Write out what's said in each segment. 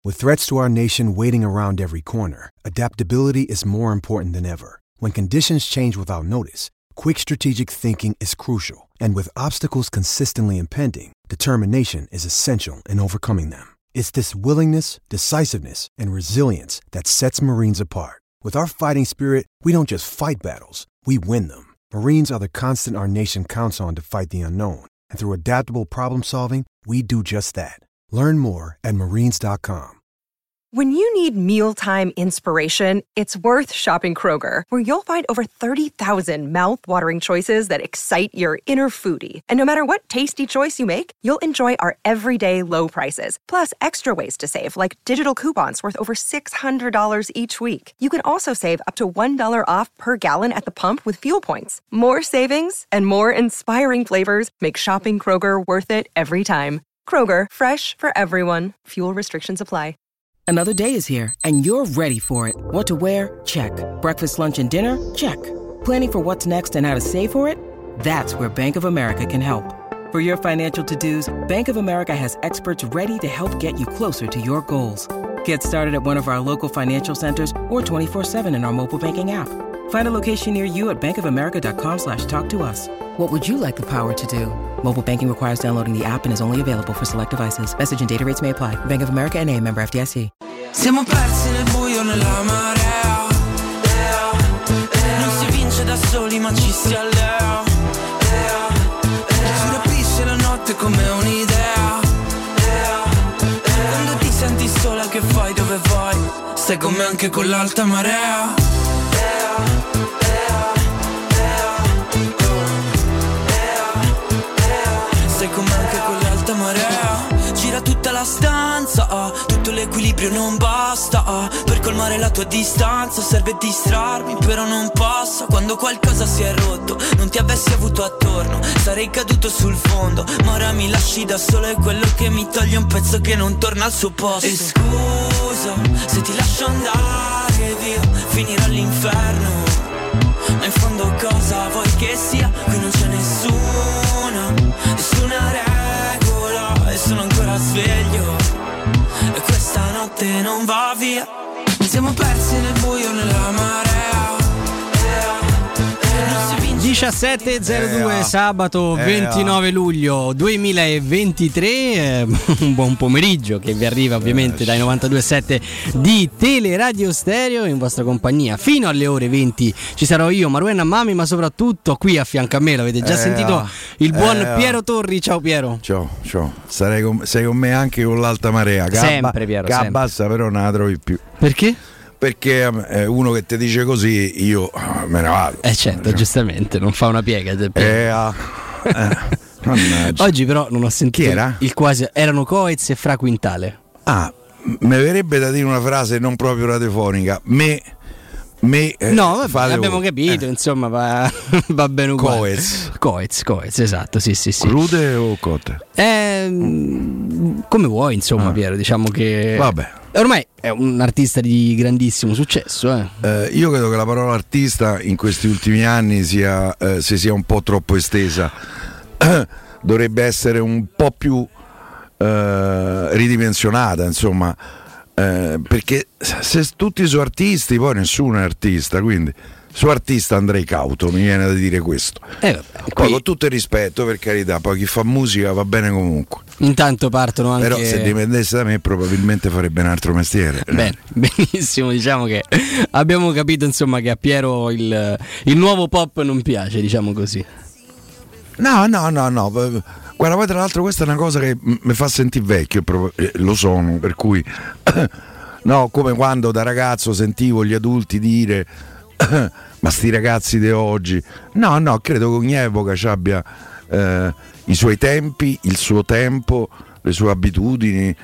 With threats to our nation waiting around every corner, adaptability is more important than ever. When conditions change without notice, quick strategic thinking is crucial. And with obstacles consistently impending, determination is essential in overcoming them. It's this willingness, decisiveness, and resilience that sets Marines apart. With our fighting spirit, we don't just fight battles, we win them. Marines are the constant our nation counts on to fight the unknown. And through adaptable problem solving, we do just that. Learn more at marines.com. When you need mealtime inspiration, it's worth shopping Kroger, where you'll find over 30,000 mouth-watering choices that excite your inner foodie. And no matter what tasty choice you make, you'll enjoy our everyday low prices, plus extra ways to save, like digital coupons worth over $600 each week. You can also save up to $1 off per gallon at the pump with fuel points. More savings and more inspiring flavors make shopping Kroger worth it every time. Kroger, fresh for everyone. Fuel restrictions apply. Another day is here, and you're ready for it. What to wear? Check. Breakfast, lunch, and dinner? Check. Planning for what's next and how to save for it? That's where Bank of America can help. For your financial to-dos, Bank of America has experts ready to help get you closer to your goals. Get started at one of our local financial centers or 24/7 in our mobile banking app. Find a location near you at bankofamerica.com/talktous. What would you like the power to do? Mobile banking requires downloading the app and is only available for select devices. Message and data rates may apply. Bank of America N.A., member FDIC. Siamo persi nel buio nella marea. Non si vince da soli ma ci si allea. Si rapisce la notte come un'idea. Quando ti senti sola che fai, dove vai? Stai con me anche con l'alta marea. Stai con me anche con l'alta marea. Gira tutta la stanza, tutto l'equilibrio non basta, per colmare la tua distanza serve distrarmi, però non passa. Quando qualcosa si è rotto, non ti avessi avuto attorno, sarei caduto sul fondo, ma ora mi lasci da solo, è quello che mi toglie un pezzo che non torna al suo posto. E scusa, se ti lascio andare via, finirò all'inferno, ma in fondo cosa vuoi che sia? Qui non c'è nessuna regola, e sono ancora sveglio, e questa notte non va via. Siamo persi nel buio nella marea. 17.02 sabato 29 luglio 2023, un buon pomeriggio che vi arriva ovviamente dai 92.7 di Teleradio Stereo, in vostra compagnia fino alle ore 20 ci sarò io, Maruena Mami, ma soprattutto qui a fianco a me l'avete già sentito il buon Piero Torri. Ciao Piero. Ciao. Sei con me anche con l'alta marea, sempre Piero, che sempre. Abbassa, però non la trovi più. Perché? Perché uno che ti dice così io me ne vado. Certo, giustamente, non fa una piega. Oggi però non ho sentito. Chi era? Il quasi erano Coez e Fra Quintale. Mi verrebbe da dire una frase non proprio radiofonica. No, vabbè, abbiamo capito, insomma, va bene uguale. Coez, esatto, sì. Crude o cotte? Come vuoi, insomma, Piero, diciamo che vabbè. Ormai è un artista di grandissimo successo. Io credo che la parola artista in questi ultimi anni si sia un po' troppo estesa. Dovrebbe essere un po' più ridimensionata, insomma. Perché se tutti sono artisti, poi nessuno è artista, quindi su artista andrei cauto, mi viene da dire questo. Poi con tutto il rispetto, per carità, poi chi fa musica va bene comunque. Intanto partono anche. Però se dipendesse da me probabilmente farebbe un altro mestiere. Bene, benissimo, diciamo che abbiamo capito insomma che a Piero il nuovo pop non piace, diciamo così. No. Guarda, poi tra l'altro questa è una cosa che mi fa sentire vecchio, lo sono, per cui no, come quando da ragazzo sentivo gli adulti dire ma sti ragazzi di oggi. No, credo che ogni epoca abbia i suoi tempi, il suo tempo, le sue abitudini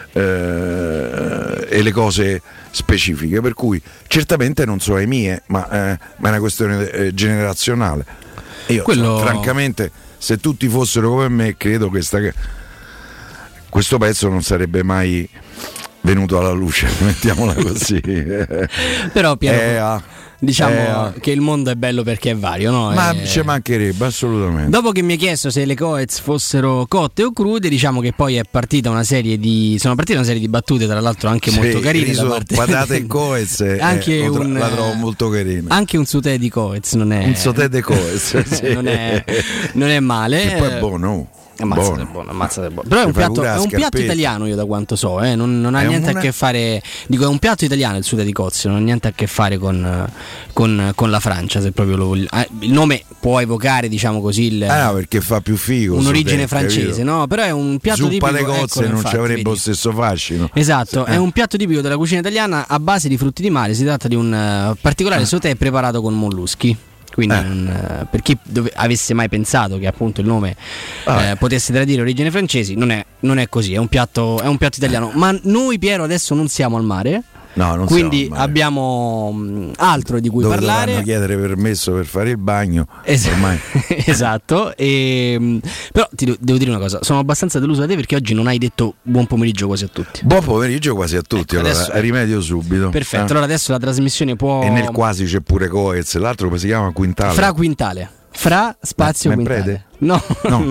e le cose specifiche, per cui certamente non sono le mie, ma è una questione generazionale. Io francamente, se tutti fossero come me, credo che questo pezzo non sarebbe mai venuto alla luce, mettiamola così. Però Piero, diciamo che il mondo è bello perché è vario, no? Ma ci mancherebbe assolutamente. Dopo che mi hai chiesto se le Coez fossero cotte o crude, diciamo che poi è partita una serie di battute, tra l'altro anche molto carine da parte patate e Coez, anche la trovo molto carina. Anche un sauté di Coez non è un sauté di Coez, sì. non è male. E poi è buono. Ammazzate buono. Però è un piatto italiano, io da quanto so, non ha niente a che fare. Dico, è un piatto italiano il sude di cozze, non ha niente a che fare con la Francia, se proprio lo voglio. Il nome può evocare, diciamo così, no, perché fa più figo. Un'origine francese, no? Però è un piatto tipico. Zuppa le cozze non ci avrebbe lo stesso fascino. Esatto, è un piatto tipico della cucina italiana a base di frutti di mare. Si tratta di un particolare sauté preparato con molluschi. Quindi per chi avesse mai pensato che appunto il nome potesse tradire origini francesi, non è così, è un piatto italiano. Ma noi, Piero, adesso non siamo al mare. No, non quindi abbiamo altro di cui dove parlare. Dovranno chiedere permesso per fare il bagno. Ormai. Esatto. Però ti devo dire una cosa: sono abbastanza deluso da te perché oggi non hai detto buon pomeriggio quasi a tutti. Buon pomeriggio quasi a tutti. Ecco, allora rimedio subito. Perfetto. Allora adesso la trasmissione può. E nel quasi c'è pure Coez, l'altro come si chiama? Quintale. Fra Quintale. Fra spazio Quintale. No.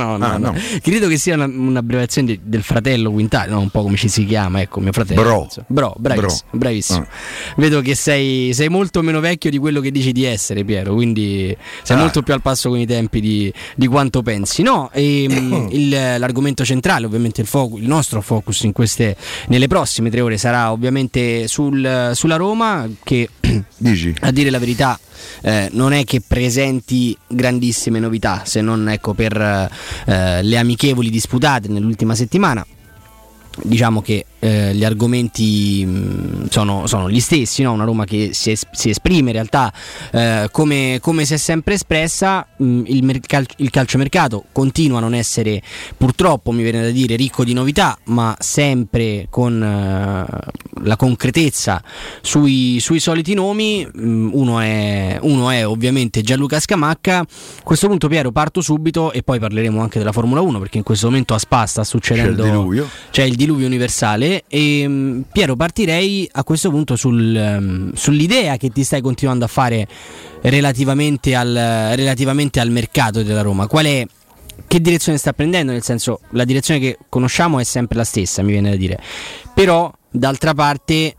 Credo che sia un'abbreviazione del fratello Quintale, no? Un po' come ci si chiama, ecco, mio fratello. Bravissimo. Vedo che sei molto meno vecchio di quello che dici di essere, Piero, quindi sei molto più al passo con i tempi di quanto pensi. No, l'argomento centrale, ovviamente il nostro focus nelle prossime 3 ore sarà ovviamente sulla Roma, che dici? A dire la verità non è che presenti grandissime novità, se non ecco per le amichevoli disputate nell'ultima settimana. Diciamo che gli argomenti sono gli stessi, no? Una Roma che si esprime in realtà come si è sempre espressa. Il calciomercato continua a non essere, purtroppo mi viene da dire, ricco di novità, ma sempre con la concretezza sui soliti nomi. Uno è ovviamente Gianluca Scamacca. A questo punto, Piero, parto subito e poi parleremo anche della Formula 1, perché in questo momento a Spa sta succedendo, c'è il diluvio universale. E Piero, partirei a questo punto sull'idea che ti stai continuando a fare relativamente al mercato della Roma. Che direzione sta prendendo? Nel senso, la direzione che conosciamo è sempre la stessa, mi viene da dire, però d'altra parte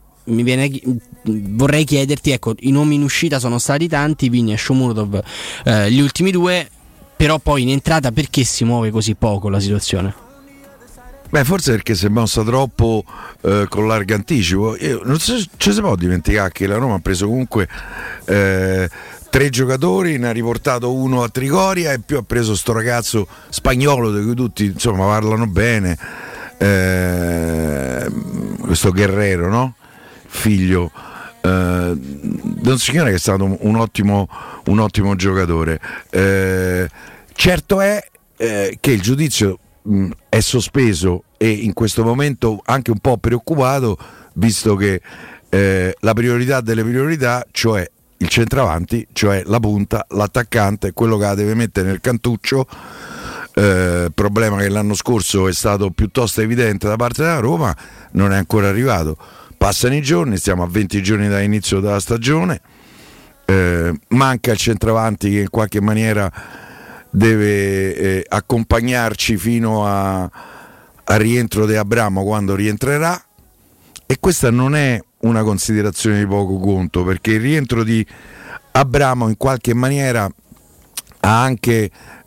vorrei chiederti, ecco, i nomi in uscita sono stati tanti, Vigna e Shomurodov, gli ultimi 2, però poi in entrata perché si muove così poco la situazione? Beh, forse perché si è mossa troppo con largo anticipo. Non ci si può dimenticare che la Roma ha preso comunque 3 giocatori, ne ha riportato uno a Trigoria e più ha preso sto ragazzo spagnolo di cui tutti insomma parlano bene, questo Guerrero, no? Figlio di un signore che è stato un ottimo giocatore. Certo è che il giudizio è sospeso e in questo momento anche un po' preoccupato, visto che la priorità delle priorità, cioè il centravanti, cioè la punta, l'attaccante, quello che la deve mettere nel cantuccio, problema che l'anno scorso è stato piuttosto evidente da parte della Roma, non è ancora arrivato. Passano i giorni, stiamo a 20 giorni dall'inizio della stagione, manca il centravanti che in qualche maniera deve accompagnarci fino al rientro di Abramo, quando rientrerà, e questa non è una considerazione di poco conto, perché il rientro di Abramo in qualche maniera ha anche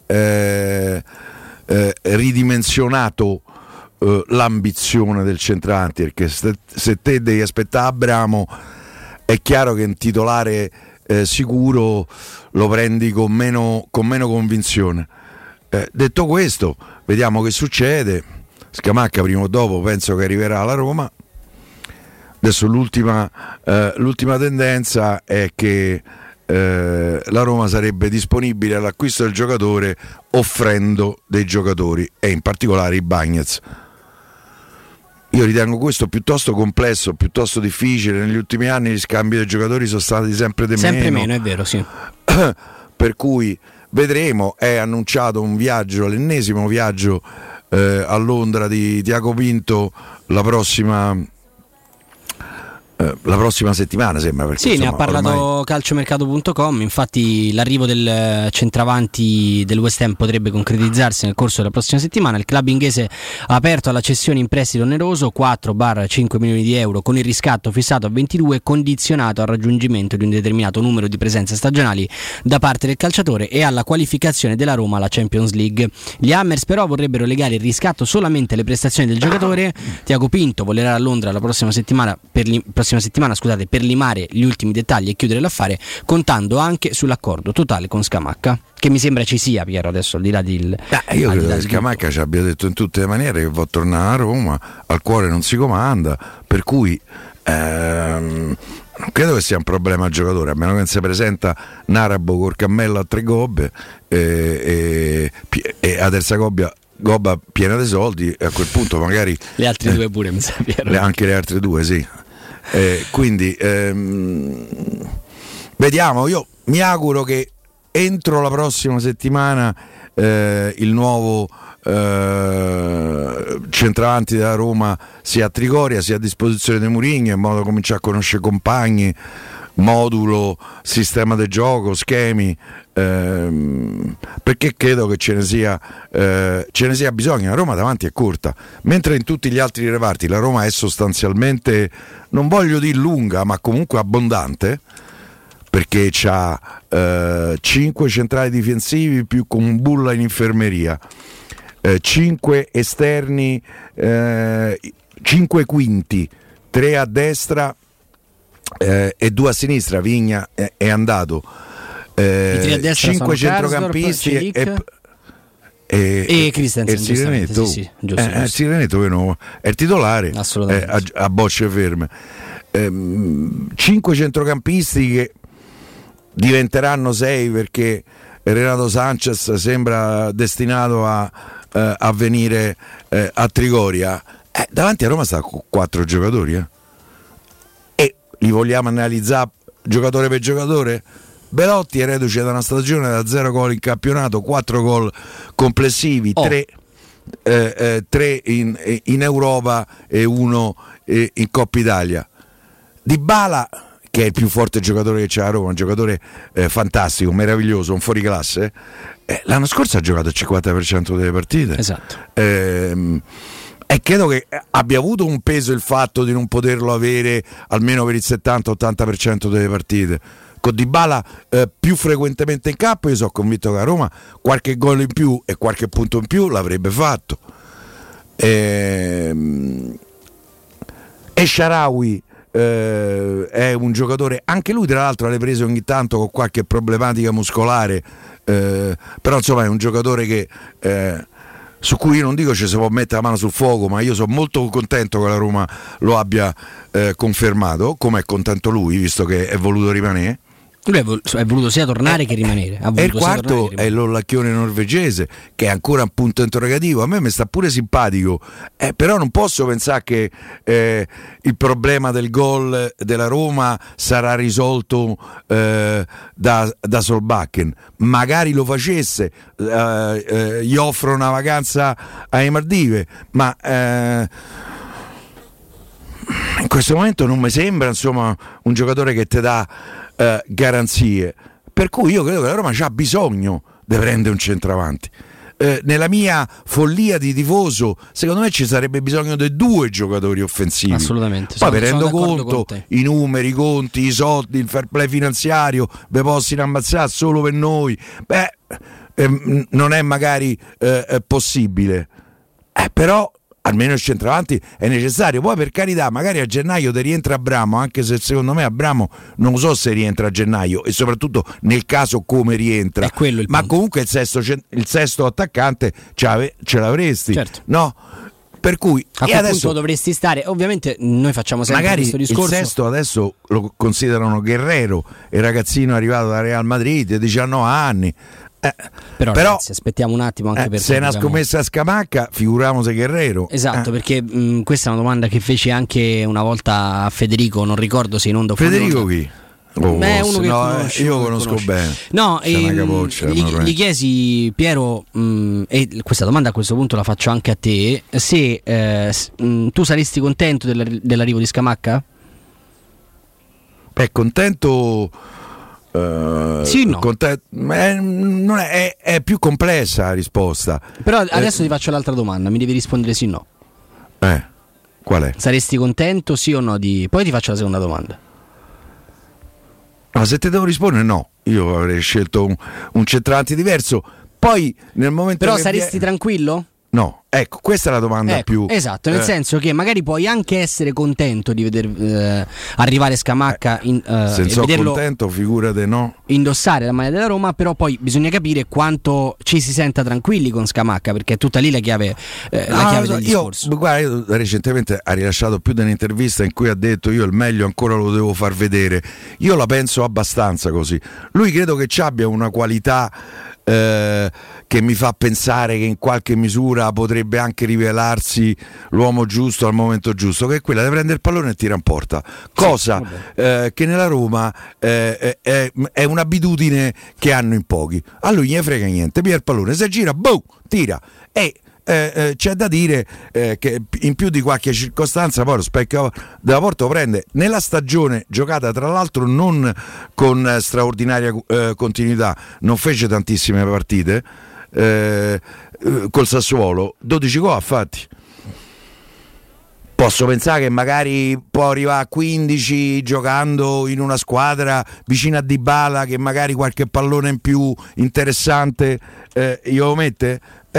ridimensionato l'ambizione del centravanti, perché se te devi aspettare Abramo è chiaro che un titolare sicuro lo prendi con meno convinzione. Detto questo, vediamo che succede. Scamacca prima o dopo penso che arriverà alla Roma. Adesso l'ultima tendenza è che la Roma sarebbe disponibile all'acquisto del giocatore offrendo dei giocatori, e in particolare i Bagnez. Io ritengo questo piuttosto complesso, piuttosto difficile. Negli ultimi anni gli scambi dei giocatori sono stati sempre meno, è vero, sì. Per cui vedremo. È annunciato un viaggio, l'ennesimo viaggio a Londra di Tiago Pinto la prossima la prossima settimana sembra, perché, sì, insomma, ne ha parlato ormai... calciomercato.com. Infatti l'arrivo del centravanti del West Ham potrebbe concretizzarsi nel corso della prossima settimana. Il club inglese ha aperto alla cessione in prestito oneroso 4-5 milioni di euro, con il riscatto fissato a 22, condizionato al raggiungimento di un determinato numero di presenze stagionali da parte del calciatore e alla qualificazione della Roma alla Champions League. Gli Hammers però vorrebbero legare il riscatto solamente alle prestazioni del giocatore. Tiago Pinto volerà a Londra la prossima settimana per limare gli ultimi dettagli e chiudere l'affare, contando anche sull'accordo totale con Scamacca, che mi sembra ci sia, Piero, adesso al di là di... io credo che Scamacca ci abbia detto in tutte le maniere che va a tornare a Roma, al cuore non si comanda, per cui non credo che sia un problema al giocatore, a meno che non si presenta Narabo col cammello a 3 gobbe e a terza gobba piena di soldi, e a quel punto magari le altre 2 pure mi sa, Piero. Anche le altre 2, sì. Quindi vediamo, io mi auguro che entro la prossima settimana il nuovo centravanti della Roma sia a Trigoria, sia a disposizione di Mourinho, in modo da cominciare a conoscere compagni, modulo, sistema di gioco, schemi, perché credo che ce ne sia bisogno. La Roma davanti è corta, mentre in tutti gli altri reparti la Roma è sostanzialmente, non voglio dire lunga, ma comunque abbondante, perché c'ha 5 centrali difensivi più con Bulla in infermeria, 5 esterni, 5 quinti, 3 a destra e 2 a sinistra. Vigna è andato, 5 centrocampisti e Christensen, Sirenetto, sì, giusto. Sirenetto che no, è il titolare a bocce ferme, 5 centrocampisti che diventeranno 6 perché Renato Sanchez sembra destinato a venire a Trigoria. Davanti a Roma sta con 4 giocatori e li vogliamo analizzare giocatore per giocatore. Belotti è reduce da una stagione da 0 gol in campionato, 4 gol complessivi, 3 in Europa e 1 in Coppa Italia. Dybala, che è il più forte giocatore che c'è a Roma, un giocatore fantastico, meraviglioso, un fuoriclasse, l'anno scorso ha giocato il 50% delle partite. Esatto. E credo che abbia avuto un peso il fatto di non poterlo avere almeno per il 70-80% delle partite. Con Dybala più frequentemente in campo, io sono convinto che a Roma qualche gol in più e qualche punto in più l'avrebbe fatto. E Shaarawy è un giocatore, anche lui tra l'altro alle prese ogni tanto con qualche problematica muscolare, però insomma è un giocatore che su cui io non dico ci si può mettere la mano sul fuoco, ma io sono molto contento che la Roma lo abbia confermato, come è contento lui, visto che è voluto rimanere. Lui è voluto sia tornare che rimanere. E il quarto è l'ollacchione norvegese, che è ancora un punto interrogativo. A me mi sta pure simpatico, però non posso pensare che il problema del gol della Roma sarà risolto da Solbakken. Magari lo facesse, gli offro una vacanza ai Maldive, ma in questo momento non mi sembra, insomma, un giocatore che ti dà garanzie, per cui io credo che la Roma c'ha bisogno di prendere un centravanti. Nella mia follia di tifoso, secondo me ci sarebbe bisogno di 2 giocatori offensivi. Assolutamente. Poi tenendo conto i numeri, i conti, i soldi, il fair play finanziario, ve possono ammazzare solo per noi, non è magari possibile, però almeno il centravanti è necessario. Poi per carità, magari a gennaio ti rientra Abramo, anche se secondo me Abramo non so se rientra a gennaio, e soprattutto nel caso come rientra, ma punto. Comunque il sesto attaccante ce l'avresti, certo. No? Per cui a quel punto dovresti stare, ovviamente noi facciamo sempre magari questo discorso. Il sesto adesso lo considerano Guerrero, il ragazzino arrivato da Real Madrid, 19 anni. Però ragazzi, aspettiamo un attimo anche per se è una scommessa a Scamacca, figuriamoci Guerrero. Esatto, perché questa è una domanda che feci anche una volta a Federico, non ricordo se in onda o Federico chi? Uno che conosci, io conosco bene. No, gli chiesi, Piero, e questa domanda a questo punto la faccio anche a te, se tu saresti contento dell'arrivo di Scamacca? Contento. Sì, no. Non è più complessa la risposta. Però adesso ti faccio l'altra domanda, mi devi rispondere sì o no. Qual è? Saresti contento sì o no poi ti faccio la seconda domanda. Ma se te devo rispondere no, io avrei scelto un centravanti diverso. Poi nel momento però saresti tranquillo? No, ecco, questa è la domanda più. Esatto, nel senso che magari puoi anche essere contento di veder arrivare Scamacca se e sono vederlo contento, figurate no. Indossare la maglia della Roma, però poi bisogna capire quanto ci si senta tranquilli con Scamacca, perché è tutta lì la chiave del discorso. Guarda, io recentemente ha rilasciato più di un'intervista in cui ha detto io il meglio ancora lo devo far vedere. Io la penso abbastanza così. Lui credo che ci abbia una qualità che mi fa pensare che in qualche misura potrebbe anche rivelarsi l'uomo giusto al momento giusto, che è quella di prendere il pallone e tirare in porta, cosa che nella Roma è un'abitudine che hanno in pochi. A lui ne frega niente, piglia il pallone, se gira, boom, tira. E c'è da dire che in più di qualche circostanza poi lo specchio della Porta lo prende nella stagione giocata tra l'altro non con straordinaria continuità, non fece tantissime partite col Sassuolo, 12 gol fatti. Posso pensare che magari può arrivare a 15 giocando in una squadra vicino a Dybala, che magari qualche pallone in più interessante io lo mette.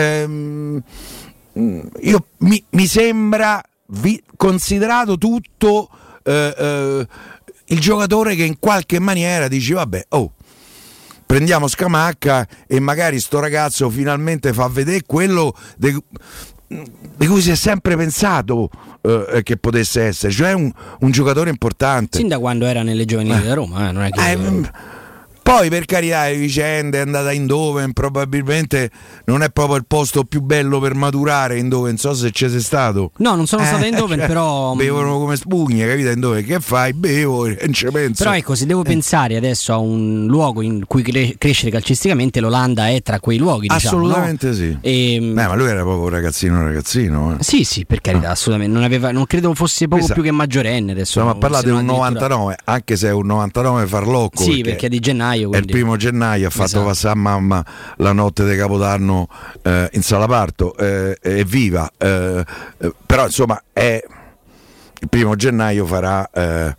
Mi sembra considerato tutto il giocatore che in qualche maniera dici vabbè, prendiamo Scamacca e magari sto ragazzo finalmente fa vedere quello di cui si è sempre pensato che potesse essere, cioè un giocatore importante. Sin da quando era nelle giovanili della Roma, non è che... Poi per carità le vicende, è andata a Eindhoven, probabilmente non è proprio il posto più bello per maturare Eindhoven, non so se ci sei stato. No, non sono stato a Eindhoven, però bevono come spugne, capito? Eindhoven che fai? Bevo e non ci penso. Però ecco, se devo pensare adesso a un luogo in cui crescere calcisticamente, l'Olanda è tra quei luoghi, diciamo, assolutamente, no? Sì. Ma lui era proprio ragazzino. Sì, per carità, assolutamente, non credo fosse poco più che maggiorenne adesso. Ma parlate di un 99, anche se è un 99 farlocco. Sì, perché è di gennaio. Quindi. È il 1 gennaio, ha fatto passare mamma la notte di Capodanno in Salaparto, evviva, però insomma il 1 gennaio farà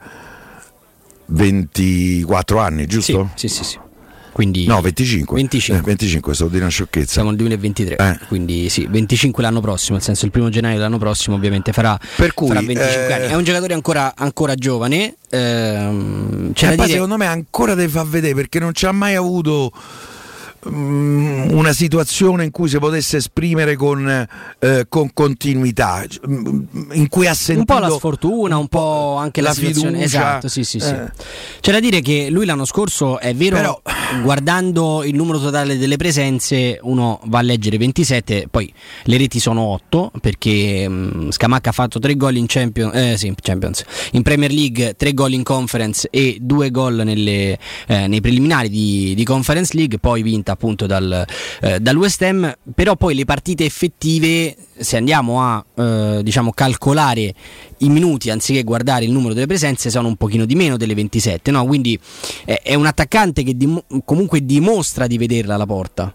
24 anni, giusto? Sì. Quindi no, 25, stavo di una sciocchezza. Siamo nel 2023, quindi sì, 25 l'anno prossimo, nel senso il 1 gennaio dell'anno prossimo ovviamente farà 25 anni. È un giocatore ancora giovane, c'è da dire... secondo me ancora deve far vedere, perché non ci ha mai avuto una situazione in cui si potesse esprimere con continuità, in cui ha sentito un po' la sfortuna, un po' anche la situazione. Esatto, sì. C'è da dire che lui l'anno scorso, è vero, però, guardando il numero totale delle presenze uno va a leggere 27, poi le reti sono 8 perché Scamacca ha fatto 3 gol in Champions, in Premier League, 3 gol in Conference e 2 gol nei preliminari di Conference League, poi vinta appunto dal West Ham. Però poi le partite effettive, se andiamo a calcolare i minuti anziché guardare il numero delle presenze, sono un pochino di meno delle 27, no? Quindi è un attaccante che comunque dimostra di vederla la porta.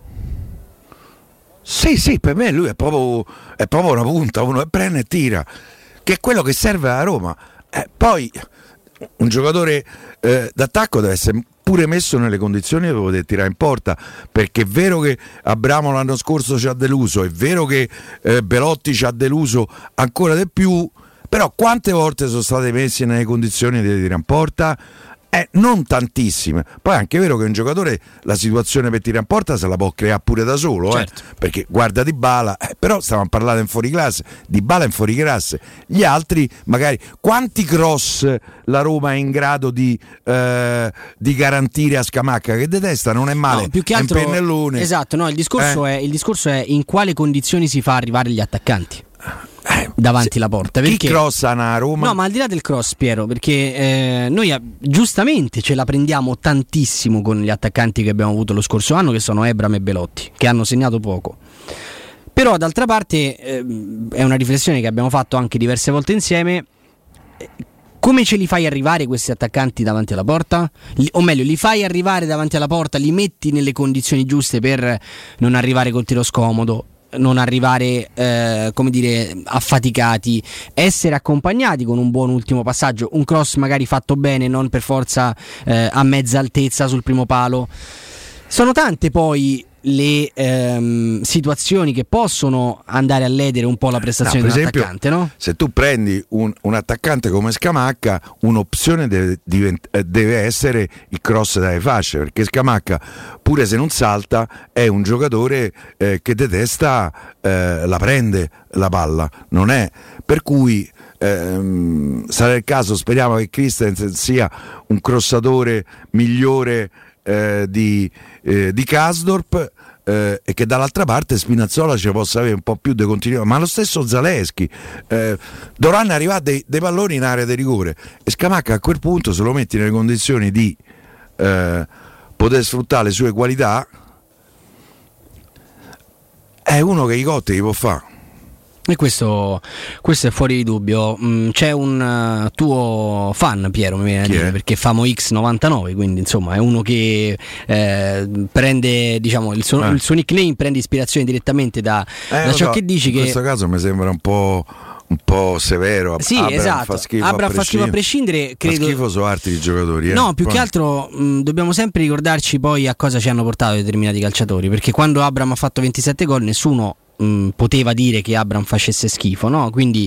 Sì, per me lui è proprio una punta, uno che prende e tira, che è quello che serve alla Roma. Poi un giocatore d'attacco deve essere pure messo nelle condizioni di poter tirare in porta, perché è vero che Abramo l'anno scorso ci ha deluso, è vero che Belotti ci ha deluso ancora di più, però quante volte sono state messe nelle condizioni di tirare in porta? Non tantissime. Poi è anche vero che un giocatore la situazione per tirare in porta se la può creare pure da solo, certo. Perché guarda Dybala, però stiamo a parlare in fuori classe, Dybala in fuori classe, gli altri magari quanti cross la Roma è in grado di garantire a Scamacca, che detesta, non è male, no, più che altro, è un pennellone. Esatto, no, il discorso è in quali condizioni si fa arrivare gli attaccanti davanti la porta, perché chi crossa a Roma? No, ma al di là del cross, Piero, perché noi giustamente ce la prendiamo tantissimo con gli attaccanti che abbiamo avuto lo scorso anno, che sono Ebram e Belotti, che hanno segnato poco. Però d'altra parte è una riflessione che abbiamo fatto anche diverse volte insieme. come ce li fai arrivare questi attaccanti davanti alla porta? O meglio, li fai arrivare davanti alla porta, li metti nelle condizioni giuste per non arrivare col tiro scomodo, non arrivare affaticati, essere accompagnati con un buon ultimo passaggio, un cross magari fatto bene, non per forza a mezza altezza sul primo palo. Sono tante poi le situazioni che possono andare a ledere un po' la prestazione di un attaccante, no? Se tu prendi un attaccante come Scamacca, un'opzione deve essere il cross dalle fasce, perché Scamacca, pure se non salta, è un giocatore che detesta la prende la palla, non è, per cui sarà il caso, speriamo che Christensen sia un crossatore migliore di Karsdorp, e che dall'altra parte Spinazzola ci possa avere un po' più di continuità, ma lo stesso Zalewski dovranno arrivare dei palloni in area di rigore, e Scamacca a quel punto, se lo metti nelle condizioni di poter sfruttare le sue qualità, è uno che i cotti li può fare. E questo è fuori di dubbio. C'è un tuo fan, Piero, mi viene a dire, perché Famo X99, quindi insomma è uno che prende, diciamo, il suo nickname prende ispirazione direttamente da ciò che dici. In questo caso mi sembra un po' severo. Sì, Abraham esatto. Fa schifo a prescindere, credo. Fa schifo su altri giocatori. No, più che altro dobbiamo sempre ricordarci poi a cosa ci hanno portato determinati calciatori, perché quando Abraham ha fatto 27 gol nessuno poteva dire che Abraham facesse schifo, no? Quindi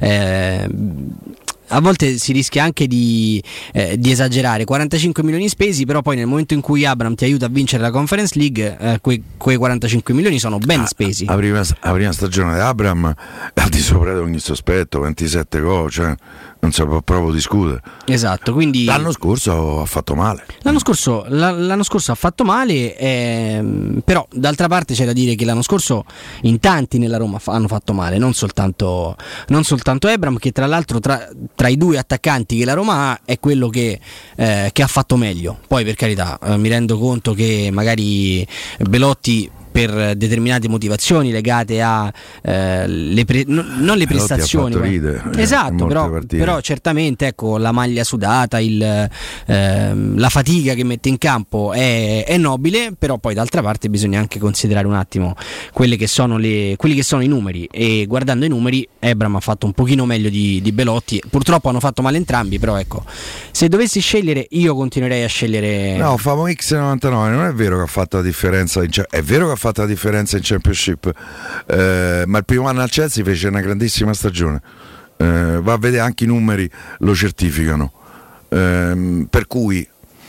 a volte si rischia anche di esagerare. 45 milioni spesi, però poi nel momento in cui Abraham ti aiuta a vincere la Conference League, quei 45 milioni sono ben spesi. La prima stagione di Abraham è al di sopra di ogni sospetto, 27 gol, cioè non si può proprio discutere. Esatto, quindi l'anno scorso ha fatto male. L'anno scorso ha fatto male, però d'altra parte c'è da dire che l'anno scorso in tanti nella Roma hanno fatto male, non soltanto Abraham, che tra l'altro tra i due attaccanti che la Roma ha è quello che ha fatto meglio. Poi, per carità, mi rendo conto che magari Belotti, per determinate motivazioni legate a non le prestazioni, esatto, però certamente, ecco, la maglia sudata, la fatica che mette in campo è nobile, però poi d'altra parte bisogna anche considerare un attimo quelli che sono i numeri, e guardando i numeri Abraham ha fatto un pochino meglio di Belotti. Purtroppo hanno fatto male entrambi, però ecco, se dovessi scegliere io continuerei a scegliere. No, Famo X99 non è vero che ha fatto la differenza, è vero che ha fatto la differenza in Championship, ma il primo anno al Chelsea fece una grandissima stagione, va a vedere, anche i numeri lo certificano, per cui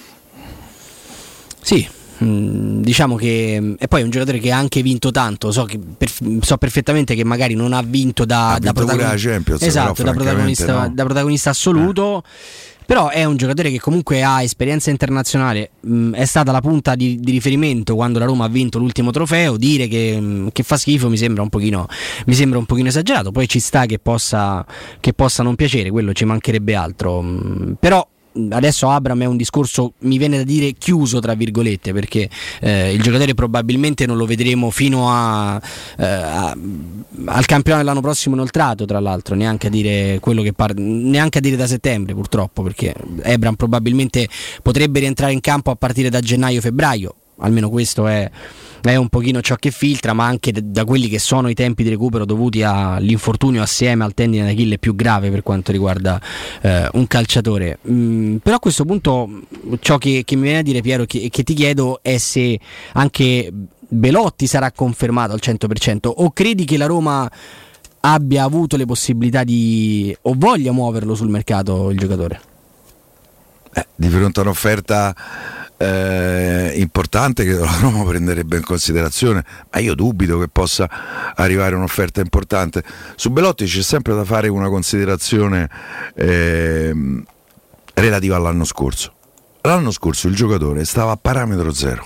sì, diciamo che e poi è un giocatore che ha anche vinto tanto. So perfettamente che magari non ha vinto da Champions, esatto, da protagonista assoluto. Però è un giocatore che comunque ha esperienza internazionale, è stata la punta di riferimento quando la Roma ha vinto l'ultimo trofeo. Dire che fa schifo mi sembra un pochino esagerato. Poi ci sta che possa non piacere, quello ci mancherebbe altro, però adesso Abraham è un discorso, mi viene da dire, chiuso tra virgolette, perché il giocatore probabilmente non lo vedremo fino al campionato dell'anno prossimo inoltrato, tra l'altro, neanche a dire quello che neanche a dire da settembre, purtroppo, perché Abraham probabilmente potrebbe rientrare in campo a partire da gennaio-febbraio, almeno questo è un pochino ciò che filtra, ma anche da quelli che sono i tempi di recupero dovuti all'infortunio assieme al tendine d'Achille più grave per quanto riguarda un calciatore. Però a questo punto ciò che mi viene a dire, Piero, che ti chiedo è se anche Belotti sarà confermato al 100%, o credi che la Roma abbia avuto le possibilità o voglia muoverlo sul mercato il giocatore? Di fronte a un'offerta importante che la Roma prenderebbe in considerazione, ma io dubito che possa arrivare un'offerta importante. Su Belotti c'è sempre da fare una considerazione relativa all'anno scorso. L'anno scorso il giocatore stava a parametro zero.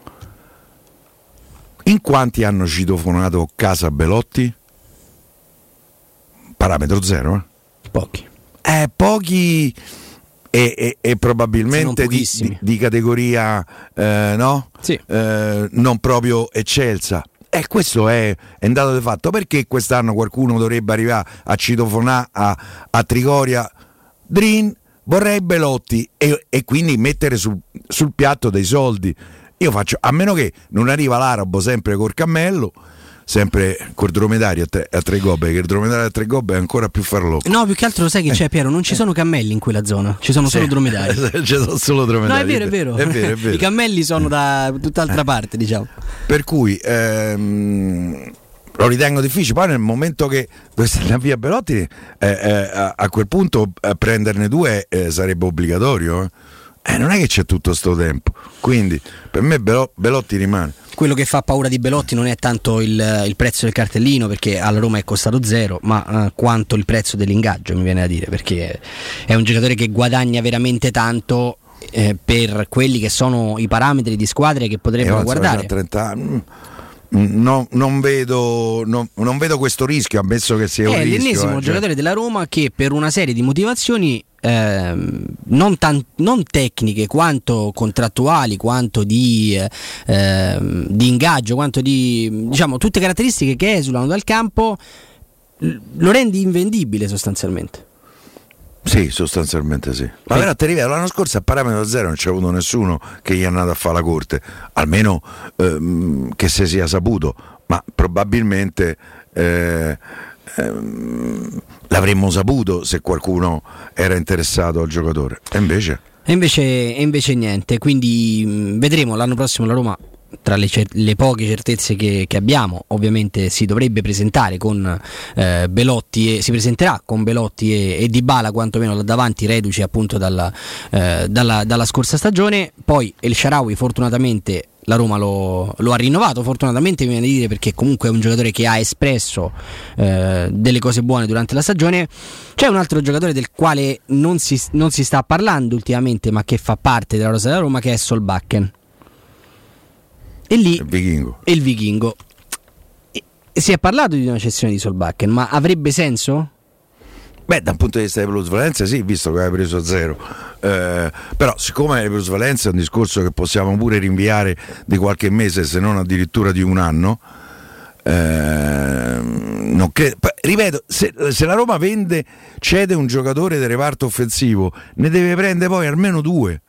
In quanti hanno citofonato casa Belotti? Parametro zero, Pochi. Pochi. E probabilmente di categoria no? Sì. Non proprio eccelsa. E questo è un dato di fatto. Perché quest'anno qualcuno dovrebbe arrivare a citofonare a Trigoria Drin, vorrei Belotti e quindi mettere sul piatto dei soldi. Io faccio, a meno che non arriva l'arabo sempre col cammello, sempre col dromedario a tre gobbe, che il dromedario a tre gobbe è ancora più farlocco. No, più che altro sai che c'è, Piero, non ci sono cammelli in quella zona, ci sono solo dromedari. Ci sono solo dromedari. No, è vero. I cammelli sono da tutt'altra parte, diciamo. Per cui lo ritengo difficile. Poi nel momento che dovesse andare via Belotti, a quel punto prenderne due sarebbe obbligatorio. Non è che c'è tutto sto tempo, quindi per me Belotti rimane. Quello che fa paura di Belotti non è tanto il prezzo del cartellino, perché alla Roma è costato zero, ma quanto il prezzo dell'ingaggio, mi viene da dire, perché è un giocatore che guadagna veramente tanto per quelli che sono i parametri di squadre che potrebbero guardare. 30 anni. Non vedo questo rischio, ammesso che sia un rischio. È l'ennesimo giocatore della Roma che per una serie di motivazioni non tecniche, quanto contrattuali, quanto di ingaggio, quanto di, diciamo, tutte caratteristiche che esulano dal campo, lo rendi invendibile sostanzialmente. Sì, sostanzialmente sì. Ma però te rivedo, l'anno scorso a parametro zero non c'è avuto nessuno che gli è andato a fare la corte, almeno che se sia saputo, ma probabilmente l'avremmo saputo se qualcuno era interessato al giocatore. E invece niente, quindi vedremo l'anno prossimo la Roma, tra le poche certezze che abbiamo, ovviamente si dovrebbe presentare con Belotti, si presenterà con Belotti e Dybala quantomeno là davanti, reduci appunto dalla scorsa stagione. Poi El Shaarawy fortunatamente la Roma lo ha rinnovato, fortunatamente mi viene da dire, perché comunque è un giocatore che ha espresso delle cose buone durante la stagione. C'è un altro giocatore del quale non si sta parlando ultimamente, ma che fa parte della rosa della Roma, che è Solbakken. E lì il vichingo. Si è parlato di una cessione di Solbakken, ma avrebbe senso? Beh, da un punto di vista di plusvalenza sì, visto che hai preso zero. Però siccome le plusvalenze è un discorso che possiamo pure rinviare di qualche mese, se non addirittura di un anno, non credo. Ripeto, se la Roma cede un giocatore del reparto offensivo, ne deve prendere poi almeno due.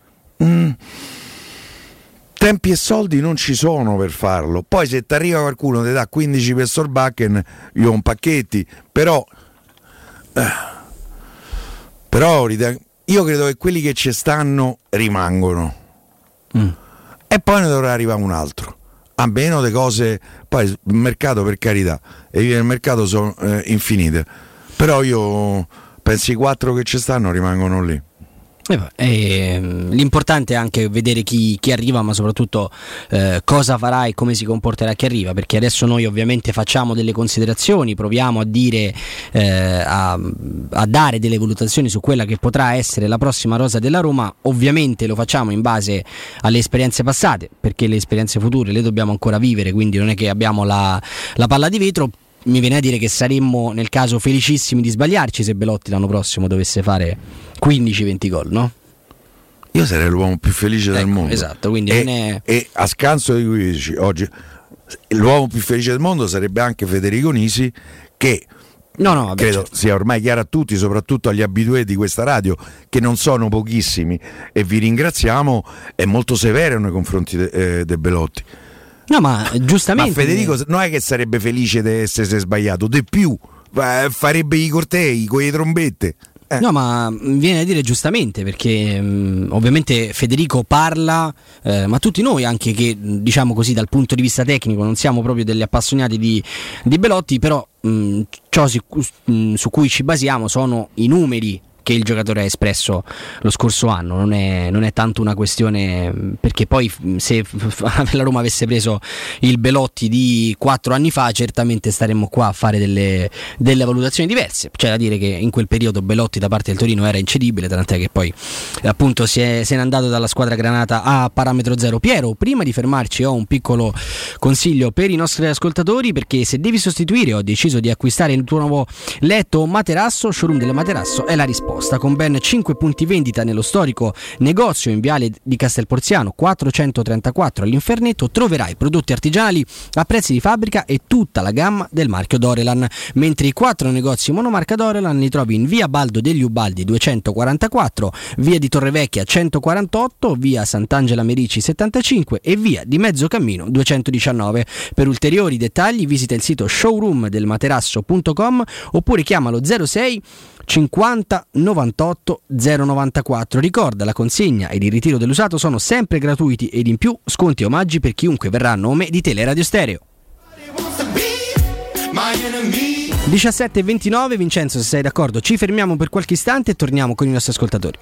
Tempi e soldi non ci sono per farlo. Poi se ti arriva qualcuno ti dà 15 per Solbakken, io ho un pacchetti, però io credo che quelli che ci stanno rimangono e poi ne dovrà arrivare un altro, a meno di cose. Poi il mercato, per carità, e le vie del mercato sono infinite, però io penso i 4 che ci stanno rimangono lì. L'importante è anche vedere chi arriva, ma soprattutto cosa farà e come si comporterà chi arriva, perché adesso noi ovviamente facciamo delle considerazioni, proviamo a dire a dare delle valutazioni su quella che potrà essere la prossima rosa della Roma. Ovviamente lo facciamo in base alle esperienze passate, perché le esperienze future le dobbiamo ancora vivere, quindi non è che abbiamo la palla di vetro. Mi viene a dire che saremmo nel caso felicissimi di sbagliarci se Belotti l'anno prossimo dovesse fare 15-20 gol, no? Io sarei l'uomo più felice del mondo. Esatto, quindi e a scanso di cui dici oggi l'uomo più felice del mondo sarebbe anche Federico Nisi, che credo sia ormai chiaro a tutti, soprattutto agli abitué di questa radio, che non sono pochissimi, e vi ringraziamo, è molto severo nei confronti de Belotti. No, ma giustamente. Ma Federico non è che sarebbe felice di essere sbagliato, di più farebbe i cortei con le trombette. No, ma viene a dire giustamente, perché ovviamente Federico parla, ma tutti noi anche che, diciamo così, dal punto di vista tecnico non siamo proprio degli appassionati di Belotti, però ciò su cui ci basiamo sono i numeri che il giocatore ha espresso lo scorso anno. Non è tanto una questione, perché poi se la Roma avesse preso il Belotti di 4 anni fa certamente staremmo qua a fare delle valutazioni diverse. C'è da dire che in quel periodo Belotti da parte del Torino era incedibile, tant'è che poi appunto se n'è andato dalla squadra granata a parametro zero. Piero, prima di fermarci ho un piccolo consiglio per i nostri ascoltatori, perché se devi sostituire o hai deciso di acquistare il tuo nuovo letto o materasso, Showroom del Materasso è la risposta. Aosta, con ben 5 punti vendita nello storico negozio in Viale di Castelporziano 434 all'Infernetto. Troverai prodotti artigianali a prezzi di fabbrica e tutta la gamma del marchio Dorelan, mentre i 4 negozi monomarca Dorelan li trovi in via Baldo degli Ubaldi 244, via di Torrevecchia 148, via Sant'Angela Merici 75 e via di Mezzocammino 219. Per ulteriori dettagli visita il sito showroomdelmaterasso.com oppure chiamalo 06 50 98 094. Ricorda, la consegna ed il ritiro dell'usato sono sempre gratuiti ed in più sconti e omaggi per chiunque verrà a nome di Teleradio Stereo. 17:29. Vincenzo, se sei d'accordo ci fermiamo per qualche istante e torniamo con i nostri ascoltatori.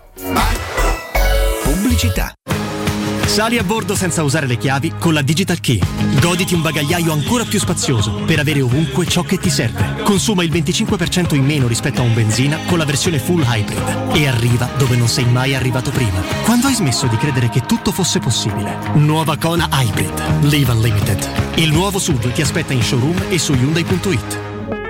Pubblicità. Sali a bordo senza usare le chiavi con la Digital Key. Goditi un bagagliaio ancora più spazioso per avere ovunque ciò che ti serve. Consuma il 25% in meno rispetto a un benzina con la versione full hybrid e arriva dove non sei mai arrivato prima. Quando hai smesso di credere che tutto fosse possibile? Nuova Kona Hybrid. Live Unlimited. Il nuovo SUV ti aspetta in showroom e su Hyundai.it.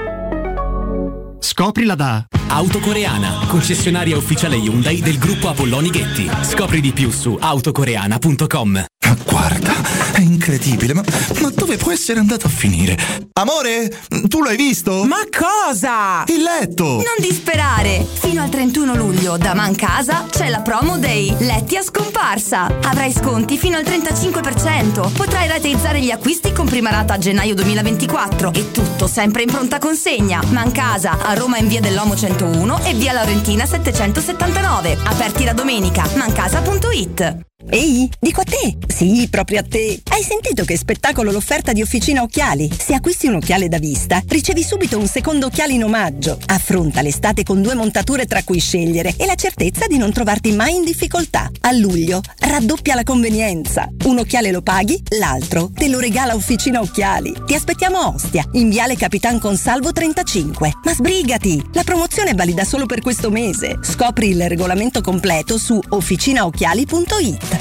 Scoprila da Autocoreana, concessionaria ufficiale Hyundai del gruppo Apolloni Ghetti. Scopri di più su autocoreana.com. Ma guarda, è incredibile, ma dove può essere andato a finire? Amore, tu l'hai visto? Ma cosa? Il letto! Non disperare! Fino al 31 luglio da Mancasa c'è la promo dei letti a scomparsa. Avrai sconti fino al 35%. Potrai rateizzare gli acquisti con prima rata a gennaio 2024 e tutto sempre in pronta consegna. Mancasa, a Roma in via dell'Omo 101 e via Laurentina 779. Aperti la domenica. Mancasa.it. Ehi, dico a te! Sì, proprio a te! Hai sentito che spettacolo l'offerta di Officina Occhiali? Se acquisti un occhiale da vista, ricevi subito un secondo occhiale in omaggio. Affronta l'estate con 2 montature tra cui scegliere e la certezza di non trovarti mai in difficoltà. A luglio raddoppia la convenienza. Un occhiale lo paghi, l'altro te lo regala Officina Occhiali. Ti aspettiamo a Ostia, in viale Capitan Consalvo 35. Ma sbrigati! La promozione è valida solo per questo mese. Scopri il regolamento completo su officinaocchiali.it.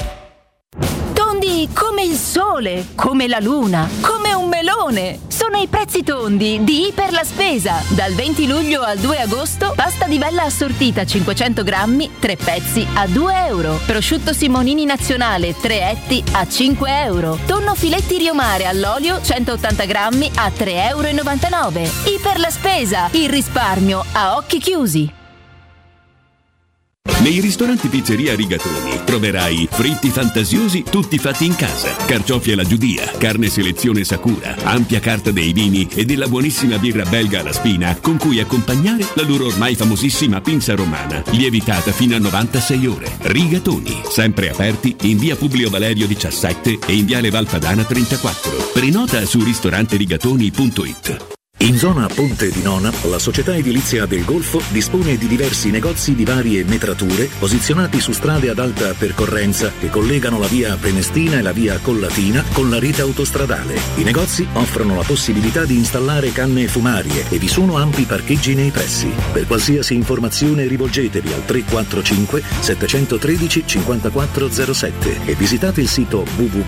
Tondi come il sole, come la luna, come un melone. Sono i prezzi tondi di Iper La Spesa. Dal 20 luglio al 2 agosto, pasta di bella assortita 500 grammi, 3 pezzi a 2 euro. Prosciutto Simonini nazionale, 3 etti a 5 euro. Tonno filetti Riomare all'olio 180 grammi a 3,99 euro. Iper La Spesa, il risparmio a occhi chiusi. Nei ristoranti Pizzeria Rigatoni troverai fritti fantasiosi tutti fatti in casa, carciofi alla giudia, carne selezione Sakura, ampia carta dei vini e della buonissima birra belga alla spina con cui accompagnare la loro ormai famosissima pinza romana, lievitata fino a 96 ore. Rigatoni, sempre aperti in via Publio Valerio 17 e in viale Valpadana 34. Prenota su ristoranterigatoni.it. In zona Ponte di Nona, la società edilizia del Golfo dispone di diversi negozi di varie metrature posizionati su strade ad alta percorrenza che collegano la via Prenestina e la via Collatina con la rete autostradale. I negozi offrono la possibilità di installare canne fumarie e vi sono ampi parcheggi nei pressi. Per qualsiasi informazione rivolgetevi al 345 713 5407 e visitate il sito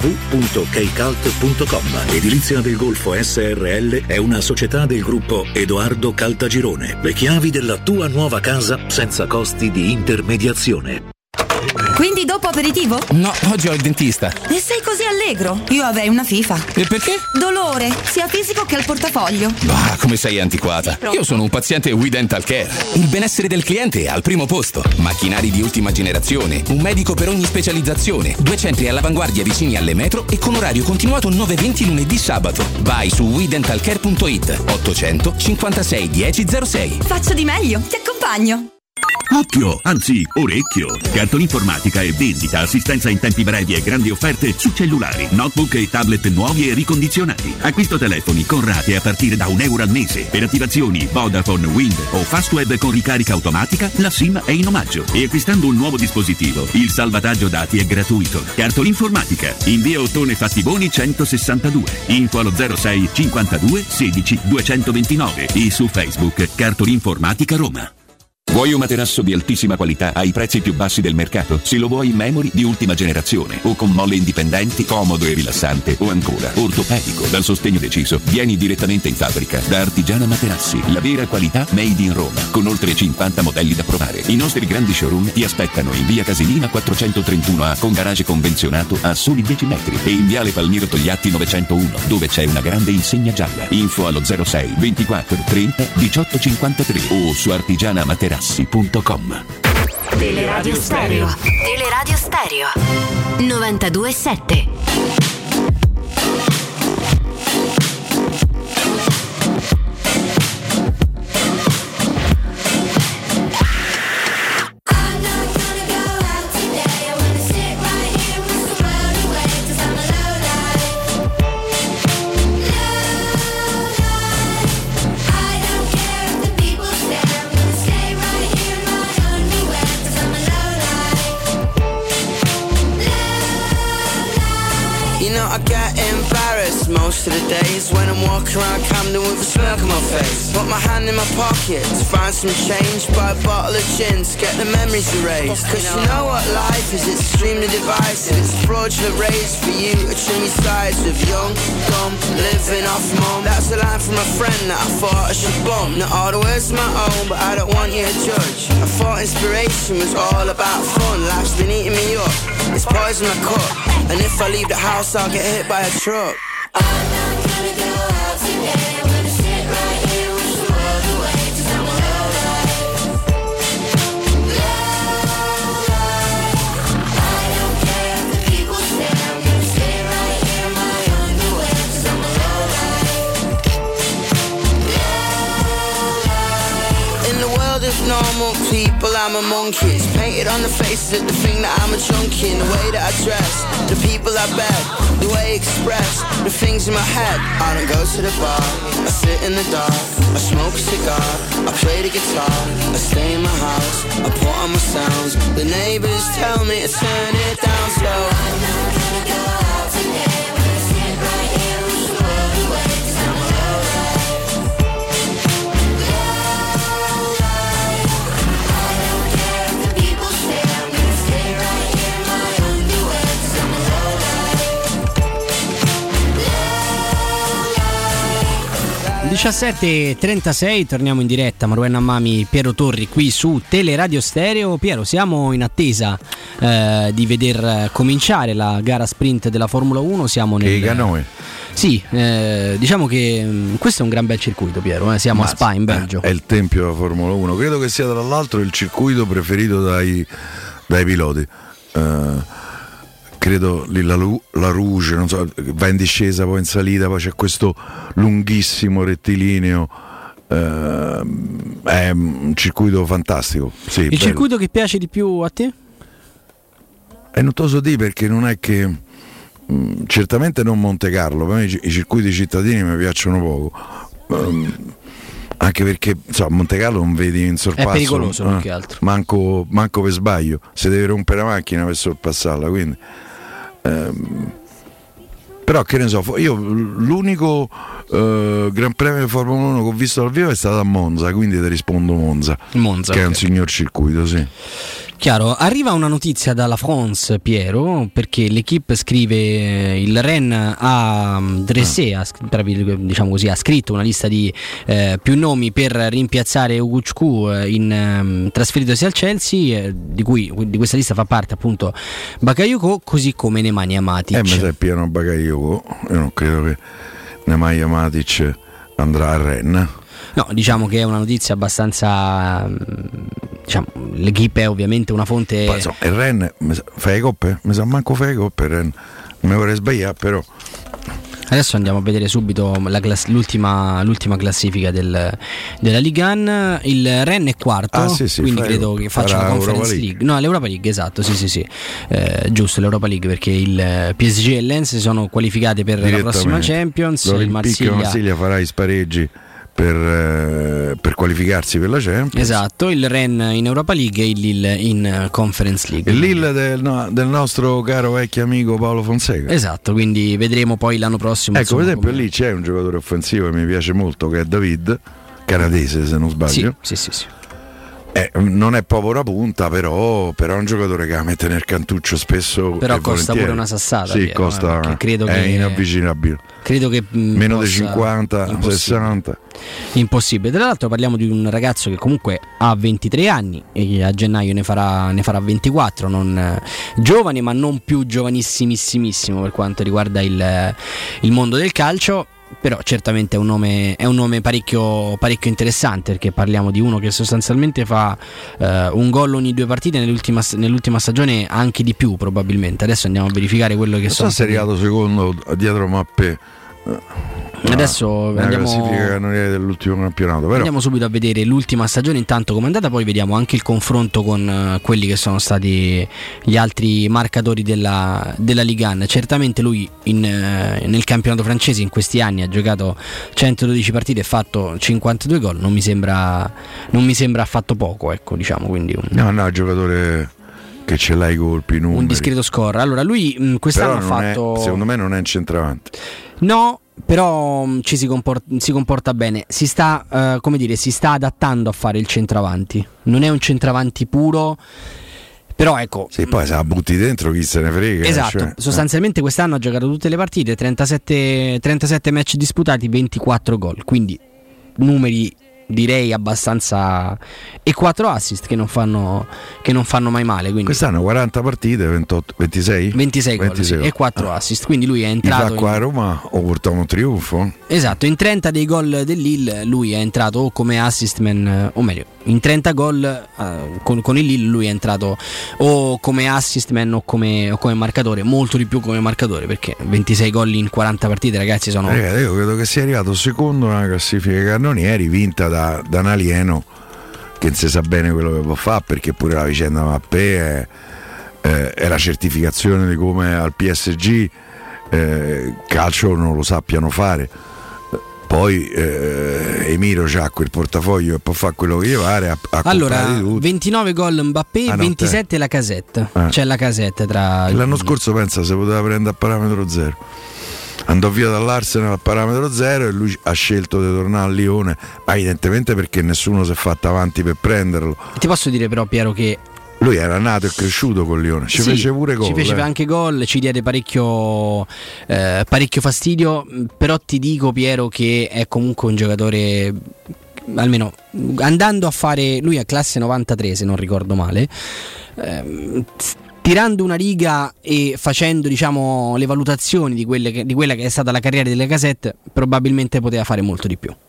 www.keicalt.com. Edilizia del Golfo SRL è una società del gruppo Edoardo Caltagirone. Le chiavi della tua nuova casa senza costi di intermediazione. Quindi dopo aperitivo? No, oggi ho il dentista. E sei così allegro? Io avrei una FIFA. E perché? Dolore, sia fisico che al portafoglio. Bah, come sei antiquata. Io sono un paziente We Dental Care. Il benessere del cliente è al primo posto. Macchinari di ultima generazione, un medico per ogni specializzazione, 2 centri all'avanguardia vicini alle metro e con orario continuato 9-20 lunedì sabato. Vai su WeDentalCare.it 800 56 1006. Faccio di meglio, ti accompagno. Occhio, anzi orecchio. Cartolinformatica e vendita, assistenza in tempi brevi e grandi offerte su cellulari, notebook e tablet nuovi e ricondizionati. Acquisto telefoni con rate a partire da €1 al mese. Per attivazioni Vodafone, Wind o Fastweb con ricarica automatica, la SIM è in omaggio. E acquistando un nuovo dispositivo, il salvataggio dati è gratuito. Cartolinformatica, in via Ottone Fattiboni 162. Info allo 06 52 16 229 e su Facebook Cartolinformatica Roma. Vuoi un materasso di altissima qualità ai prezzi più bassi del mercato? Se lo vuoi in memory di ultima generazione o con molle indipendenti, comodo e rilassante, o ancora ortopedico dal sostegno deciso, vieni direttamente in fabbrica da Artigiana Materassi, la vera qualità made in Roma, con oltre 50 modelli da provare. I nostri grandi showroom ti aspettano in via Casilina 431A con garage convenzionato a soli 10 metri e in viale Palmiro Togliatti 901, dove c'è una grande insegna gialla. Info allo 06 24 30 18 53 o su artigianamaterassi.com. Teleradio Stereo. Teleradio Stereo 92.7. I get embarrassed most of the days when I'm walking around Camden with a smirk on my face. Put my hand in my pocket to find some change, buy a bottle of gin to get the memories erased. Cause you know what life is, it's extremely divisive. It's fraudulent race for you to trim your sides of young, dumb, living off mum. That's a line from a friend that I thought I should bump. Not all the words are my own, but I don't want you to judge. I thought inspiration was all about fun. Life's been eating me up, it's poison my cup. And if I leave the house, I'll get hit by a truck. I'm not gonna go out today. I'm gonna sit right here, wish the world away, 'cause I'm a low life. Low life. I don't care if the people stare. I'm gonna stay right here in my underwear, 'cause I'm a low life. Low life. In the world of normal people, I'm a monkey. It's painted on the faces of the thing that I'm a junkie. In the way that I dress, the people I beg, the way I express, the things in my head. I don't go to the bar, I sit in the dark, I smoke a cigar, I play the guitar, I stay in my house, I put on my sounds. The neighbors tell me to turn it down slow. I'm not gonna go out today. I'm gonna sit right here, wish the world away, 'cause I'm a low life. Low life. I don't care if the people stare. I'm gonna stay right here in my underwear, 'cause I'm a low life. 17:36, torniamo in diretta. Maruenna Mami, Piero Torri qui su Teleradio Stereo. Piero, siamo in attesa di veder cominciare la gara sprint della Formula 1. Siamo nel Sì, diciamo che questo è un gran bel circuito, Piero. Siamo a Spa, in Belgio. È il tempio della Formula 1. Credo che sia tra l'altro il circuito preferito dai piloti. Credo lì la Rouge, non so, va in discesa, poi in salita, poi c'è questo lunghissimo rettilineo. È un circuito fantastico. Sì, il circuito che piace di più a te? È non te lo so dire, perché non è che certamente non Monte Carlo. Per me i circuiti cittadini mi piacciono poco. Anche perché insomma, Monte Carlo non vedi in sorpasso. È pericoloso più che altro. Manco per sbaglio. Se devi rompere la macchina per sorpassarla, quindi. Però che ne so, io l'unico Gran Premio di Formula 1 che ho visto dal vivo è stato a Monza, quindi ti rispondo Monza che è un signor circuito, sì. Chiaro, arriva una notizia dalla France, Piero, perché l'Equipe scrive il Rennes ha dressé, diciamo così, ha scritto una lista di più nomi per rimpiazzare Uguchku trasferitosi al Chelsea, di questa lista fa parte appunto Bakayoko, così come Nemanja Matic. Mi sa pieno Bakayoko, io non credo che Nemanja Matic andrà a Rennes. No, diciamo che è una notizia abbastanza, diciamo, l'Equipe è ovviamente una fonte. Poi, insomma, il Rennes fa le coppe? Mi sa manco fa le coppe il Rennes. Non mi vorrei sbagliare, però. Adesso andiamo a vedere subito l'ultima classifica della Ligue 1. Il Rennes è quarto, quindi credo che faccia la Conference League. No, l'Europa League, esatto, sì. Giusto, l'Europa League, perché il PSG e il Lens si sono qualificati per la prossima Champions. Il Marsiglia farà i spareggi per qualificarsi per la Champions. Esatto, il Rennes in Europa League e il Lille in Conference League. Il Lille del nostro caro vecchio amico Paolo Fonseca. Esatto, quindi vedremo poi l'anno prossimo. Ecco, per esempio lì c'è un giocatore offensivo che mi piace molto, che è David, canadese se non sbaglio. Sì. non è proprio una punta, però è un giocatore che la mette nel cantuccio spesso. Però costa pure una sassata. Sì, Piero, costa, credo è che inavvicinabile. Credo che meno di 50, 60. Impossibile. Tra l'altro parliamo di un ragazzo che comunque ha 23 anni e a gennaio ne farà 24, non giovane ma non più giovanissimissimo per quanto riguarda il mondo del calcio. Però certamente è un nome parecchio interessante, perché parliamo di uno che sostanzialmente fa un gol ogni 2 partite nell'ultima stagione, anche di più probabilmente. Adesso andiamo a verificare quello che sono. È arrivato secondo dietro Mappé. Adesso andiamo classifica cannoniere dell'ultimo campionato, però. Andiamo subito a vedere l'ultima stagione intanto com'è andata, poi vediamo anche il confronto con quelli che sono stati gli altri marcatori della Ligue 1. Certamente lui nel campionato francese in questi anni ha giocato 112 partite e fatto 52 gol, non mi sembra affatto poco, ecco, diciamo, quindi no, giocatore che ce l'ha i colpi, i numeri. Un discreto score. Allora lui quest'anno ha fatto, secondo me non è un centravanti. No, però si comporta bene. Si sta adattando a fare il centravanti. Non è un centravanti puro, però ecco. Sì, poi se la butti dentro chi se ne frega. Esatto, sostanzialmente quest'anno ha giocato tutte le partite, 37 match disputati, 24 gol, quindi numeri direi abbastanza, e 4 assist che non fanno mai male, quindi quest'anno 40 partite, 26 gol, sì, e 4 assist, quindi lui è entrato qua a Roma o portiamo un trionfo. Esatto, in 30 dei gol del Lille lui è entrato o come assist man, o meglio in 30 gol con il Lille lui è entrato o come assist man o come marcatore, molto di più come marcatore, perché 26 gol in 40 partite, ragazzi, sono. Ragazzi, io credo che sia arrivato secondo nella classifica cannonieri, vinta da un alieno che non si sa bene quello che può fare, perché pure la vicenda Mappé è la certificazione di come al PSG calcio non lo sappiano fare. Poi Emiro c'ha quel portafoglio che può fare quello che gli pare. Allora 29 gol Mbappé, 27 la Casette. C'è la Casette tra. L'anno scorso pensa se poteva prendere a parametro zero, andò via dall'Arsenal a parametro zero e lui ha scelto di tornare a Lione, ma evidentemente perché nessuno si è fatto avanti per prenderlo. Ti posso dire però, Piero, che lui era nato e cresciuto con Lione, fece pure gol. Ci fece anche gol, ci diede parecchio fastidio, però ti dico, Piero, che è comunque un giocatore, almeno andando a fare, lui è classe 93 se non ricordo male, tirando una riga e facendo, diciamo, le valutazioni di quella che è stata la carriera delle Casette, probabilmente poteva fare molto di più.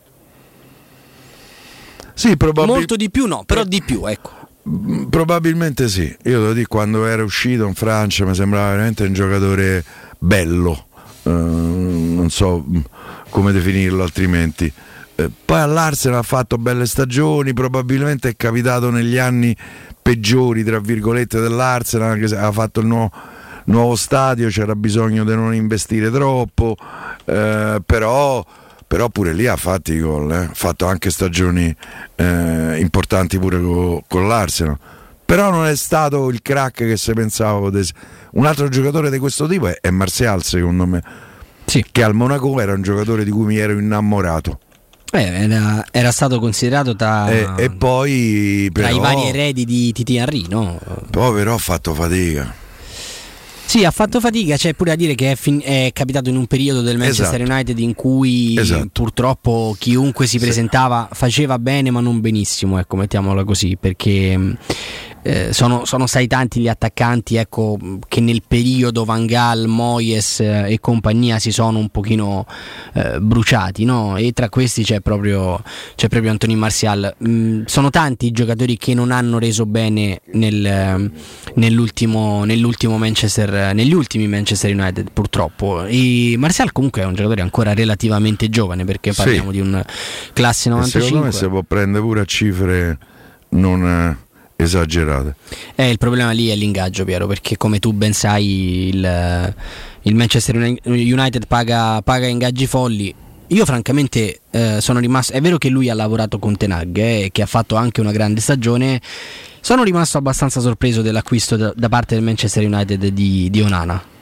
Sì, molto di più no, però di più, ecco. Probabilmente sì. Io devo dire, quando era uscito in Francia mi sembrava veramente un giocatore bello, non so come definirlo altrimenti. Poi all'Arsenal ha fatto belle stagioni, probabilmente è capitato negli anni peggiori tra virgolette dell'Arsenal, che ha fatto il nuovo stadio, c'era bisogno di non investire troppo, però pure lì ha fatto i gol, ha fatto anche stagioni importanti pure con l'Arsenal, però non è stato il crack che si pensava potesse. Un altro giocatore di questo tipo è Martial, secondo me, sì, che al Monaco era un giocatore di cui mi ero innamorato. Era stato considerato e poi tra i vari eredi di Titi Henry, no? Poi però ha fatto fatica. Sì, ha fatto fatica, c'è pure a dire che è capitato in un periodo del Manchester United in cui purtroppo chiunque si presentava faceva bene ma non benissimo, ecco, mettiamola così, perché sono stati tanti gli attaccanti, ecco, che nel periodo Van Gaal, Moyes e compagnia si sono un pochino bruciati, no? E tra questi c'è proprio Anthony Martial. Sono tanti i giocatori che non hanno reso bene negli ultimi Manchester United, purtroppo, e Martial comunque è un giocatore ancora relativamente giovane, perché parliamo di un classe 95. Secondo me si può prendere pure a cifre non esagerate. Il problema lì è l'ingaggio, Piero, perché come tu ben sai il Manchester United paga ingaggi folli. Io francamente sono rimasto, è vero che lui ha lavorato con Ten Hag, che ha fatto anche una grande stagione, sono rimasto abbastanza sorpreso dell'acquisto da parte del Manchester United di Onana,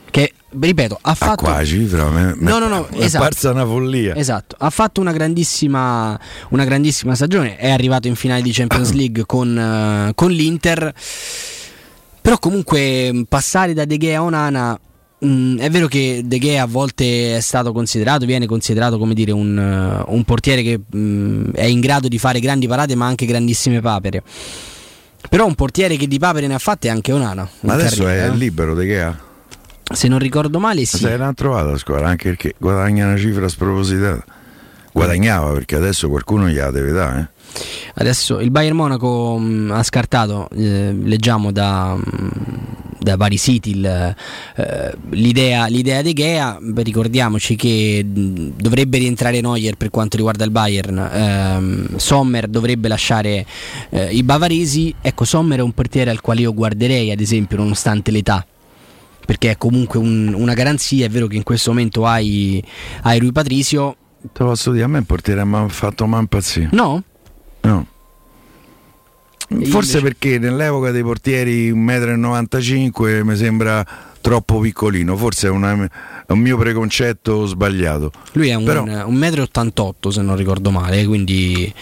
che ripeto ha fatto qua cifra no, è parsa una follia. Esatto, ha fatto una grandissima stagione, è arrivato in finale di Champions League con l'Inter, però comunque passare da De Gea a Onana, è vero che De Gea a volte viene considerato come dire un portiere che è in grado di fare grandi parate ma anche grandissime papere, però un portiere che di papere ne ha fatte è anche Onana. Ma adesso è libero De Gea? Se non ricordo male sì. Se l'hanno trovata la squadra, anche perché guadagna una cifra spropositata. Guadagnava, perché adesso qualcuno gliela deve dare. Adesso il Bayern Monaco ha scartato, leggiamo da vari siti l'idea di Gea. Ricordiamoci che dovrebbe rientrare Neuer per quanto riguarda il Bayern, Sommer dovrebbe lasciare i bavaresi. Ecco, Sommer è un portiere al quale io guarderei, ad esempio, nonostante l'età, perché è comunque una garanzia. È vero che in questo momento hai Rui Patricio. Te lo posso dire, a me il portiere mi ha fatto impazzire. No? Forse invece... perché nell'epoca dei portieri 1,95 m mi sembra troppo piccolino. Forse è un mio preconcetto sbagliato. Lui è un 1,88 m se non ricordo male, quindi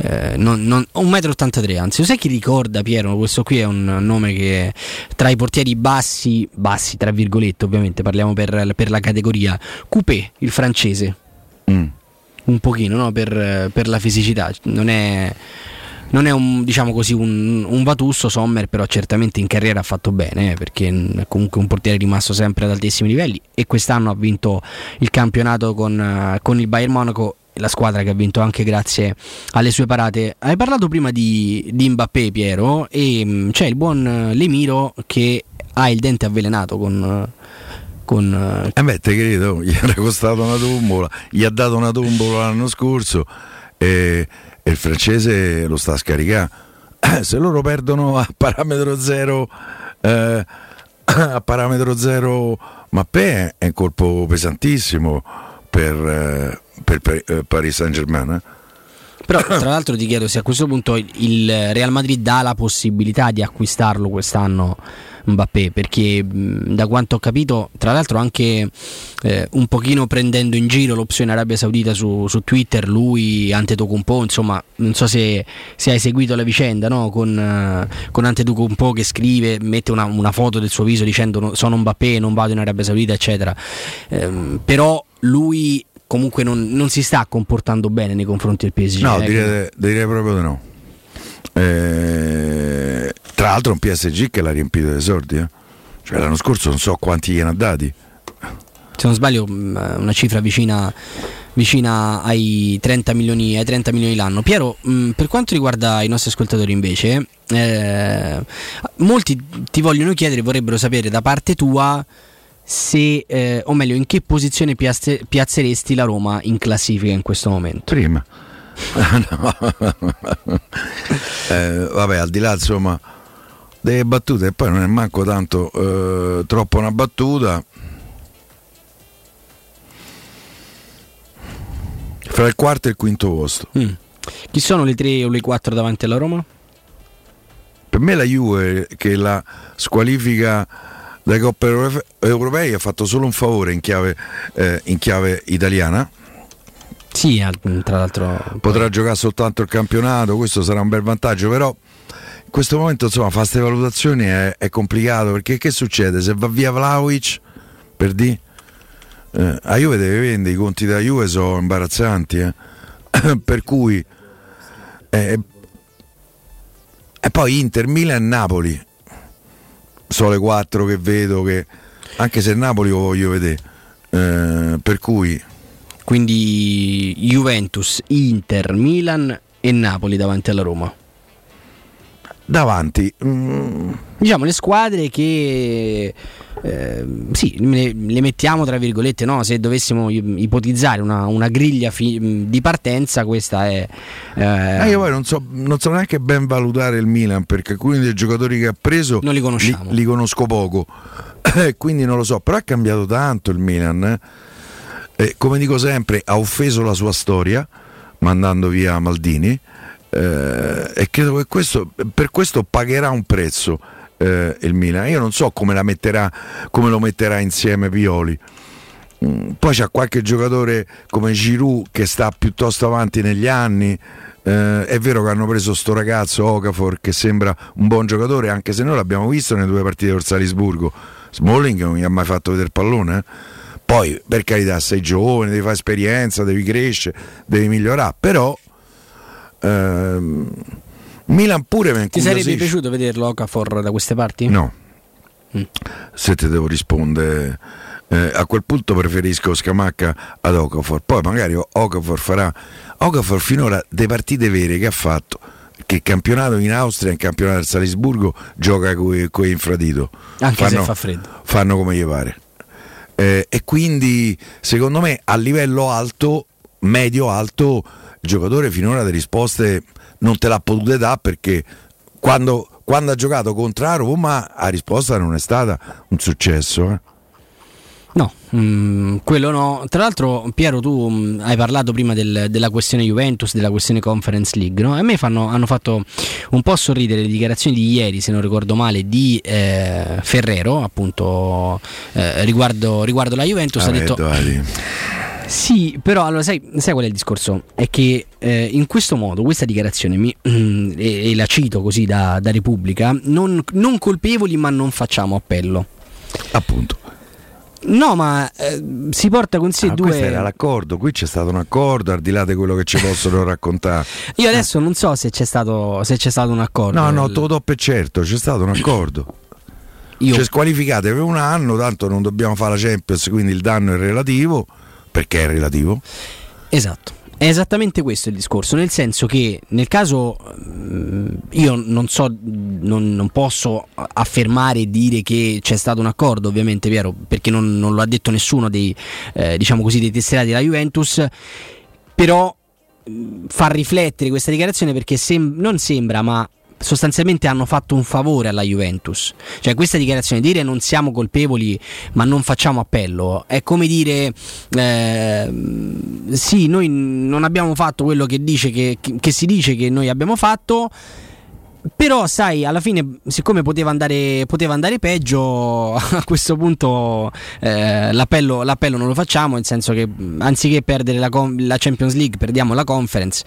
1,83 m. Anzi, sai chi ricorda, Piero? Questo qui è un nome che tra i portieri bassi tra virgolette, ovviamente parliamo per la categoria, Coupé, il francese. Un pochino, no? Per la fisicità. Non è un, diciamo così, un Vatusso Sommer, però certamente in carriera ha fatto bene, perché è comunque un portiere rimasto sempre ad altissimi livelli, e quest'anno ha vinto il campionato con il Bayern Monaco, la squadra che ha vinto anche grazie alle sue parate. Hai parlato prima di Mbappé, Piero, e c'è il buon Lemiro che ha il dente avvelenato con te credo, gli era costato una tombola, gli ha dato una tombola l'anno scorso e il francese lo sta a scaricare. Se loro perdono a parametro zero Mbappé è un colpo pesantissimo per Paris Saint-Germain. Però tra l'altro ti chiedo se a questo punto il Real Madrid dà la possibilità di acquistarlo quest'anno Mbappé, perché da quanto ho capito, tra l'altro anche un pochino prendendo in giro l'opzione Arabia Saudita su Twitter, lui, Antetokounmpo, insomma, non so se hai seguito la vicenda, no? Con Antetokounmpo che scrive, mette una foto del suo viso dicendo sono Mbappé, non vado in Arabia Saudita, eccetera, però lui comunque non si sta comportando bene nei confronti del PSG. No, direi proprio di no. Tra l'altro un PSG che l'ha riempito dei soldi, cioè l'anno scorso non so quanti gliene ha dati, se non sbaglio una cifra vicina ai 30 milioni l'anno. Piero, per quanto riguarda i nostri ascoltatori invece, molti ti vorrebbero sapere da parte tua se, o meglio, in che posizione piazzeresti la Roma in classifica in questo momento? Prima. Vabbè, al di là insomma delle battute, e poi non è manco tanto troppo una battuta, fra il quarto e il quinto posto. Chi sono le 3 o le 4 davanti alla Roma? Per me la Juve, che la squalifica dai Coppe Europei, ha fatto solo un favore in chiave italiana. Sì, tra l'altro potrà giocare soltanto il campionato, questo sarà un bel vantaggio, però in questo momento insomma fare queste valutazioni è complicato, perché che succede? Se va via Vlahovic, per di a Juve deve vendere, i conti della Juve sono imbarazzanti, per cui e poi Inter, Milan e Napoli sono le 4 che vedo, che anche se Napoli lo voglio vedere, per cui quindi Juventus, Inter, Milan e Napoli davanti alla Roma. Davanti, diciamo le squadre che sì, le mettiamo tra virgolette, no? Se dovessimo ipotizzare una griglia di partenza, questa è io poi non so neanche ben valutare il Milan, perché alcuni dei giocatori che ha preso non li conosciamo, li conosco poco, quindi non lo so, però ha cambiato tanto il Milan, come dico sempre, ha offeso la sua storia mandando via Maldini, e credo che per questo pagherà un prezzo, il Milan. Io non so come lo metterà insieme Pioli. Poi c'ha qualche giocatore come Giroud che sta piuttosto avanti negli anni. È vero che hanno preso sto ragazzo Okafor che sembra un buon giocatore, anche se noi l'abbiamo visto nelle 2 partite col Salisburgo. Smalling non gli ha mai fatto vedere pallone, Poi per carità, sei giovane, devi fare esperienza, devi crescere, devi migliorare, però Milan pure mi ti sarebbe piaciuto vederlo Okafor da queste parti? No. Se te devo rispondere, a quel punto preferisco Scamacca ad Okafor. Poi magari Okafor finora delle partite vere che ha fatto, che campionato in Austria e in campionato del Salisburgo gioca con infradito, anche se fa freddo, fanno come gli pare, e quindi secondo me a livello alto, medio alto, il giocatore finora le risposte non te l'ha potute dare, perché quando ha giocato contro la Roma la risposta non è stata un successo, No, quello no. Tra l'altro, Piero, tu hai parlato prima della questione Juventus, della questione Conference League, no? A me hanno fatto un po' sorridere le dichiarazioni di ieri, se non ricordo male, di Ferrero, appunto, riguardo la Juventus. Ha detto sì, però allora sai qual è il discorso? È che in questo modo, questa dichiarazione e la cito così da Repubblica, non colpevoli ma non facciamo appello, appunto. No, ma si porta con sé due. Questo era l'accordo, qui c'è stato un accordo, al di là di quello che ci possono raccontare. Io adesso non so se c'è stato un accordo. No, te lo do per certo, c'è stato un accordo. Cioè, squalificate per un anno, tanto non dobbiamo fare la Champions, quindi il danno è relativo, perché è relativo. Esatto. È esattamente questo il discorso, nel senso che nel caso io non so, non posso affermare e dire che c'è stato un accordo, ovviamente, Piero, perché non lo ha detto nessuno dei diciamo così dei tesserati della Juventus, però fa riflettere questa dichiarazione, perché non sembra, ma sostanzialmente hanno fatto un favore alla Juventus. Cioè, questa dichiarazione, dire non siamo colpevoli ma non facciamo appello, è come dire sì, noi non abbiamo fatto quello che dice che si dice che noi abbiamo fatto, però sai, alla fine, siccome poteva andare peggio, a questo punto l'appello non lo facciamo, nel senso che anziché perdere la Champions League perdiamo la Conference.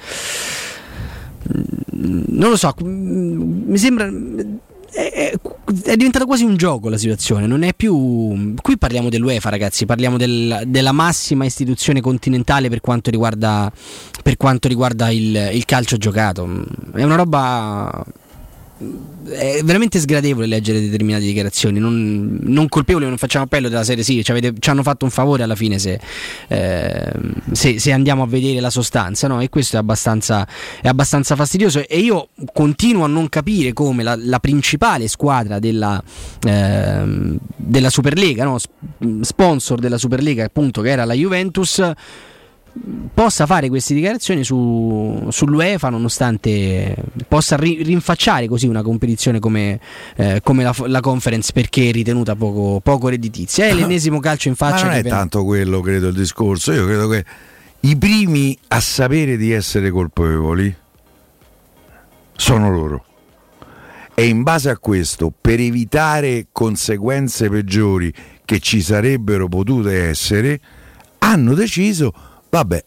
Non lo so, mi sembra è diventata quasi un gioco la situazione, non è più. Qui parliamo dell'UEFA, ragazzi, parliamo della massima istituzione continentale per quanto riguarda il calcio giocato. È una roba. È veramente sgradevole leggere determinate dichiarazioni, non colpevoli, non facciamo appello della serie, sì, ci hanno fatto un favore alla fine se andiamo a vedere la sostanza, no? E questo è abbastanza fastidioso, e io continuo a non capire come la principale squadra della Superlega, no? Sponsor della Superlega, appunto, che era la Juventus, possa fare queste dichiarazioni sull'UEFA, nonostante possa rinfacciare così una competizione come la Conference, perché è ritenuta poco redditizia. È l'ennesimo calcio in faccia. Ma non è tanto quello, credo, il discorso. Io credo che i primi a sapere di essere colpevoli sono loro, e in base a questo, per evitare conseguenze peggiori che ci sarebbero potute essere, hanno deciso: vabbè,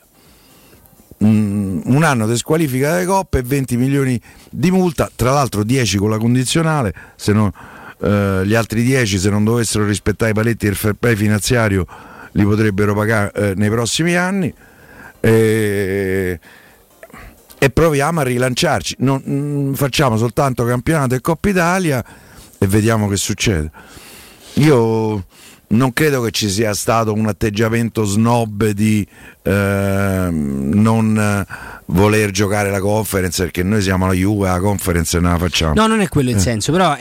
un anno di squalifica delle coppe e 20 milioni di multa, tra l'altro 10 con la condizionale, se non, gli altri 10, se non dovessero rispettare i paletti del fair play finanziario, li potrebbero pagare nei prossimi anni, e proviamo a rilanciarci. Facciamo soltanto campionato e Coppa Italia e vediamo che succede. Io non credo che ci sia stato un atteggiamento snob di non voler giocare la Conference, perché noi siamo la Juve, la Conference non la facciamo. No, non è quello il senso, però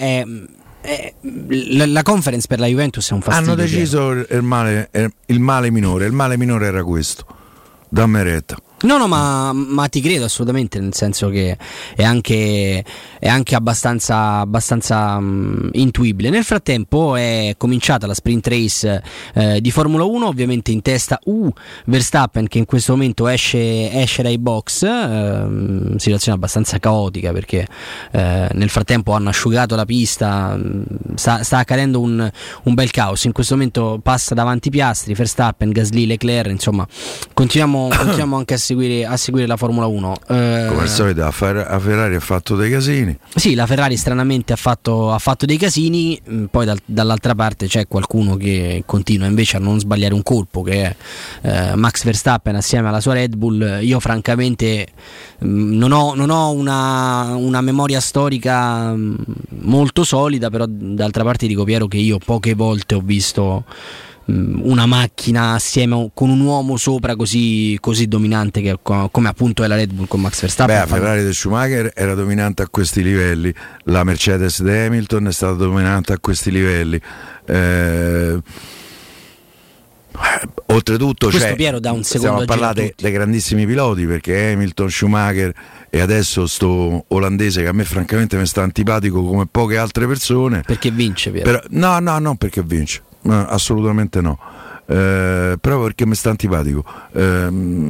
la Conference per la Juventus è un fastidio. Hanno deciso il male minore. Il male minore era questo. Dammi retta. No, ma ti credo assolutamente, nel senso che è anche abbastanza intuibile. Nel frattempo è cominciata la sprint race di Formula 1, ovviamente in testa Verstappen, che in questo momento esce dai box, situazione abbastanza caotica perché nel frattempo hanno asciugato la pista, sta accadendo un bel caos. In questo momento passa davanti Piastri, Verstappen, Gasly, Leclerc, insomma continuiamo anche a seguire la Formula 1. Come al solito la Ferrari ha fatto dei casini. Sì, la Ferrari stranamente ha fatto dei casini, poi dall'altra parte c'è qualcuno che continua invece a non sbagliare un colpo, che è Max Verstappen assieme alla sua Red Bull. Io francamente non ho una memoria storica molto solida, però d'altra parte dico, Piero, che io poche volte ho visto una macchina assieme con un uomo sopra così dominante che come appunto è la Red Bull con Max Verstappen. La Ferrari di Schumacher era dominante a questi livelli, la Mercedes di Hamilton è stata dominante a questi livelli. Oltretutto Piero dà un stiamo a parlare dei grandissimi piloti, perché Hamilton, Schumacher e adesso sto olandese che a me francamente mi sta antipatico come poche altre persone. Perché vince, Piero? No, non perché vince. No, assolutamente no, proprio perché mi sta antipatico. È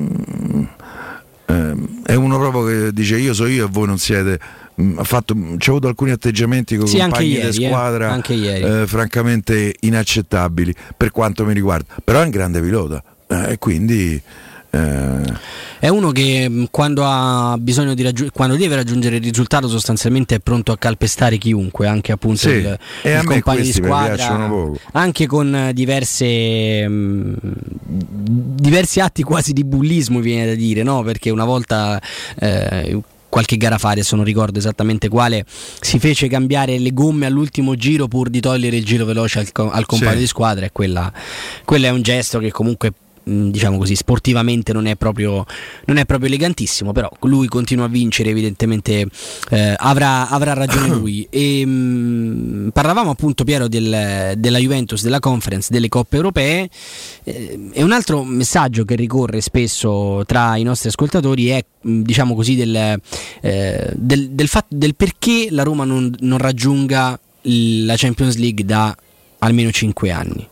uno proprio che dice io so io e voi non siete. C'è avuto alcuni atteggiamenti con compagni di squadra francamente inaccettabili per quanto mi riguarda, però è un grande pilota e quindi è uno che quando ha bisogno quando deve raggiungere il risultato sostanzialmente è pronto a calpestare chiunque, anche appunto il compagno di squadra, anche con diversi atti quasi di bullismo, viene da dire, no? Perché una volta qualche gara fa, adesso non ricordo esattamente quale, si fece cambiare le gomme all'ultimo giro pur di togliere il giro veloce al compagno di squadra, e quella è un gesto che comunque, diciamo così, sportivamente non è proprio elegantissimo, però lui continua a vincere, evidentemente avrà ragione lui. E parlavamo appunto, Piero, della Juventus, della Conference, delle coppe europee, e un altro messaggio che ricorre spesso tra i nostri ascoltatori è, diciamo così, del fatto del perché la Roma non raggiunga la Champions League da almeno 5 anni.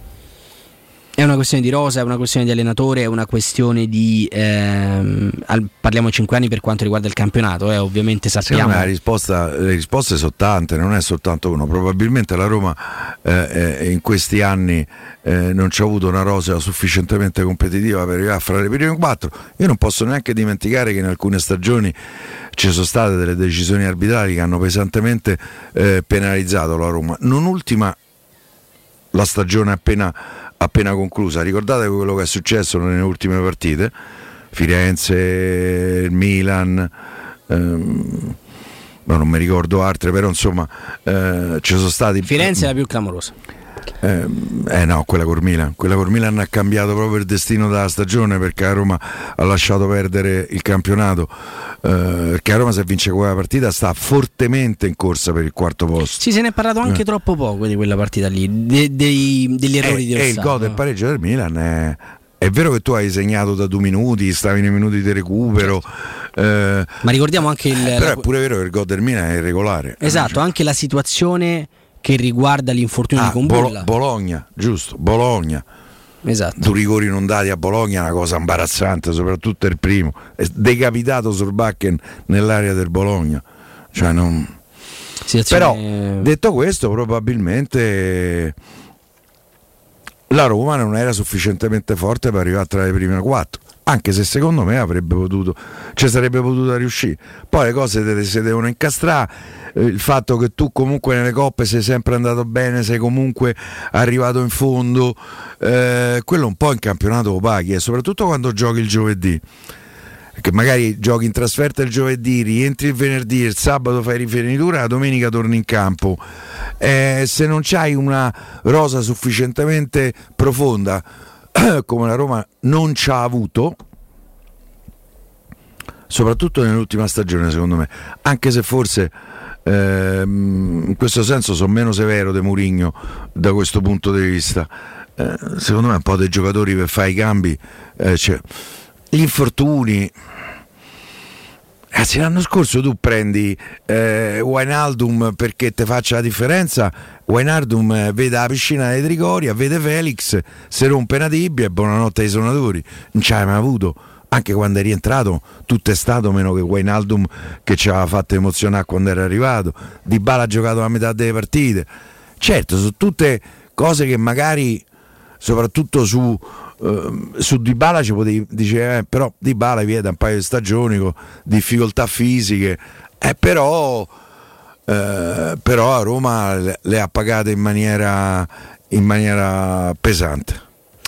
È una questione di rosa, è una questione di allenatore, è una questione di parliamo 5 anni per quanto riguarda il campionato, ovviamente sappiamo. Le risposte sono tante, non è soltanto uno. Probabilmente la Roma in questi anni non c'ha avuto una rosa sufficientemente competitiva per arrivare a fare le prime 4. Io non posso neanche dimenticare che in alcune stagioni ci sono state delle decisioni arbitrali che hanno pesantemente penalizzato la Roma, non ultima la stagione appena conclusa. Ricordate quello che è successo nelle ultime partite, Firenze, il Milan, non mi ricordo altre, però insomma ci sono stati. Firenze è la più clamorosa. No, quella col Milan ha cambiato proprio il destino della stagione, perché la Roma ha lasciato perdere il campionato, perché la Roma, se vince quella partita, sta fortemente in corsa per il quarto posto. Sì, se ne è parlato anche troppo poco di quella partita lì, degli errori di Rossato. E il gol del pareggio del Milan è vero che tu hai segnato da 2 minuti, stavi nei minuti di recupero, ma ricordiamo anche però è pure vero che il gol del Milan è irregolare. Esatto, anche la situazione che riguarda l'infortunio di Kumbulla. Bologna, giusto, Bologna. Esatto. 2 rigori non dati a Bologna è una cosa imbarazzante, soprattutto il primo. È decapitato Solbakken nell'area del Bologna. Cioè non... Però detto questo, probabilmente la Roma non era sufficientemente forte per arrivare tra le prime 4. Anche se secondo me sarebbe potuta riuscire. Poi le cose si devono incastrare. Il fatto che tu comunque nelle coppe sei sempre andato bene, sei comunque arrivato in fondo, quello un po' in campionato lo paghi, e soprattutto quando giochi il giovedì, che magari giochi in trasferta il giovedì, rientri il venerdì, il sabato fai rifinitura, la domenica torni in campo. Se non c'hai una rosa sufficientemente profonda come la Roma non ci ha avuto, soprattutto nell'ultima stagione, secondo me, anche se forse in questo senso sono meno severo di Mourinho da questo punto di vista, secondo me un po' dei giocatori per fare i cambi gli infortuni. Ragazzi, l'anno scorso tu prendi Wijnaldum perché te faccia la differenza. Wijnaldum vede la piscina di Trigoria, vede Felix, si rompe una tibia e buonanotte ai suonatori. Non c'hai mai avuto, anche quando è rientrato, tutto è stato meno che Wijnaldum che ci aveva fatto emozionare quando era arrivato. Dybala ha giocato la metà delle partite. Certo, sono tutte cose che magari, soprattutto su Dybala ci potevi dire, però Dybala viene da un paio di stagioni con difficoltà fisiche, però a Roma le ha pagate in maniera pesante.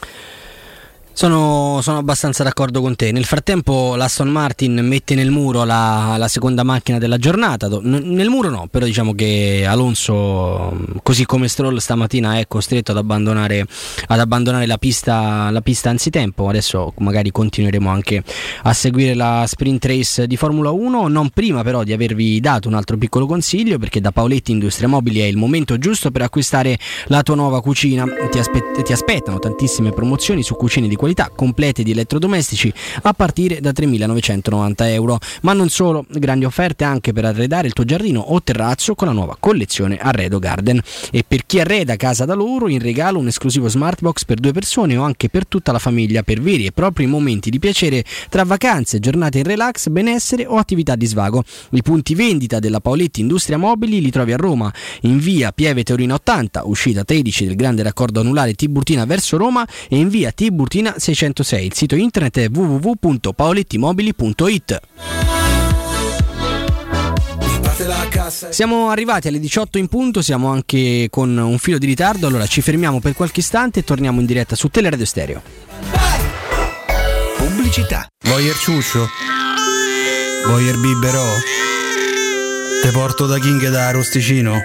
Sono abbastanza d'accordo con te. Nel frattempo l'Aston Martin mette nel muro la seconda macchina della giornata. Nel muro no, però diciamo che Alonso, così come Stroll stamattina, è costretto ad abbandonare la pista anzitempo. Adesso magari continueremo anche a seguire la sprint race di Formula 1, non prima però di avervi dato un altro piccolo consiglio, perché da Paoletti Industria Mobili è il momento giusto per acquistare la tua nuova cucina. Ti aspettano tantissime promozioni su cucine di qualità complete di elettrodomestici a partire da 3.990 euro, ma non solo, grandi offerte anche per arredare il tuo giardino o terrazzo con la nuova collezione Arredo Garden. E per chi arreda casa da loro, in regalo un esclusivo smart box per 2 persone o anche per tutta la famiglia, per veri e propri momenti di piacere tra vacanze, giornate in relax, benessere o attività di svago. I punti vendita della Paoletti Industria Mobili li trovi a Roma, in via Pieve Teorina 80, uscita 13 del grande raccordo anulare Tiburtina verso Roma, e in via Tiburtina 606. Il sito internet è www.paolettimobili.it. Siamo arrivati alle 18 in punto, siamo anche con un filo di ritardo, allora ci fermiamo per qualche istante e torniamo in diretta su Teleradio Stereo. Pubblicità. Voyer ciuccio? Voyer biberò? Te porto da King da Arosticino?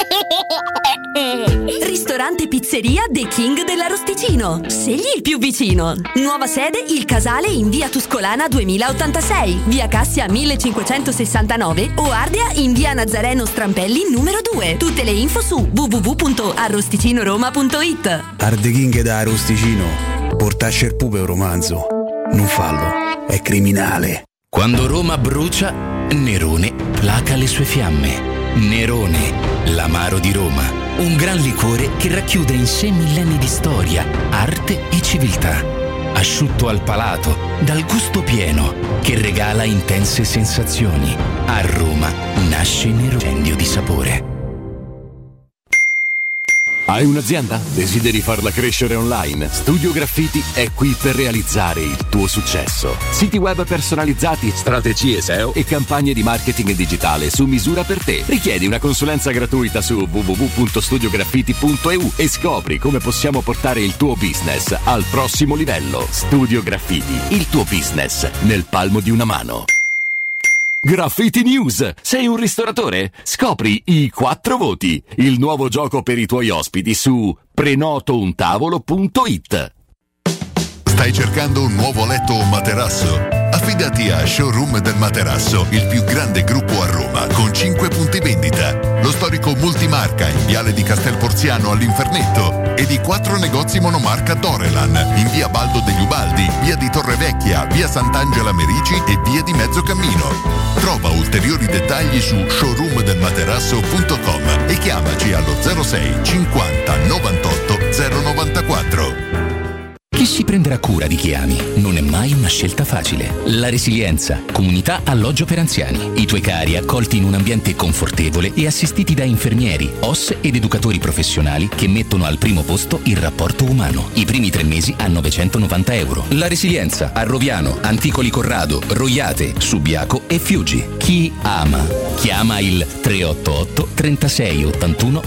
Ristorante Pizzeria The King dell'Arosticino. Scegli il più vicino. Nuova sede Il Casale in via Tuscolana 2086, via Cassia 1569 o Ardea in via Nazareno Strampelli numero 2. Tutte le info su www.arrosticinoroma.it. Arde King da Arosticino. Portasce il pupe un romanzo. Non fallo, è criminale. Quando Roma brucia, Nerone placa le sue fiamme. Nerone, l'amaro di Roma. Un gran liquore che racchiude in sé millenni di storia, arte e civiltà. Asciutto al palato, dal gusto pieno, che regala intense sensazioni. A Roma nasce Nerone, incendio di sapore. Hai un'azienda? Desideri farla crescere online? Studio Graffiti è qui per realizzare il tuo successo. Siti web personalizzati, strategie SEO e campagne di marketing digitale su misura per te. Richiedi una consulenza gratuita su www.studiograffiti.eu e scopri come possiamo portare il tuo business al prossimo livello. Studio Graffiti, il tuo business nel palmo di una mano. Graffiti News! Sei un ristoratore? Scopri i 4 voti, il nuovo gioco per i tuoi ospiti su prenotountavolo.it. Stai cercando un nuovo letto o materasso? Affidati a Showroom del Materasso, il più grande gruppo a Roma, con 5 punti vendita. Lo storico multimarca in viale di Castel Porziano all'Infernetto e di 4 negozi monomarca Dorelan in via Baldo degli Ubaldi, via di Torrevecchia, via Sant'Angela Merici e via di Mezzocammino. Trova ulteriori dettagli su showroomdelmaterasso.com e chiamaci allo 06 50 98 094. Chi si prenderà cura di chi ami non è mai una scelta facile. La Resilienza, comunità alloggio per anziani. I tuoi cari accolti in un ambiente confortevole e assistiti da infermieri, OS ed educatori professionali che mettono al primo posto il rapporto umano. I primi 3 mesi a 990 euro. La Resilienza a Roviano, Anticoli Corrado, Roiate, Subiaco e Fiuggi. Chi ama? Chiama il 388 36 81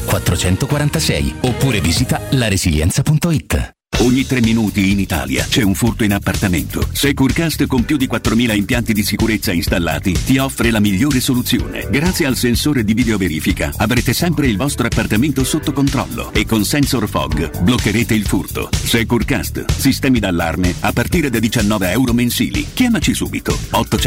446 oppure visita laresilienza.it. Ogni 3 minuti in Italia c'è un furto in appartamento. Securcast, con più di 4.000 impianti di sicurezza installati, ti offre la migliore soluzione. Grazie al sensore di videoverifica avrete sempre il vostro appartamento sotto controllo e con Sensor Fog bloccherete il furto. Securcast, sistemi d'allarme a partire da 19 euro mensili. Chiamaci subito.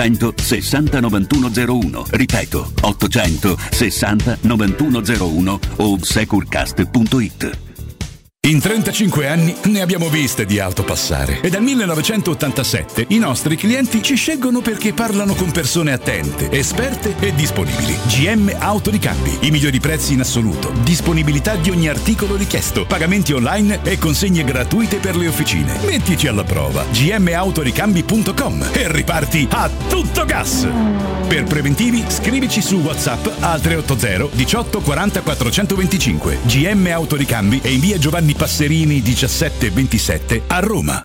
860 9101. Ripeto, 860 9101 o securcast.it. In 35 anni ne abbiamo viste di auto passare e dal 1987 i nostri clienti ci scelgono perché parlano con persone attente, esperte e disponibili. GM Autoricambi, i migliori prezzi in assoluto, disponibilità di ogni articolo richiesto, pagamenti online e consegne gratuite per le officine. Mettici alla prova. gmautoricambi.com e riparti a tutto gas. Per preventivi scrivici su WhatsApp al 380 18 40 425. GM Autoricambi e in via Giovanni Passerini 1727 a Roma.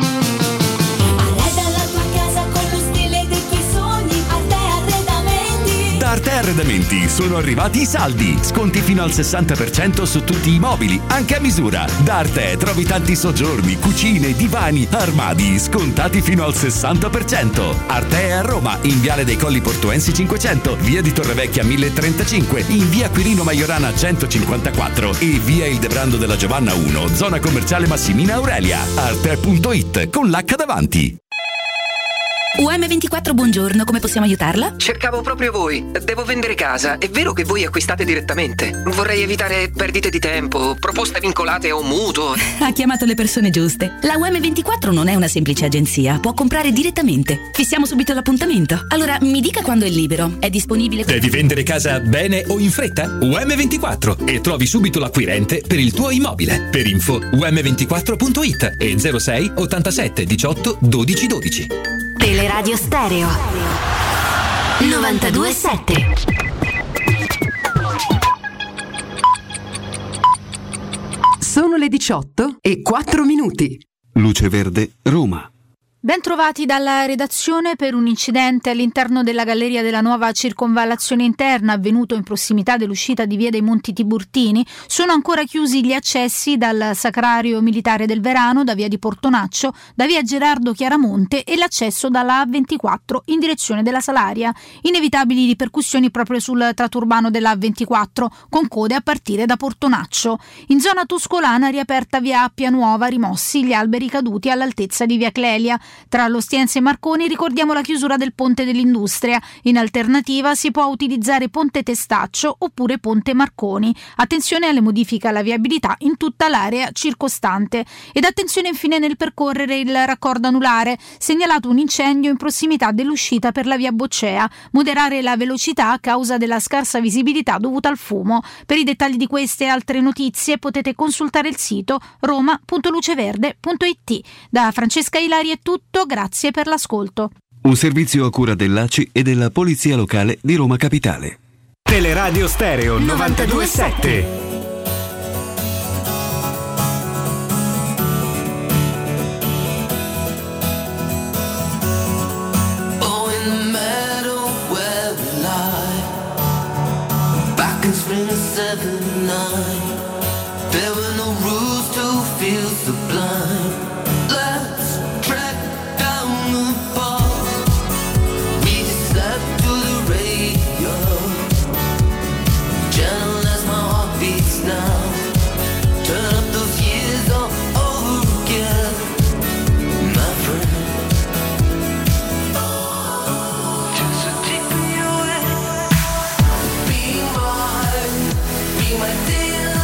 Da Arte Arredamenti sono arrivati i saldi, sconti fino al 60% su tutti i mobili, anche a misura. Da Arte trovi tanti soggiorni, cucine, divani, armadi, scontati fino al 60%. Arte è a Roma, in Viale dei Colli Portuensi 500, via di Torrevecchia 1035, in via Quirino Maiorana 154 e via Il Debrando della Giovanna 1, zona commerciale Massimina Aurelia. Arte.it con l'H davanti. UM24, buongiorno, come possiamo aiutarla? Cercavo proprio voi. Devo vendere casa. È vero che voi acquistate direttamente? Vorrei evitare perdite di tempo, proposte vincolate a un mutuo. Ha chiamato le persone giuste. La UM24 non è una semplice agenzia, può comprare direttamente. Fissiamo subito l'appuntamento. Allora, mi dica quando è libero. È disponibile? Devi vendere casa bene o in fretta? UM24 e trovi subito l'acquirente per il tuo immobile. Per info um24.it e 06 87 18 12 12. Teleradio Stereo 92.7. Sono le 18:04. Luce Verde, Roma. Ben trovati dalla redazione. Per un incidente all'interno della galleria della nuova circonvallazione interna avvenuto in prossimità dell'uscita di via dei Monti Tiburtini sono ancora chiusi gli accessi dal Sacrario Militare del Verano, da via di Portonaccio, da via Gerardo Chiaramonte e l'accesso dalla A24 in direzione della Salaria. Inevitabili ripercussioni proprio sul tratto urbano della A24 con code a partire da Portonaccio. In zona tuscolana riaperta via Appia Nuova, rimossi gli alberi caduti all'altezza di via Clelia. Tra L'Ostiense e Marconi ricordiamo la chiusura del Ponte dell'Industria. In alternativa si può utilizzare Ponte Testaccio oppure Ponte Marconi. Attenzione alle modifiche alla viabilità in tutta l'area circostante. Ed attenzione infine nel percorrere il raccordo anulare. Segnalato un incendio in prossimità dell'uscita per la via Boccea. Moderare la velocità a causa della scarsa visibilità dovuta al fumo. Per i dettagli di queste e altre notizie potete consultare il sito roma.luceverde.it. Da Francesca Ilari è tutto. Grazie per l'ascolto. Un servizio a cura dell'ACI e della Polizia Locale di Roma Capitale. Teleradio Stereo 92.7. There were no rules to feel sublime. Let's track down the ball. We just slept to the radio. Gentle as my heart beats now. Turn up those years all over again, my friend. Just to take me away. Be mine, be my DNA.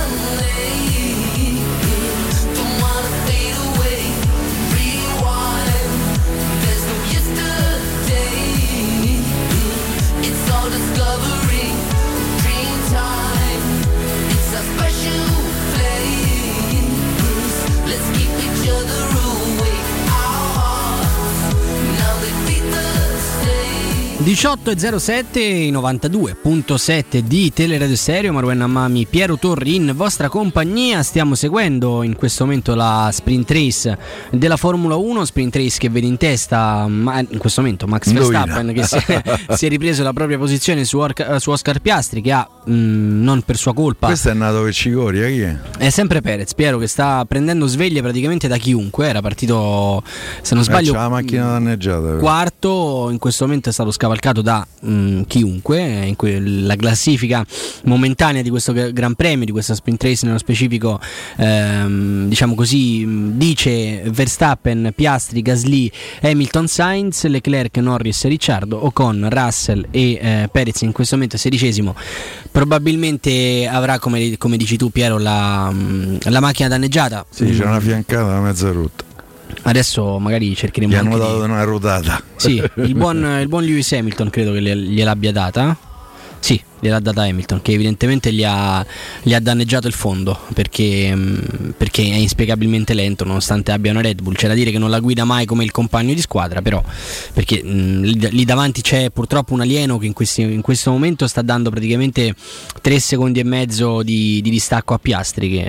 Special place. Let's keep each other away. Our hearts, now they beat the same. 18.07, 92.7 di Teleradio Stereo. Maruenna Ammami, Piero Torri in vostra compagnia. Stiamo seguendo in questo momento la sprint race della Formula 1, sprint race che vede in testa in questo momento Max Verstappen che si è ripreso la propria posizione su Oscar Piastri, che ha non per sua colpa. Questo è nato per Cicoria, chi è? È sempre Perez, Piero, che sta prendendo sveglie praticamente da chiunque. Era partito, se non sbaglio, la macchina danneggiata, quarto, in questo momento è stato scavalcato cavalcato da chiunque. La classifica momentanea di questo Gran Premio, di questa sprint race nello specifico, diciamo così, dice Verstappen, Piastri, Gasly, Hamilton, Sainz, Leclerc, Norris, Ricciardo, Ocon, Russell e Perez in questo momento 16esimo. Probabilmente avrà, come dici tu Piero, la macchina danneggiata. Sì, c'è una fiancata da mezza rotta. Adesso magari cercheremo. Gli hanno dato una ruotata. Sì, il buon Lewis Hamilton credo che gliel'abbia data. Sì, gliel'ha data Hamilton, che evidentemente gli ha danneggiato il fondo, perché è inspiegabilmente lento nonostante abbia una Red Bull. C'è da dire che non la guida mai come il compagno di squadra, però perché lì davanti c'è purtroppo un alieno che in questo momento sta dando praticamente 3 secondi e mezzo di distacco a Piastri, che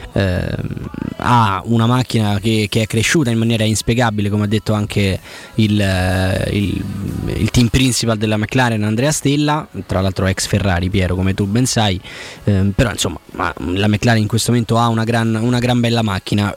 ha una macchina che è cresciuta in maniera inspiegabile, come ha detto anche il team principal della McLaren, Andrea Stella, tra l'altro ex Ferrari, Piero, come tu ben sai, però insomma la McLaren in questo momento ha una gran bella macchina.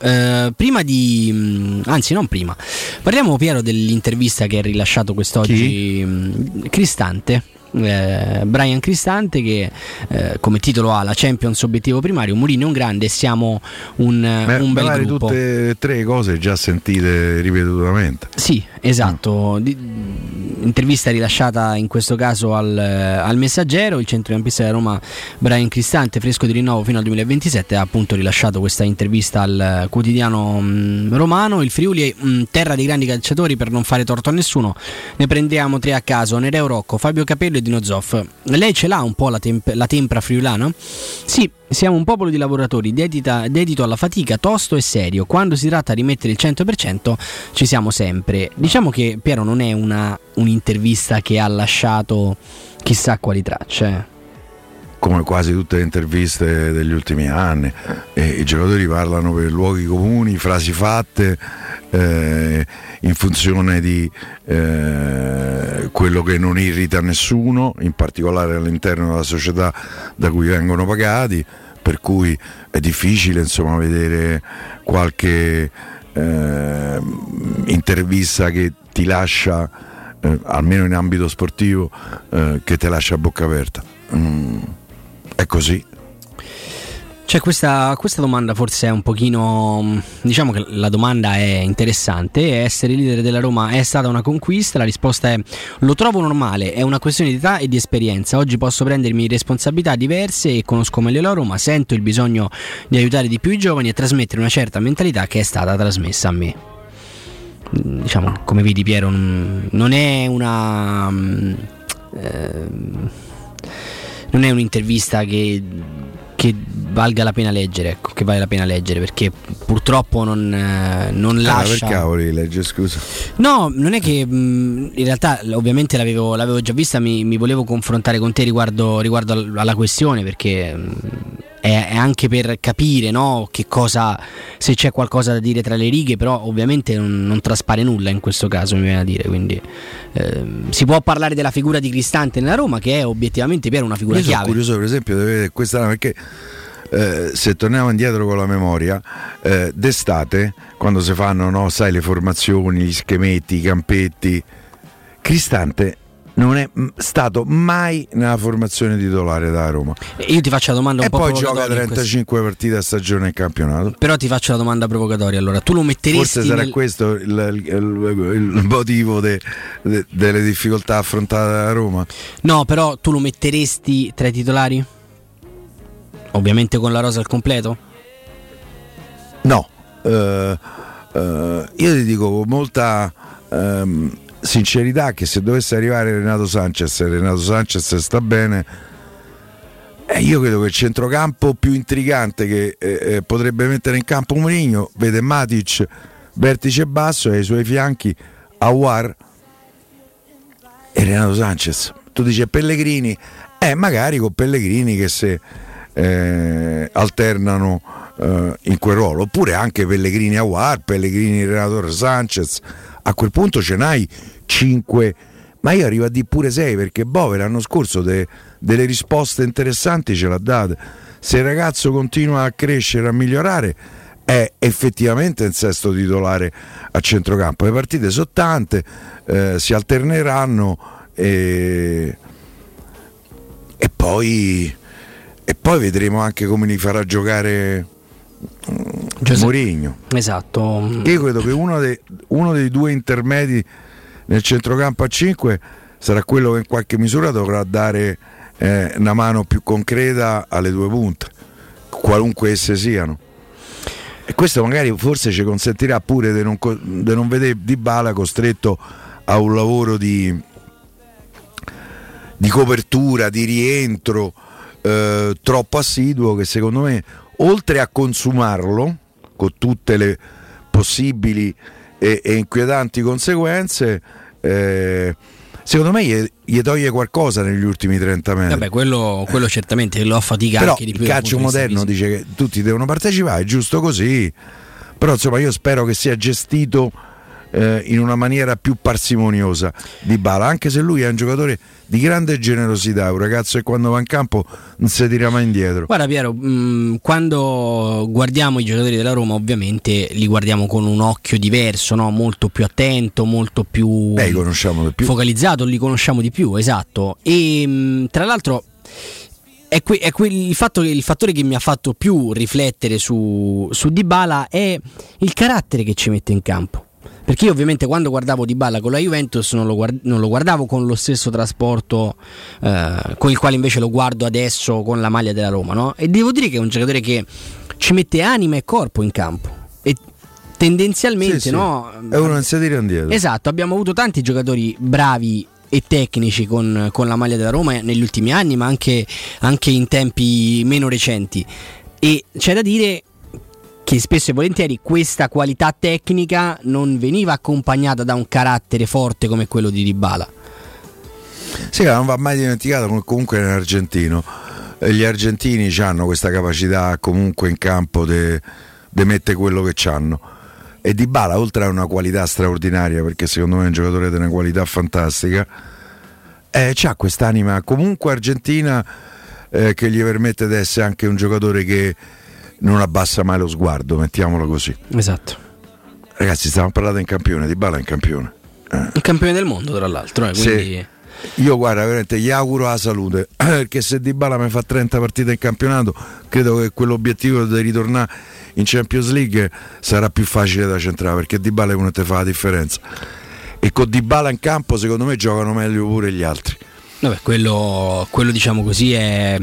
Parliamo, Piero, dell'intervista che ha rilasciato quest'oggi Cristante. Brian Cristante, che come titolo ha la Champions obiettivo primario, Mourinho è un grande, siamo un bel gruppo. Tutte e 3 cose già sentite ripetutamente. Sì, esatto. Intervista rilasciata in questo caso al Messaggero. Il centrocampista della Roma Brian Cristante, fresco di rinnovo fino al 2027, ha appunto rilasciato questa intervista al quotidiano romano. Il Friuli è terra dei grandi calciatori, per non fare torto a nessuno ne prendiamo 3 a caso: Nereo Rocco, Fabio Capello e Dino Zoff. Lei ce l'ha un po' la tempra friulana? Sì, siamo un popolo di lavoratori dedito alla fatica, tosto e serio. Quando si tratta di mettere il 100% ci siamo sempre. Diciamo che Piero non è un'intervista che ha lasciato chissà quali tracce. Come quasi tutte le interviste degli ultimi anni, i giocatori parlano per luoghi comuni, frasi fatte, in funzione di quello che non irrita nessuno, in particolare all'interno della società da cui vengono pagati, per cui è difficile insomma vedere qualche intervista che ti lascia, almeno in ambito sportivo, che ti lascia a bocca aperta. È così. C'è questa domanda, forse è un pochino, diciamo che la domanda è interessante: essere leader della Roma è stata una conquista? La risposta è: lo trovo normale, è una questione di età e di esperienza. Oggi posso prendermi responsabilità diverse e conosco meglio la Roma, sento il bisogno di aiutare di più i giovani e trasmettere una certa mentalità che è stata trasmessa a me. Diciamo, come vedi Piero, non è un'intervista che valga la pena leggere, ecco, che vale la pena leggere, perché purtroppo non lascia. Per cavoli legge, scusa. No, non è che in realtà ovviamente l'avevo già vista, mi volevo confrontare con te riguardo alla questione, perché è anche per capire, no, che cosa, se c'è qualcosa da dire tra le righe, però ovviamente non traspare nulla in questo caso, mi viene a dire. Quindi si può parlare della figura di Cristante nella Roma, che è obiettivamente per una figura chiave. Sono curioso, per esempio, di vedere quest'anno, perché se torniamo indietro con la memoria, d'estate, quando si fanno, no, sai, le formazioni, gli schemetti, i campetti, Cristante non è stato mai nella formazione titolare da Roma. Io ti faccio la domanda un po' provocatoria. E poi gioca 35 partite a stagione in campionato. Però ti faccio la domanda provocatoria. Allora, tu lo metteresti? Forse sarà questo il motivo delle difficoltà affrontate da Roma? No, però tu lo metteresti tra i titolari? Ovviamente con la rosa al completo? No. Io ti dico con molta sincerità che se dovesse arrivare Renato Sanchez sta bene, io credo che il centrocampo più intrigante che potrebbe mettere in campo Mourinho vede Matic vertice basso e ai suoi fianchi Aouar e Renato Sanchez. Tu dici Pellegrini, magari con Pellegrini che se alternano in quel ruolo, oppure anche Pellegrini Aouar, Pellegrini Renato Sanchez. A quel punto ce n'hai 5, ma io arrivo a dire pure 6, perché Bove l'anno scorso delle risposte interessanti ce l'ha date. Se il ragazzo continua a crescere, a migliorare, è effettivamente il sesto titolare a centrocampo. Le partite sono tante, si alterneranno, e poi vedremo anche come li farà giocare Mourinho. Esatto. Io credo che uno dei due intermedi nel centrocampo a 5 sarà quello che in qualche misura dovrà dare una mano più concreta alle due punte, qualunque esse siano. E questo magari forse ci consentirà pure di non vedere Dybala costretto a un lavoro di copertura, di rientro troppo assiduo, che secondo me, oltre a consumarlo con tutte le possibili e inquietanti conseguenze, secondo me gli toglie qualcosa negli ultimi 30 metri. Vabbè, quello certamente lo affatica. Però anche di più. Il calcio moderno dice che tutti devono partecipare, è giusto così. Però insomma io spero che sia gestito in una maniera più parsimoniosa Dybala, anche se lui è un giocatore di grande generosità, un ragazzo che quando va in campo non si tira mai indietro. Guarda Piero, quando guardiamo i giocatori della Roma ovviamente li guardiamo con un occhio diverso, no? Molto più attento, molto più, conosciamo di più, focalizzato, li conosciamo di più, esatto. E tra l'altro è il fattore che mi ha fatto più riflettere su Dybala è il carattere che ci mette in campo. Perché io ovviamente quando guardavo Dybala con la Juventus non lo guardavo con lo stesso trasporto con il quale invece lo guardo adesso con la maglia della Roma, no? E devo dire che è un giocatore che ci mette anima e corpo in campo e tendenzialmente sì. No? È uno non si tira indietro. Esatto, abbiamo avuto tanti giocatori bravi e tecnici con la maglia della Roma negli ultimi anni, ma anche in tempi meno recenti, e c'è da dire che spesso e volentieri questa qualità tecnica non veniva accompagnata da un carattere forte come quello di Dybala. Sì, non va mai dimenticato che comunque è un argentino. Gli argentini hanno questa capacità comunque in campo di mettere quello che hanno. E Dybala, oltre a una qualità straordinaria, perché secondo me è un giocatore di una qualità fantastica, c'ha quest'anima comunque argentina che gli permette di essere anche un giocatore che non abbassa mai lo sguardo, mettiamolo così. Esatto. Ragazzi, stiamo parlando in campione, Dybala è un campione. Un campione del mondo, tra l'altro. Quindi... Sì. Io guarda, veramente gli auguro la salute, perché se Dybala mi fa 30 partite in campionato, credo che quell'obiettivo di ritornare in Champions League sarà più facile da centrare, perché Dybala è uno che ti fa la differenza. E con Dybala in campo secondo me giocano meglio pure gli altri. Vabbè, quello diciamo così è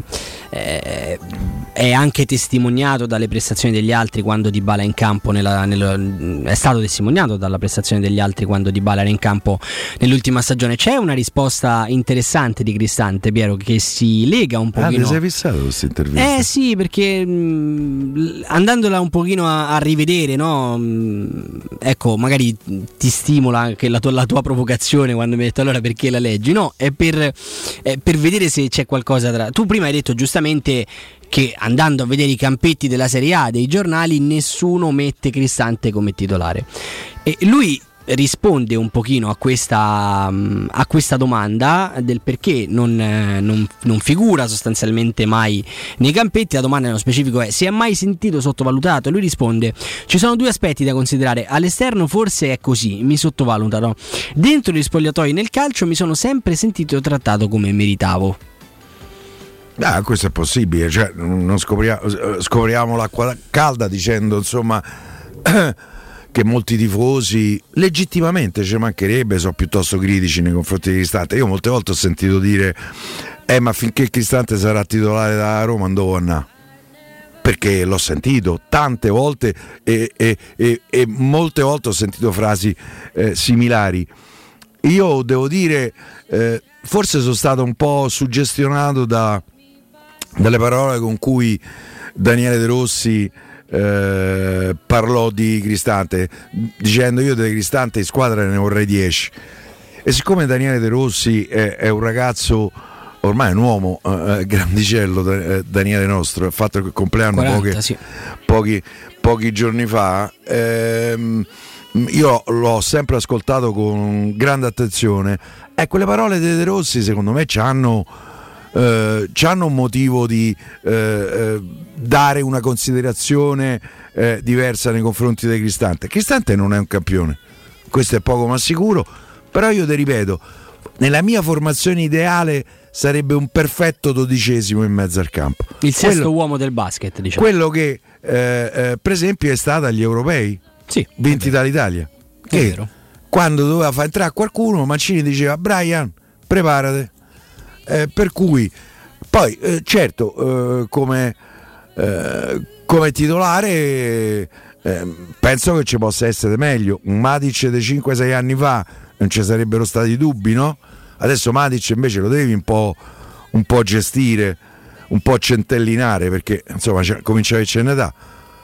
anche testimoniato dalle prestazioni degli altri quando Dybala è in campo è stato testimoniato dalla prestazione degli altri quando Dybala era in campo nell'ultima stagione. C'è una risposta interessante di Cristante, Piero, che si lega un pochino. Ti sei fissato questa intervista? Sì, perché andandola un pochino a rivedere, no? Ecco, magari ti stimola anche la tua provocazione quando mi hai detto allora perché la leggi. No, è per vedere se c'è qualcosa tra. Tu prima hai detto giustamente che andando a vedere i campetti della Serie A dei giornali nessuno mette Cristante come titolare, e lui risponde un pochino a questa domanda del perché non figura sostanzialmente mai nei campetti. La domanda nello specifico è: si è mai sentito sottovalutato? E lui risponde: ci sono due aspetti da considerare, all'esterno forse è così, mi sottovalutano, dentro gli spogliatoi nel calcio mi sono sempre sentito trattato come meritavo. Questo è possibile, cioè non scopriamo l'acqua calda dicendo insomma che molti tifosi legittimamente, ci mancherebbe, sono piuttosto critici nei confronti di Cristante. Io molte volte ho sentito dire ma finché Cristante sarà titolare da Roma non devo andare, perché l'ho sentito tante volte e molte volte ho sentito frasi similari. Io devo dire forse sono stato un po' suggestionato dalle parole con cui Daniele De Rossi parlò di Cristante, dicendo: io di Cristante in squadra ne vorrei 10. E siccome Daniele De Rossi è un ragazzo, ormai è un uomo grandicello, Daniele nostro, ha fatto il compleanno 40, sì. pochi giorni fa, io l'ho sempre ascoltato con grande attenzione. Ecco, le parole di De Rossi secondo me c'hanno un motivo di dare una considerazione diversa nei confronti di Cristante. Cristante non è un campione, questo è poco ma sicuro, però io ti ripeto, nella mia formazione ideale sarebbe un perfetto 12° in mezzo al campo. Il sesto uomo del basket, diciamo. Quello che per esempio è stato agli europei vinti dall'Italia, che quando doveva far entrare qualcuno Mancini diceva Brian preparate, per cui poi certo come titolare penso che ci possa essere meglio. Un Matic di 5-6 anni fa non ci sarebbero stati dubbi, no? Adesso Matic invece lo devi un po' gestire, un po' centellinare, perché insomma comincia a averci un'età.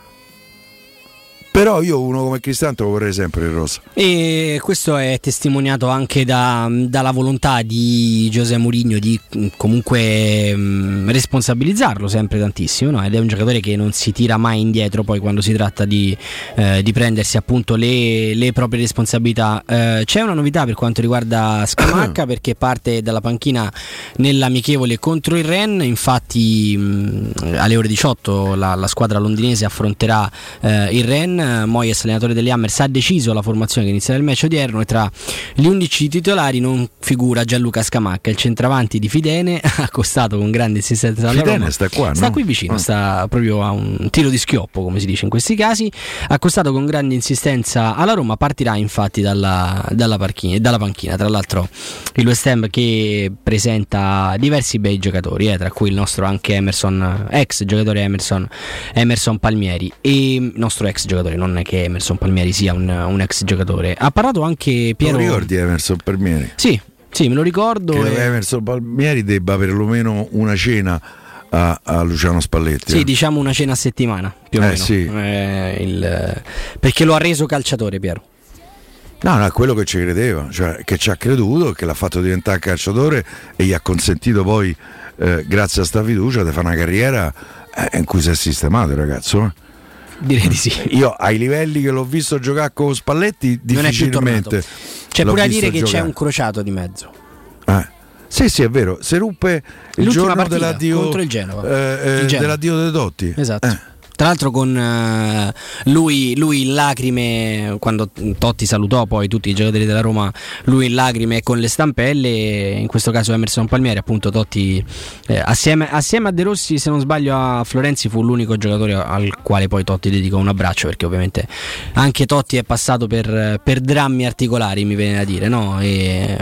Però io uno come Cristante lo vorrei sempre in rosa. E questo è testimoniato anche dalla volontà di José Mourinho di comunque responsabilizzarlo sempre tantissimo, no? Ed è un giocatore che non si tira mai indietro poi quando si tratta di prendersi appunto le proprie responsabilità. C'è una novità per quanto riguarda Scamacca perché parte dalla panchina nell'amichevole contro il Rennes. Infatti alle ore 18 la squadra londinese affronterà il Rennes. Moyes, allenatore degli Hammers, ha deciso la formazione che inizierà il match odierno e tra gli 11 titolari non figura Gianluca Scamacca, il centravanti di Fidene, accostato con grande insistenza alla Roma. Sta qua, sta qui vicino, sta proprio a un tiro di schioppo, come si dice in questi casi, accostato con grande insistenza alla Roma. Partirà infatti dalla panchina, tra l'altro il West Ham che presenta diversi bei giocatori, tra cui il nostro anche Emerson, ex giocatore Emerson Palmieri, e nostro ex giocatore, non è che Emerson Palmieri sia un ex giocatore. Ha parlato anche Piero. Lo ricordi Emerson Palmieri? Sì, me lo ricordo. Che Emerson Palmieri debba perlomeno una cena a Luciano Spalletti. Sì, diciamo una cena a settimana più o meno. Sì. Perché lo ha reso calciatore, Piero. No, è quello che ci credeva, cioè che ci ha creduto, che l'ha fatto diventare calciatore e gli ha consentito poi, grazie a sta fiducia, di fare una carriera in cui si è sistemato il ragazzo. Direi di sì. Io ai livelli che l'ho visto giocare con Spalletti difficilmente. C'è pure a dire che c'è un crociato di mezzo. Sì, è vero. Si ruppe il l'ultima giorno dell'addio contro il Genova. Dell'addio dei Totti. Esatto. Tra l'altro con lui in lacrime quando Totti salutò poi tutti i giocatori della Roma, lui in lacrime con le stampelle, in questo caso Emerson Palmieri, appunto Totti assieme a De Rossi, se non sbaglio a Florenzi, fu l'unico giocatore al quale poi Totti dedicò un abbraccio, perché ovviamente anche Totti è passato per drammi articolari, mi viene da dire, no? E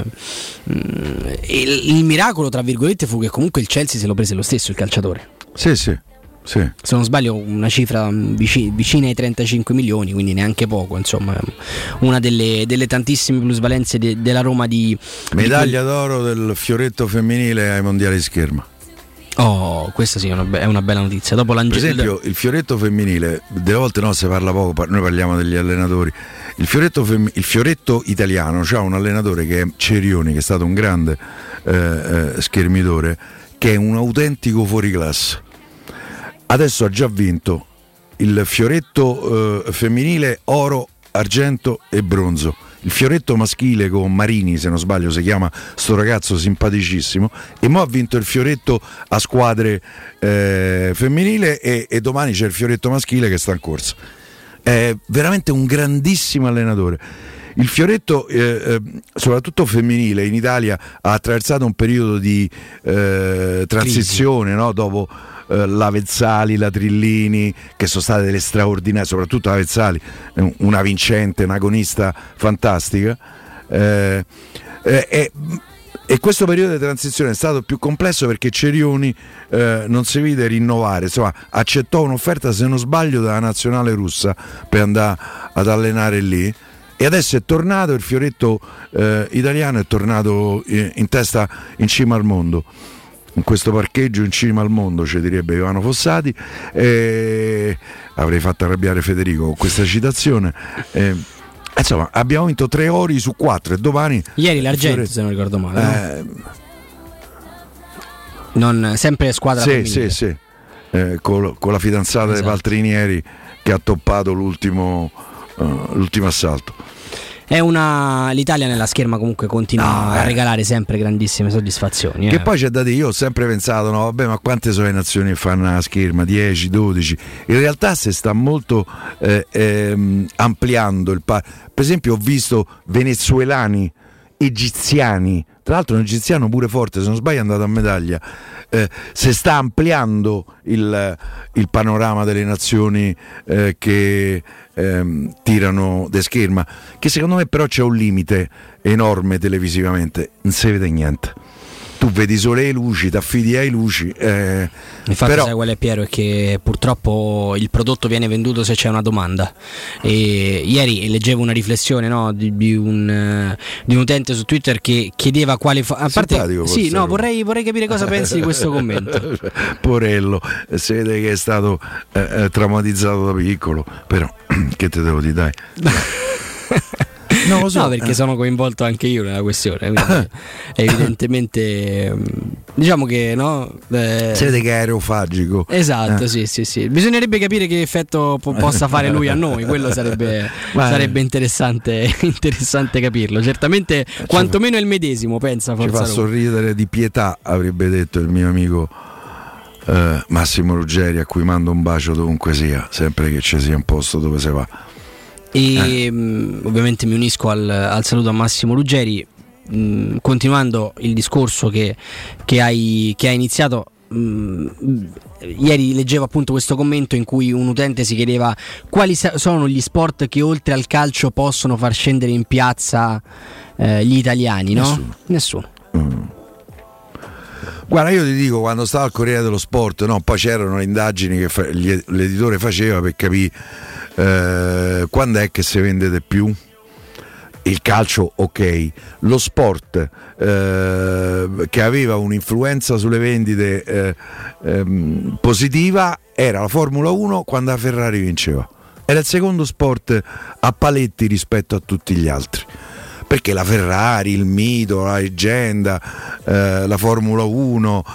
il miracolo tra virgolette fu che comunque il Chelsea se lo prese lo stesso il calciatore. Sì. Se non sbaglio una cifra vicina ai 35 milioni, quindi neanche poco, insomma una delle tantissime plusvalenze della Roma di medaglia d'oro del fioretto femminile ai mondiali di scherma. Oh, questa sì è una bella notizia. Dopo per esempio il fioretto femminile, delle volte no, si parla poco, noi parliamo degli allenatori. Il fioretto italiano c'ha un allenatore che è Cerioni, che è stato un grande schermitore, che è un autentico fuoriclasse. Adesso ha già vinto il fioretto femminile oro, argento e bronzo. Il fioretto maschile con Marini, se non sbaglio si chiama sto ragazzo simpaticissimo, e mo ha vinto il fioretto a squadre femminile e domani c'è il fioretto maschile che sta in corsa. È veramente un grandissimo allenatore. Il fioretto soprattutto femminile in Italia ha attraversato un periodo di transizione, no? Dopo la Vezzali, la Trillini, che sono state delle straordinarie, soprattutto la Vezzali, una vincente, un'agonista fantastica, e questo periodo di transizione è stato più complesso perché Cerioni non si vide rinnovare, insomma accettò un'offerta, se non sbaglio, dalla nazionale russa per andare ad allenare lì, e adesso è tornato il fioretto italiano, è tornato in testa, in cima al mondo, in questo parcheggio in cima al mondo, ci direbbe Ivano Fossati. Avrei fatto arrabbiare Federico con questa citazione. Insomma, abbiamo vinto 3 ori su 4 e domani ieri l'argento, se non ricordo male, no? Non sempre squadra femminile. Sì. Con la fidanzata, esatto, dei Paltrinieri, che ha toppato l'ultimo assalto. L'Italia nella scherma comunque continua a regalare sempre grandissime soddisfazioni. Che poi c'è da dire, io ho sempre pensato, no vabbè, ma quante sono le nazioni che fanno la scherma? 10, 12. In realtà si sta molto ampliando il per esempio ho visto venezuelani, egiziani, tra l'altro un egiziano pure forte, se non sbaglio è andato a medaglia. Se sta ampliando il panorama delle nazioni che tirano de scherma, che secondo me però c'è un limite enorme televisivamente, non si vede niente. Tu vedi solo le luci, ti affidi ai luci. Infatti, però... sai qual è, Piero? È che purtroppo il prodotto viene venduto se c'è una domanda. E ieri leggevo una riflessione, no, di un utente su Twitter che chiedeva quale a parte sì, no, vorrei capire cosa pensi di questo commento. Porello, si vede che è stato traumatizzato da piccolo, però che te devo dire, dai. Non lo so, no, perché sono coinvolto anche io nella questione, evidentemente diciamo che no, si vede che è aerofagico. Esatto, sì. Bisognerebbe capire che effetto possa fare lui a noi, quello sarebbe interessante capirlo. Certamente quantomeno è il medesimo, pensa forza. Ci fa sorridere di pietà, avrebbe detto il mio amico Massimo Ruggeri, a cui mando un bacio dovunque sia, sempre che ci sia un posto dove si va. E ovviamente mi unisco al saluto a Massimo Ruggeri, continuando il discorso che hai iniziato. Ieri leggevo appunto questo commento in cui un utente si chiedeva quali sono gli sport che oltre al calcio possono far scendere in piazza gli italiani, no? Nessuno. Guarda, io ti dico, quando stavo al Corriere dello Sport, no, poi c'erano le indagini che l'editore faceva per capire quando è che si vende di più. Il calcio, ok, lo sport che aveva un'influenza sulle vendite positiva era la Formula 1 quando la Ferrari vinceva. Era il secondo sport a paletti rispetto a tutti gli altri, perché la Ferrari, il mito, la leggenda, la Formula 1,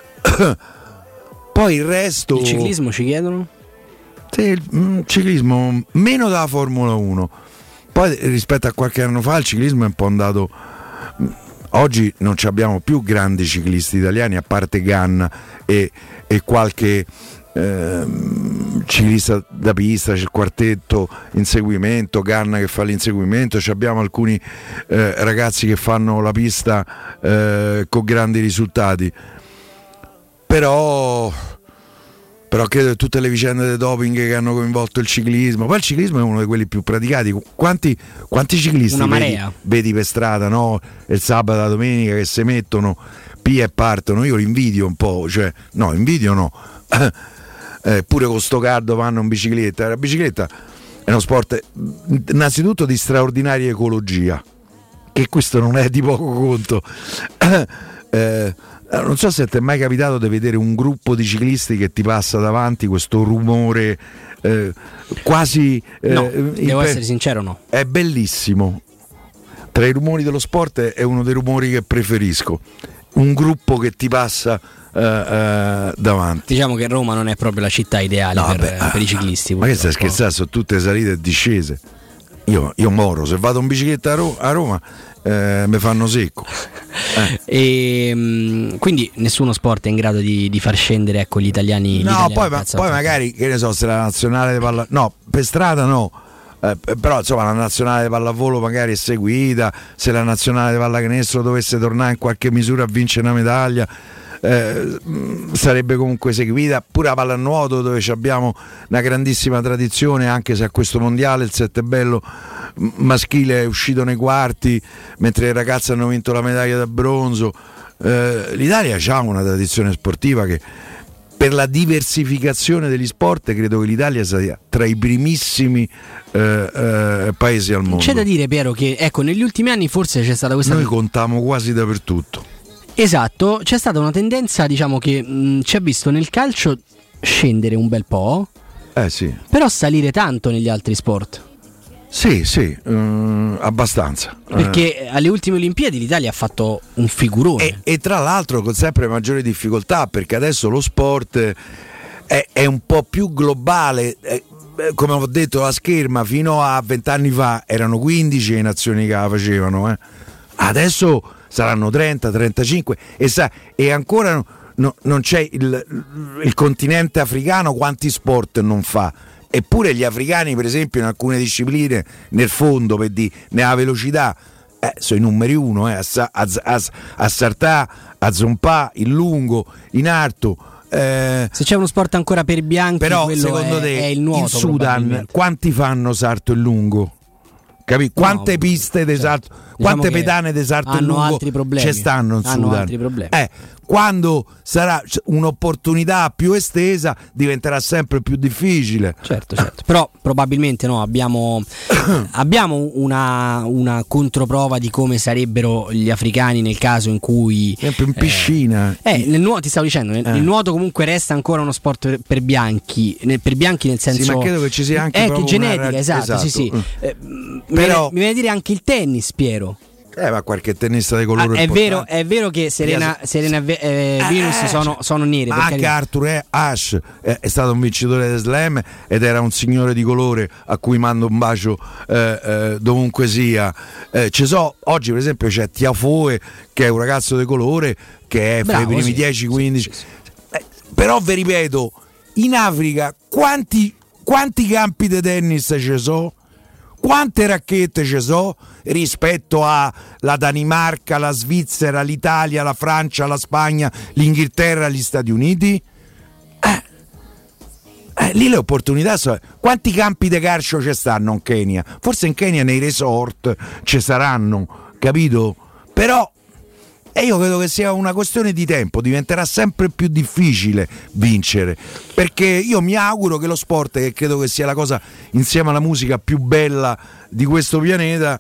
poi il resto. Il ciclismo ci chiedono? Sì, il ciclismo meno della Formula 1. Poi rispetto a qualche anno fa il ciclismo è un po' andato. Oggi non abbiamo più grandi ciclisti italiani, a parte Ganna e qualche ciclista da pista. C'è il quartetto inseguimento, Ganna che fa l'inseguimento, abbiamo alcuni ragazzi che fanno la pista con grandi risultati, però credo che tutte le vicende del doping che hanno coinvolto il ciclismo, poi il ciclismo è uno di quelli più praticati. Quanti ciclisti vedi per strada, no? Il sabato e la domenica che si mettono e partono. Io li invidio un po', pure con sto caldo vanno in bicicletta. La bicicletta è uno sport innanzitutto di straordinaria ecologia, che questo non è di poco conto. Non so se ti è mai capitato di vedere un gruppo di ciclisti che ti passa davanti, questo rumore quasi no, devo essere sincero, no. È bellissimo. Tra i rumori dello sport è uno dei rumori che preferisco, un gruppo che ti passa davanti. Diciamo che Roma non è proprio la città ideale per i ciclisti. Ma che stai scherzando? Sono tutte salite e discese. Io moro, se vado in bicicletta a Roma mi fanno secco. E quindi nessuno sport è in grado di far scendere, ecco, gli italiani. No, poi magari, che ne so, se la nazionale di per strada no, però insomma la nazionale di pallavolo magari è seguita, se la nazionale di pallacanestro dovesse tornare in qualche misura a vincere una medaglia, sarebbe comunque seguita. Pure la pallanuoto, dove abbiamo una grandissima tradizione, anche se a questo mondiale il Settebello maschile è uscito nei quarti mentre le ragazze hanno vinto la medaglia da bronzo. L'Italia ha una tradizione sportiva che, per la diversificazione degli sport, credo che l'Italia sia tra i primissimi paesi al mondo. C'è da dire, Piero, che ecco, negli ultimi anni forse c'è stata questa. Noi contiamo quasi dappertutto. Esatto, c'è stata una tendenza, diciamo, che ci ha visto nel calcio scendere un bel po', sì, però salire tanto negli altri sport. Sì, abbastanza. Perché alle ultime Olimpiadi l'Italia ha fatto un figurone. E tra l'altro con sempre maggiori difficoltà, perché adesso lo sport è un po' più globale. Come ho detto, la scherma fino a 20 anni fa erano 15 le nazioni che la facevano. Adesso saranno 30, 35 e ancora non c'è il continente africano quanti sport non fa. Eppure gli africani, per esempio, in alcune discipline, nel fondo, nella velocità, sono i numeri uno, a Sartà, a Zompà, in lungo, in alto. Se c'è uno sport ancora per bianchi, però quello secondo te è il nuoto, in Sudan quanti fanno salto e lungo? Quante piste di salto, quante pedane di salto e lungo ci stanno in Sudan? Altri problemi. Quando sarà un'opportunità più estesa diventerà sempre più difficile. Certo. Però probabilmente abbiamo una controprova di come sarebbero gli africani nel caso in cui sempre in piscina. Nel nuoto, ti stavo dicendo, il nuoto comunque resta ancora uno sport per bianchi, nel senso sì, ma credo che ci sia anche che genetica, esatto. Sì. Però mi viene a dire anche il tennis, Piero. Ma qualche tennista di colore è vero che Serena Venus sono nere. Anche Arthur Ashe è stato un vincitore del slam ed era un signore di colore a cui mando un bacio dovunque sia. Oggi per esempio c'è Tiafoe, che è un ragazzo di colore che è fra i primi 10-15. Sì. Però vi ripeto, in Africa quanti campi di tennis ci sono? Quante racchette ci sono rispetto alla Danimarca, la Svizzera, l'Italia, la Francia, la Spagna, l'Inghilterra, gli Stati Uniti? Lì le opportunità sono. Quanti campi di calcio ci stanno in Kenya? Forse in Kenya nei resort ci saranno, capito? Però io credo che sia una questione di tempo, diventerà sempre più difficile vincere, perché io mi auguro che lo sport, che credo che sia la cosa insieme alla musica più bella di questo pianeta,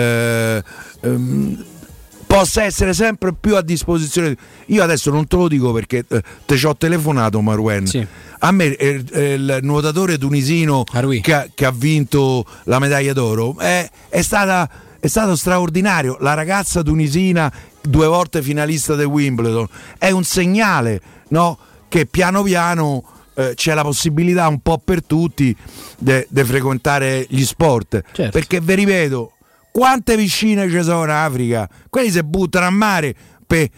possa essere sempre più a disposizione. Io adesso non te lo dico perché te ci ho telefonato, Marwen. Sì. A me il nuotatore tunisino che ha vinto la medaglia d'oro è stato straordinario. La ragazza tunisina 2 volte finalista del Wimbledon è un segnale, no? Che piano piano c'è la possibilità un po' per tutti di frequentare gli sport. Certo. Perché vi ripeto, quante piscine ci sono in Africa? Quelli si buttano a mare per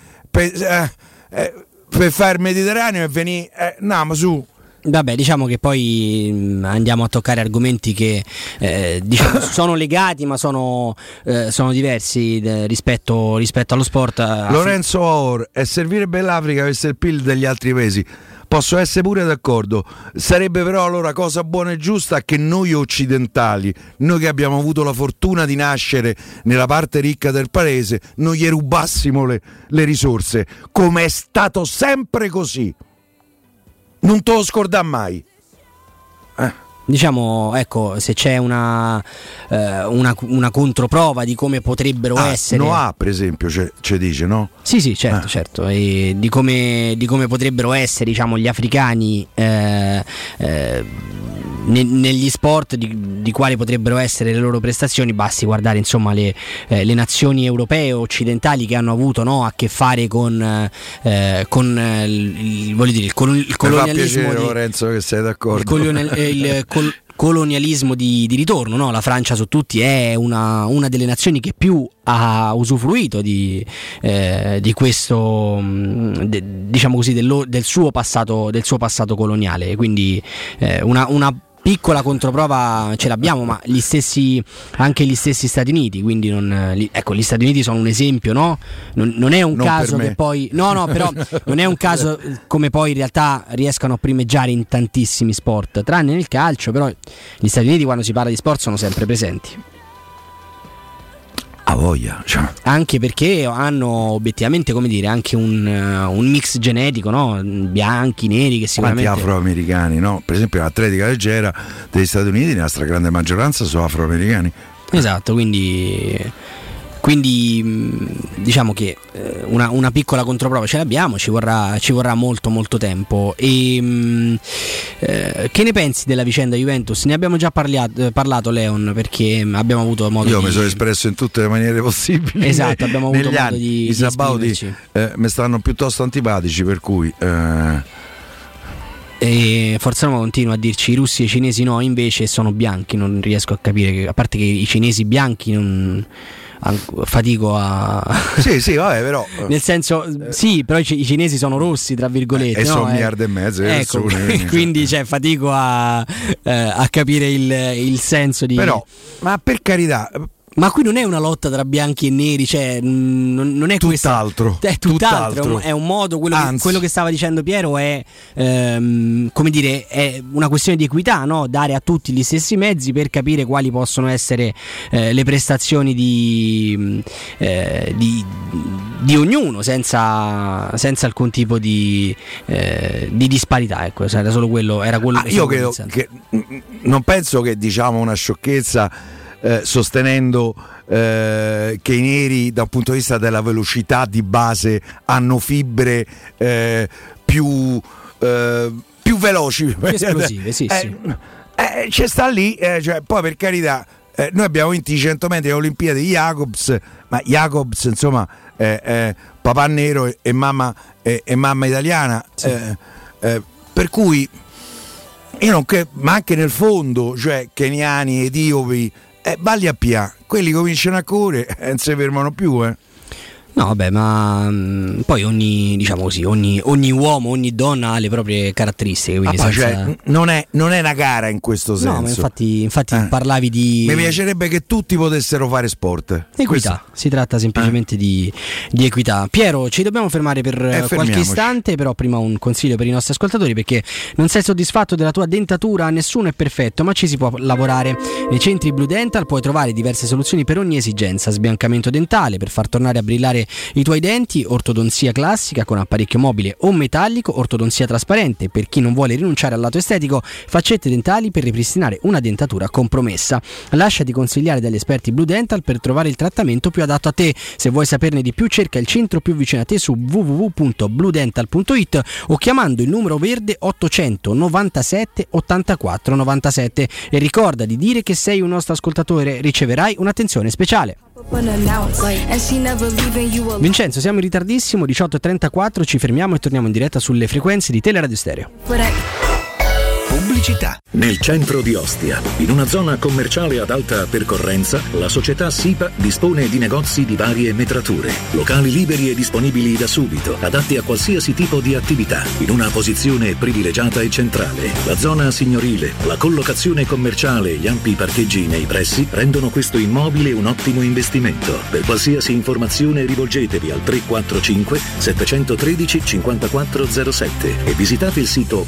fare il Mediterraneo e venire ma su. Vabbè, diciamo che poi andiamo a toccare argomenti che sono legati ma sono diversi rispetto allo sport. Lorenzo Aor, servirebbe l'Africa avesse il PIL degli altri paesi. Posso essere pure d'accordo, sarebbe però allora cosa buona e giusta che noi occidentali, noi che abbiamo avuto la fortuna di nascere nella parte ricca del paese, non gli rubassimo le risorse, come è stato sempre così. Non te lo scordà mai. Diciamo, ecco, se c'è una controprova di come potrebbero essere. Noah, per esempio, ci dice, no? Sì, certo. E di come potrebbero essere, diciamo, gli africani negli sport, di quali potrebbero essere le loro prestazioni. Basti guardare, insomma, le nazioni europee occidentali che hanno avuto, no, a che fare con il colonialismo. Piacere, Lorenzo, che sei d'accordo. Il colonialismo di ritorno, no? La Francia su tutti è una delle nazioni che più ha usufruito di questo, diciamo così, del suo passato coloniale, quindi una piccola controprova ce l'abbiamo, ma anche gli stessi Stati Uniti, quindi gli Stati Uniti sono un esempio, no? Non è un caso che poi però non è un caso come poi in realtà riescano a primeggiare in tantissimi sport, tranne nel calcio. Però gli Stati Uniti, quando si parla di sport, sono sempre presenti. A voglia, anche perché hanno obiettivamente, come dire, anche un mix genetico, no? Bianchi, neri, che sicuramente. Quanti afroamericani, no? Per esempio l'atletica leggera degli Stati Uniti, nella stragrande maggioranza sono afroamericani. Esatto, quindi diciamo che una piccola controprova ce l'abbiamo, ci vorrà molto molto tempo. E che ne pensi della vicenda Juventus? Ne abbiamo già parlato, Leon, perché abbiamo avuto modo mi sono espresso in tutte le maniere possibili. Esatto, abbiamo avuto modo di i Sabauti mi stanno piuttosto antipatici, per cui e Forza Roma continua a dirci i russi e i cinesi no, invece sono bianchi. Non riesco a capire, a parte che i cinesi bianchi non fatico a sì vabbè, però nel senso sì, però i cinesi sono rossi, tra virgolette, e sono $1,5 miliardi, ecco, quindi fatico a capire il senso di. Però, ma per carità, Ma qui non è una lotta tra bianchi e neri, cioè non è tutt'altro. È tutt'altro. È un modo, quello che stava dicendo Piero è come dire, è una questione di equità, no? Dare a tutti gli stessi mezzi per capire quali possono essere le prestazioni di ognuno, senza alcun tipo di disparità. Ecco, era solo quello. Io credo che non penso che diciamo una sciocchezza sostenendo che i neri dal punto di vista della velocità di base hanno fibre più veloci, più esplosive, sì. C'è sta lì, cioè, poi per carità, noi abbiamo vinto i 100 metri alle Olimpiadi Jacobs, ma Jacobs insomma papà nero e mamma italiana, sì. Per cui io non ma anche nel fondo, cioè keniani, etiopi, valli a pia, quelli cominciano a correre e non si fermano più. No, vabbè, ma poi ogni uomo, ogni donna ha le proprie caratteristiche. Quindi cioè, non è una gara in questo senso. No, ma infatti parlavi di. Mi piacerebbe che tutti potessero fare sport. Equità, si tratta semplicemente di equità. Piero, ci dobbiamo fermare per qualche istante, però prima un consiglio per i nostri ascoltatori, perché non sei soddisfatto della tua dentatura, nessuno è perfetto, ma ci si può lavorare. Nei centri Blue Dental puoi trovare diverse soluzioni per ogni esigenza: sbiancamento dentale per far tornare a brillare i tuoi denti, ortodonzia classica con apparecchio mobile o metallico, ortodonzia trasparente per chi non vuole rinunciare al lato estetico, faccette dentali per ripristinare una dentatura compromessa. Lasciati consigliare dagli esperti Blue Dental per trovare il trattamento più adatto a te. Se vuoi saperne di più, cerca il centro più vicino a te su www.bluedental.it o chiamando il numero verde 897 84 97 e ricorda di dire che sei un nostro ascoltatore, riceverai un'attenzione speciale. Vincenzo, siamo in ritardissimo, 18:34, ci fermiamo e torniamo in diretta sulle frequenze di Teleradio Stereo. Pubblicità. Nel centro di Ostia, in una zona commerciale ad alta percorrenza, la società SIPA dispone di negozi di varie metrature, locali liberi e disponibili da subito, adatti a qualsiasi tipo di attività, in una posizione privilegiata e centrale. La zona signorile, la collocazione commerciale e gli ampi parcheggi nei pressi rendono questo immobile un ottimo investimento. Per qualsiasi informazione rivolgetevi al 345 713 5407 e visitate il sito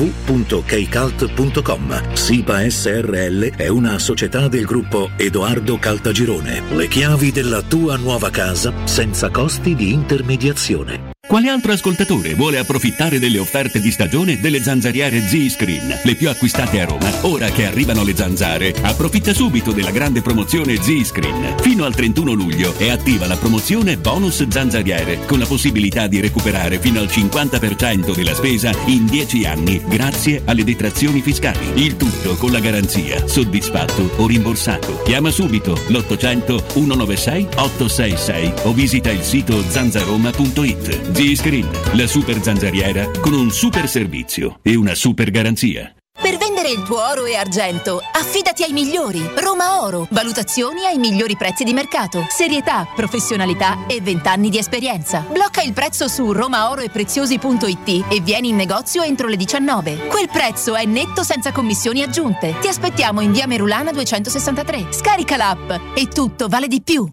www.kcalt.com. SIPA SRL è una società del gruppo Edoardo Caltagirone. Le chiavi della tua nuova casa senza costi di intermediazione. Quale altro ascoltatore vuole approfittare delle offerte di stagione delle zanzariere Z-Screen, le più acquistate a Roma? Ora che arrivano le zanzare, approfitta subito della grande promozione Z-Screen. Fino al 31 luglio è attiva la promozione bonus zanzariere, con la possibilità di recuperare fino al 50% della spesa in 10 anni grazie alle detrazioni fiscali. Il tutto con la garanzia soddisfatto o rimborsato. Chiama subito l'800 196 866 o visita il sito zanzaroma.it. Z-Screen, la super zanzariera con un super servizio e una super garanzia. Per vendere il tuo oro e argento, affidati ai migliori. Roma Oro. Valutazioni ai migliori prezzi di mercato. Serietà, professionalità e 20 anni di esperienza. Blocca il prezzo su romaoroepreziosi.it e vieni in negozio entro le 19. Quel prezzo è netto senza commissioni aggiunte. Ti aspettiamo in via Merulana 263. Scarica l'app e tutto vale di più.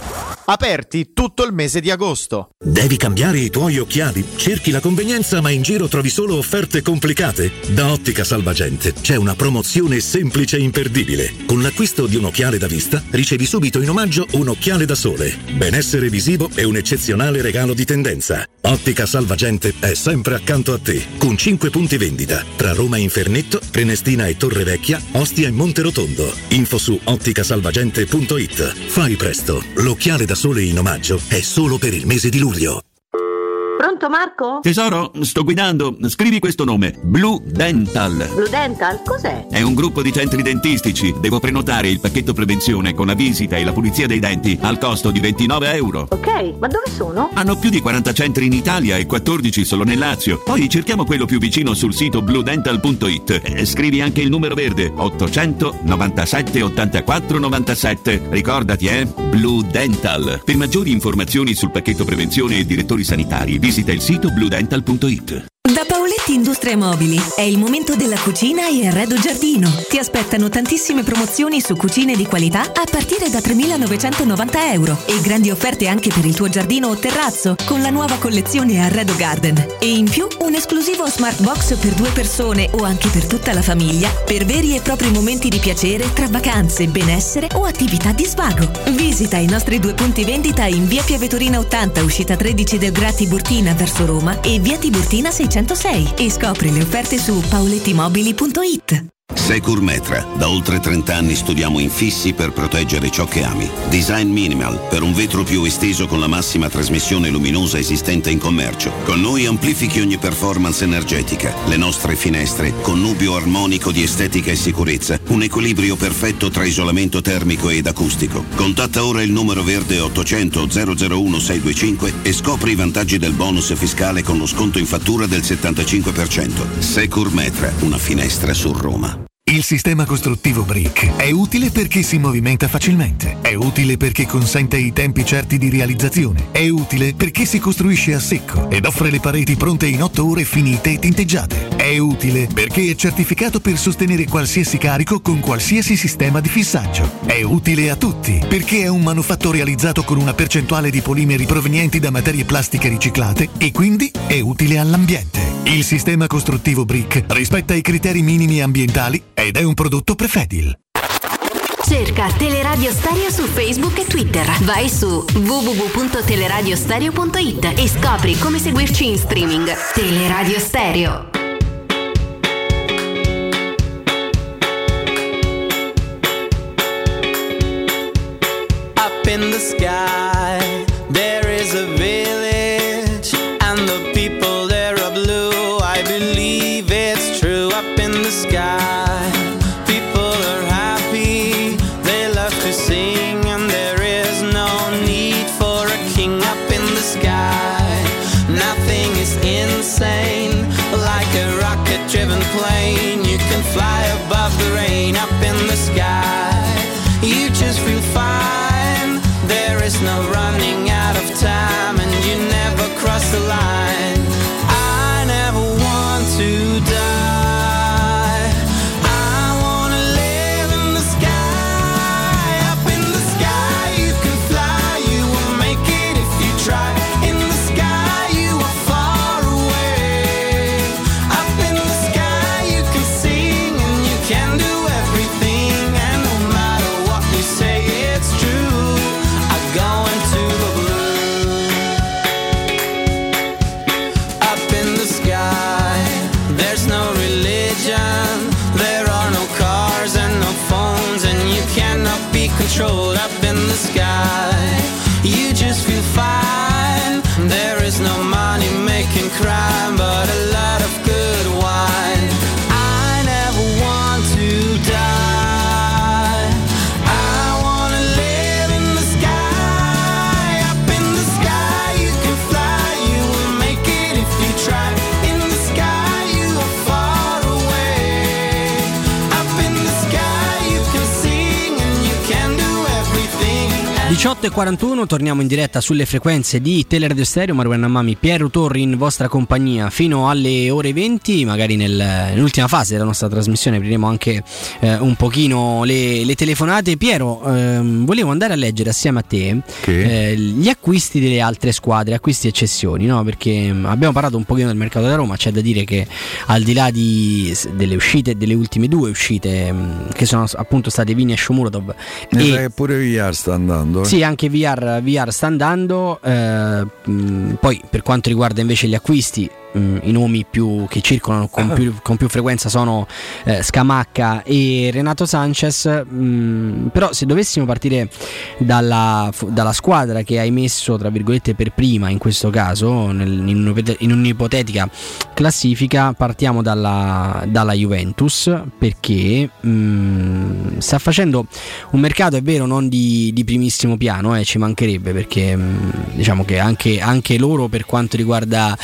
Aperti tutto il mese di agosto. Devi cambiare i tuoi occhiali? Cerchi la convenienza ma in giro trovi solo offerte complicate? Da Ottica Salvagente c'è una promozione semplice e imperdibile. Con l'acquisto di un occhiale da vista ricevi subito in omaggio un occhiale da sole. Benessere visivo e un eccezionale regalo di tendenza. Ottica Salvagente è sempre accanto a te, con 5 punti vendita tra Roma e Infernetto, Prenestina e Torrevecchia, Ostia e Monterotondo. Info su otticasalvagente.it. Fai presto, l'occhiale da sole in omaggio è solo per il mese di luglio. Pronto Marco? Tesoro, sto guidando. Scrivi questo nome: Blue Dental. Blue Dental? Cos'è? È un gruppo di centri dentistici. Devo prenotare il pacchetto prevenzione con la visita e la pulizia dei denti al costo di €29. Ok, ma dove sono? Hanno più di 40 centri in Italia e 14 solo nel Lazio. Poi cerchiamo quello più vicino sul sito bluedental.it. Scrivi anche il numero verde: 800 97 84 97. Ricordati, Blue Dental. Per maggiori informazioni sul pacchetto prevenzione e direttori sanitari visita il sito bluedental.it. Da paura Paoletti Industria Mobili. È il momento della cucina e arredo giardino. Ti aspettano tantissime promozioni su cucine di qualità a partire da 3.990 euro e grandi offerte anche per il tuo giardino o terrazzo con la nuova collezione Arredo Garden. E in più un esclusivo smart box per 2 persone o anche per tutta la famiglia per veri e propri momenti di piacere tra vacanze, benessere o attività di svago. Visita i nostri 2 punti vendita in via Piavetorina 80, uscita 13 del Gra Tiburtina verso Roma e via Tiburtina 606 e scopri le offerte su paolettimobili.it. Securmetra. Da oltre 30 anni studiamo infissi per proteggere ciò che ami. Design minimal per un vetro più esteso con la massima trasmissione luminosa esistente in commercio. Con noi amplifichi ogni performance energetica. Le nostre finestre, connubio armonico di estetica e sicurezza. Un equilibrio perfetto tra isolamento termico ed acustico. Contatta ora il numero verde 800 001 625 e scopri i vantaggi del bonus fiscale con lo sconto in fattura del 75%. Securmetra, una finestra su Roma. Il sistema costruttivo Brick è utile perché si movimenta facilmente, è utile perché consente i tempi certi di realizzazione, è utile perché si costruisce a secco ed offre le pareti pronte in 8 ore finite e tinteggiate, è utile perché è certificato per sostenere qualsiasi carico con qualsiasi sistema di fissaggio, è utile a tutti perché è un manufatto realizzato con una percentuale di polimeri provenienti da materie plastiche riciclate e quindi è utile all'ambiente. Il sistema costruttivo Brick rispetta i criteri minimi ambientali ed è un prodotto Prefedil. Cerca Teleradio Stereo su Facebook e Twitter. Vai su www.teleradiostereo.it e scopri come seguirci in streaming. Teleradio Stereo. Up in the sky there is a village and the people there are blue. I believe it's true. Up in the sky people are happy, they love to sing and there is no need for a king. Up in the sky nothing is insane, like a rocket driven plane you can fly above the rain. Up in the sky you just feel fine, there is no running out of time and you never cross the line. I never want to die, I wanna live in the sky. Up in the sky you can fly, you will make it if you try. In the sky you are far away. Up in the sky you can sing and you can do everything, and no matter what you say it's true. I go into the blue. Up in the sky there's no religion, there are no cars and no phones, and you cannot be controlled. Up in the sky you just feel fine, there is no money making crime but a lot of good wine. I never want to die, I wanna live in the sky. Up in the sky you can fly, you will make it if you try. In the sky you are far away. Up in the sky you can sing and you can do everything. 18:41, torniamo in diretta sulle frequenze di Teleradio Stereo. Maruena Ammami, Piero Torri in vostra compagnia fino alle ore 20. Magari nell'ultima fase della nostra trasmissione apriremo anche un pochino le telefonate. Piero, volevo andare a leggere assieme a te gli acquisti delle altre squadre, acquisti e cessioni, no? Perché abbiamo parlato un pochino del mercato della Roma. C'è da dire che al di là delle uscite, delle ultime 2 uscite che sono appunto state Vini e Shomurodov, e pure Villar sta andando. Sì, anche VR sta andando. Poi per quanto riguarda invece gli acquisti, i nomi più che circolano con più frequenza sono Scamacca e Renato Sanchez. Però se dovessimo partire dalla squadra che hai messo tra virgolette per prima in questo caso in un'ipotetica classifica, partiamo dalla Juventus, perché sta facendo un mercato, è vero, non di primissimo piano, ci mancherebbe, perché diciamo che anche loro, per quanto riguarda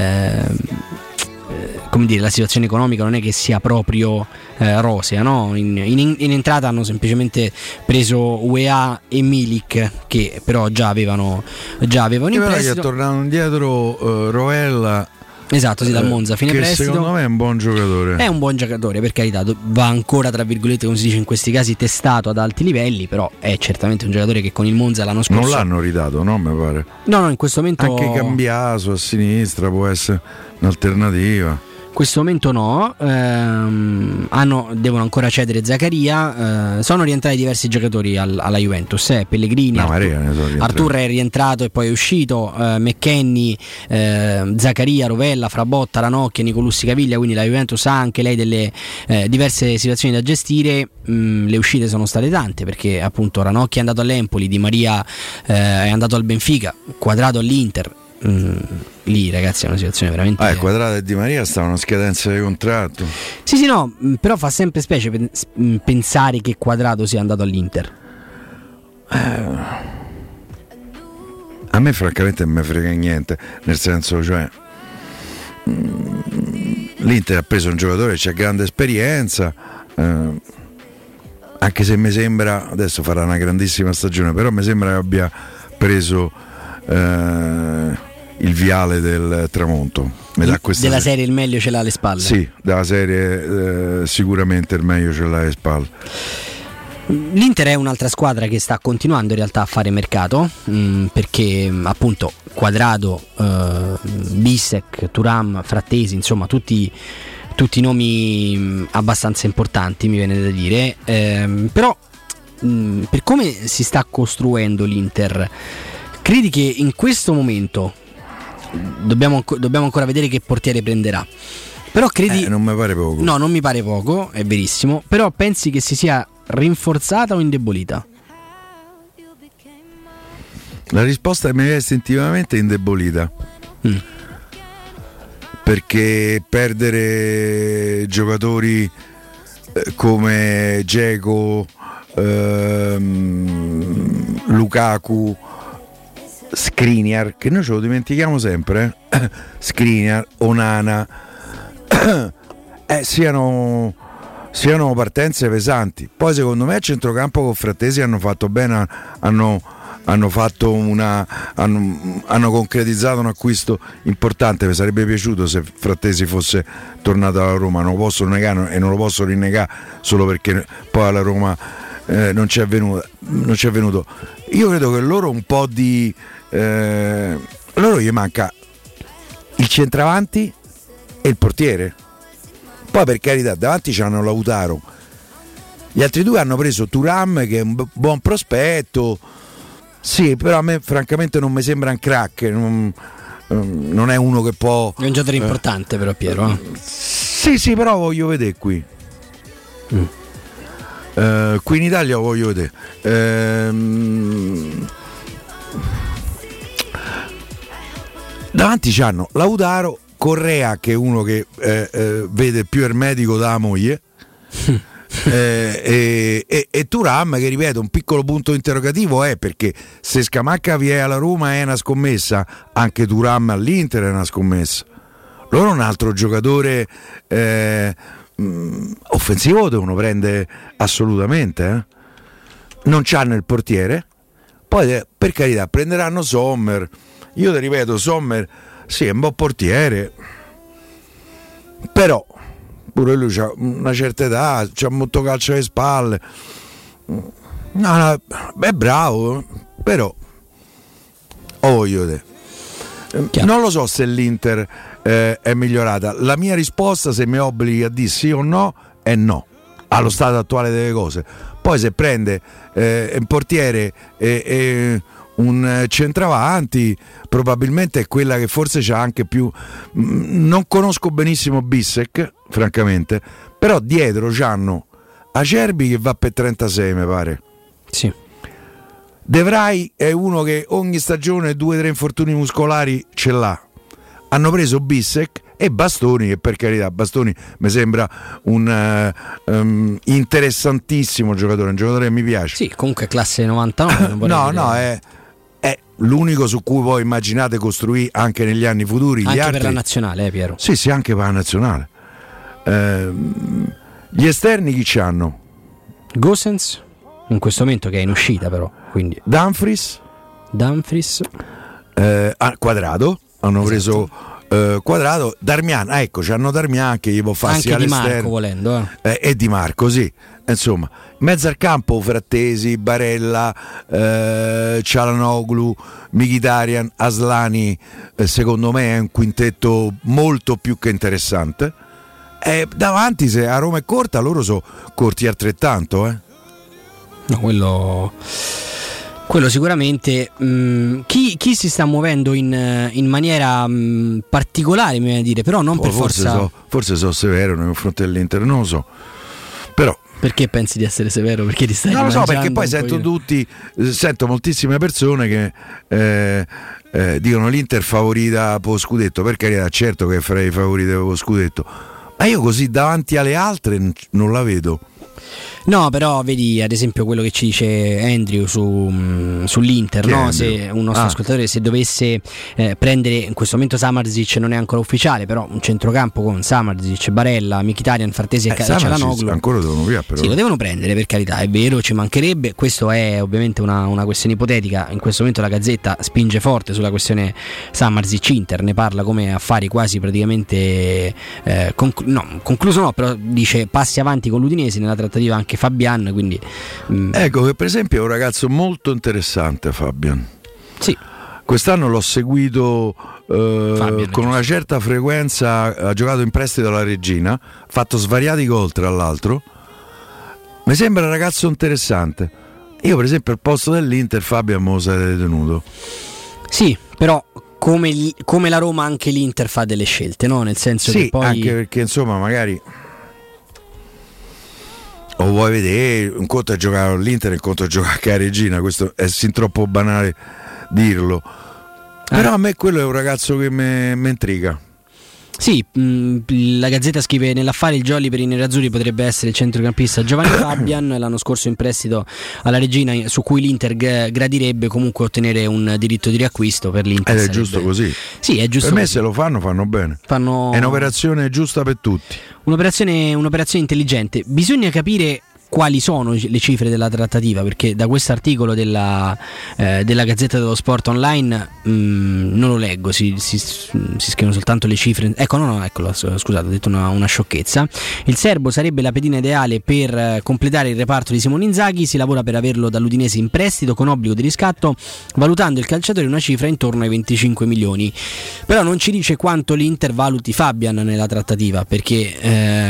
come dire, la situazione economica non è che sia proprio rosea, no? In entrata hanno semplicemente preso UEA e Milik, che però già avevano in prestito. Tornano indietro Roella, Esatto, sì, dal Monza fine che prestito. Secondo me è un buon giocatore. È un buon giocatore, per carità, va ancora tra virgolette, come si dice in questi casi, testato ad alti livelli, però è certamente un giocatore che con il Monza l'anno scorso non l'hanno ridato, no? Mi pare. No, in questo momento anche Cambiaso a sinistra può essere un'alternativa. In questo momento no, devono ancora cedere Zaccaria, sono rientrati diversi giocatori alla Juventus, Pellegrini, Artur è rientrato e poi è uscito, McKennie, Zaccaria, Rovella, Frabotta, Ranocchia, Nicolussi, Caviglia, quindi la Juventus ha anche lei delle diverse situazioni da gestire. Le uscite sono state tante perché appunto Ranocchia è andato all'Empoli, Di Maria è andato al Benfica, Quadrato all'Inter. Lì ragazzi è una situazione veramente Quadrato e Di Maria stavano a scadenza di contratto. Sì no, però fa sempre specie pensare che Quadrato sia andato all'Inter. A me francamente non me frega niente, nel senso, cioè l'Inter ha preso un giocatore che ha grande esperienza, anche se mi sembra, adesso farà una grandissima stagione, però mi sembra che abbia preso il viale del tramonto. Della serie il meglio ce l'ha alle spalle. Sì, della serie sicuramente il meglio ce l'ha alle spalle. L'Inter è un'altra squadra che sta continuando in realtà a fare mercato, perché appunto Quadrato, Bissek, Thuram, Frattesi, insomma tutti nomi abbastanza importanti, mi viene da dire, però per come si sta costruendo l'Inter, credi che in questo momento dobbiamo ancora vedere che portiere prenderà, però credi non mi pare poco. No, non mi pare poco, è verissimo, però pensi che si sia rinforzata o indebolita? La risposta mi viene istintivamente indebolita, perché perdere giocatori come Dzeko, Lukaku, Skriniar, che noi ce lo dimentichiamo sempre, Skriniar, Onana, siano partenze pesanti. Poi secondo me a centrocampo con Frattesi hanno fatto bene, hanno concretizzato un acquisto importante. Mi sarebbe piaciuto se Frattesi fosse tornato alla Roma, non lo posso negare e non lo posso rinnegare solo perché poi alla Roma non c'è venuto. Io credo che loro un po' di loro gli manca il centravanti e il portiere. Poi per carità davanti c'hanno Lautaro, gli altri due hanno preso Thuram che è un buon prospetto, sì, però a me francamente non mi sembra un crack, non è uno che può, è un giocatore importante però Piero, sì però voglio vedere qui in Italia lo voglio vedere. Davanti c'hanno Lautaro, Correa che è uno che vede più ermetico dalla moglie e Thuram che, ripeto, un piccolo punto interrogativo è perché se Scamacca vi è alla Roma è una scommessa, anche Thuram all'Inter è una scommessa. Loro un altro giocatore offensivo devono prendere assolutamente, non c'hanno il portiere, poi per carità prenderanno Sommer. Io ti ripeto, Sommer sì è un buon portiere, però pure lui ha una certa età, c'ha molto calcio alle spalle, è bravo, però voglio vedere. Non lo so se l'Inter è migliorata. La mia risposta, se mi obblighi a dire sì o no, è no, allo stato attuale delle cose. Poi se prende un portiere e un centravanti, probabilmente è quella che forse c'ha anche più. Non conosco benissimo Bissek francamente, però dietro c'hanno Acerbi che va per 36 mi pare, sì. De Vrij è uno che ogni stagione 2 o 3 infortuni muscolari ce l'ha. Hanno preso Bissek e Bastoni, che per carità Bastoni mi sembra un interessantissimo giocatore, un giocatore che mi piace. Sì, comunque classe 99. No, è l'unico su cui voi immaginate costruire anche negli anni futuri. Anche gli altri, per la nazionale, Piero. Sì, anche per la nazionale. Gli esterni chi c'hanno? Gosens in questo momento che è in uscita però, quindi Dumfries, Quadrato hanno preso Quadrato, Darmian, ecco, c'hanno Darmian che gli può fare anche sia Di all'esterno Marco volendo e Di Marco, sì, insomma, in mezzo al campo Frattesi, Barella, Çalhanoğlu, Mkhitaryan, Aslani, secondo me è un quintetto molto più che interessante. E davanti, se a Roma è corta, loro sono corti altrettanto, No, quello sicuramente. Chi si sta muovendo in maniera particolare, mi viene a dire, però non per forza. Forse so severo nei confronti dell'Inter, non lo so. Però perché pensi di essere severo? Perché ti stai non lo so, perché poi sento moltissime persone che dicono l'Inter favorita per lo scudetto. Per carità, certo che farei favorita per lo scudetto, ma io così davanti alle altre non la vedo. No, però vedi ad esempio quello che ci dice Andrew sull'Inter, no? Se un nostro ascoltatore, se dovesse prendere, in questo momento Samardžić non è ancora ufficiale, però un centrocampo con Samardžić, Barella, Mkhitaryan, Frattesi e Çalhanoğlu ancora devono via, però. Sì, lo devono prendere, per carità, è vero, ci mancherebbe. Questo è ovviamente una questione ipotetica. In questo momento la Gazzetta spinge forte sulla questione Samardžić-Inter, ne parla come affari quasi praticamente concluso no, però dice passi avanti con l'Udinese nella trattativa anche Fabian, quindi ecco che per esempio è un ragazzo molto interessante, Fabian. Sì. Quest'anno l'ho seguito con una certa frequenza, ha giocato in prestito alla Regina, ha fatto svariati gol tra l'altro. Mi sembra un ragazzo interessante. Io per esempio al posto dell'Inter Fabian me lo sarei tenuto. Sì, però come la Roma anche l'Inter fa delle scelte, no? Nel senso sì, che poi anche perché insomma magari o vuoi vedere, un conto è giocare all'Inter e un conto è giocare a Regina, questo è sin troppo banale dirlo, però a me quello è un ragazzo che mi intriga. Sì, la Gazzetta scrive: nell'affare il jolly per i nerazzurri potrebbe essere il centrocampista Giovanni Fabian, l'anno scorso in prestito alla Regina, su cui l'Inter gradirebbe comunque ottenere un diritto di riacquisto per l'Inter. Ed è giusto così. Sì, è giusto per me così. Se lo fanno bene. È un'operazione giusta per tutti. Un'operazione intelligente. Bisogna capire quali sono le cifre della trattativa, perché da questo articolo della Gazzetta dello Sport Online non lo leggo, si scrivono soltanto le cifre. Eccolo, scusate, ho detto una sciocchezza. Il serbo sarebbe la pedina ideale per completare il reparto di Simone Inzaghi. Si lavora per averlo dall'Udinese in prestito con obbligo di riscatto, valutando il calciatore una cifra intorno ai 25 milioni. Però non ci dice quanto l'Inter valuti Fabian nella trattativa, perché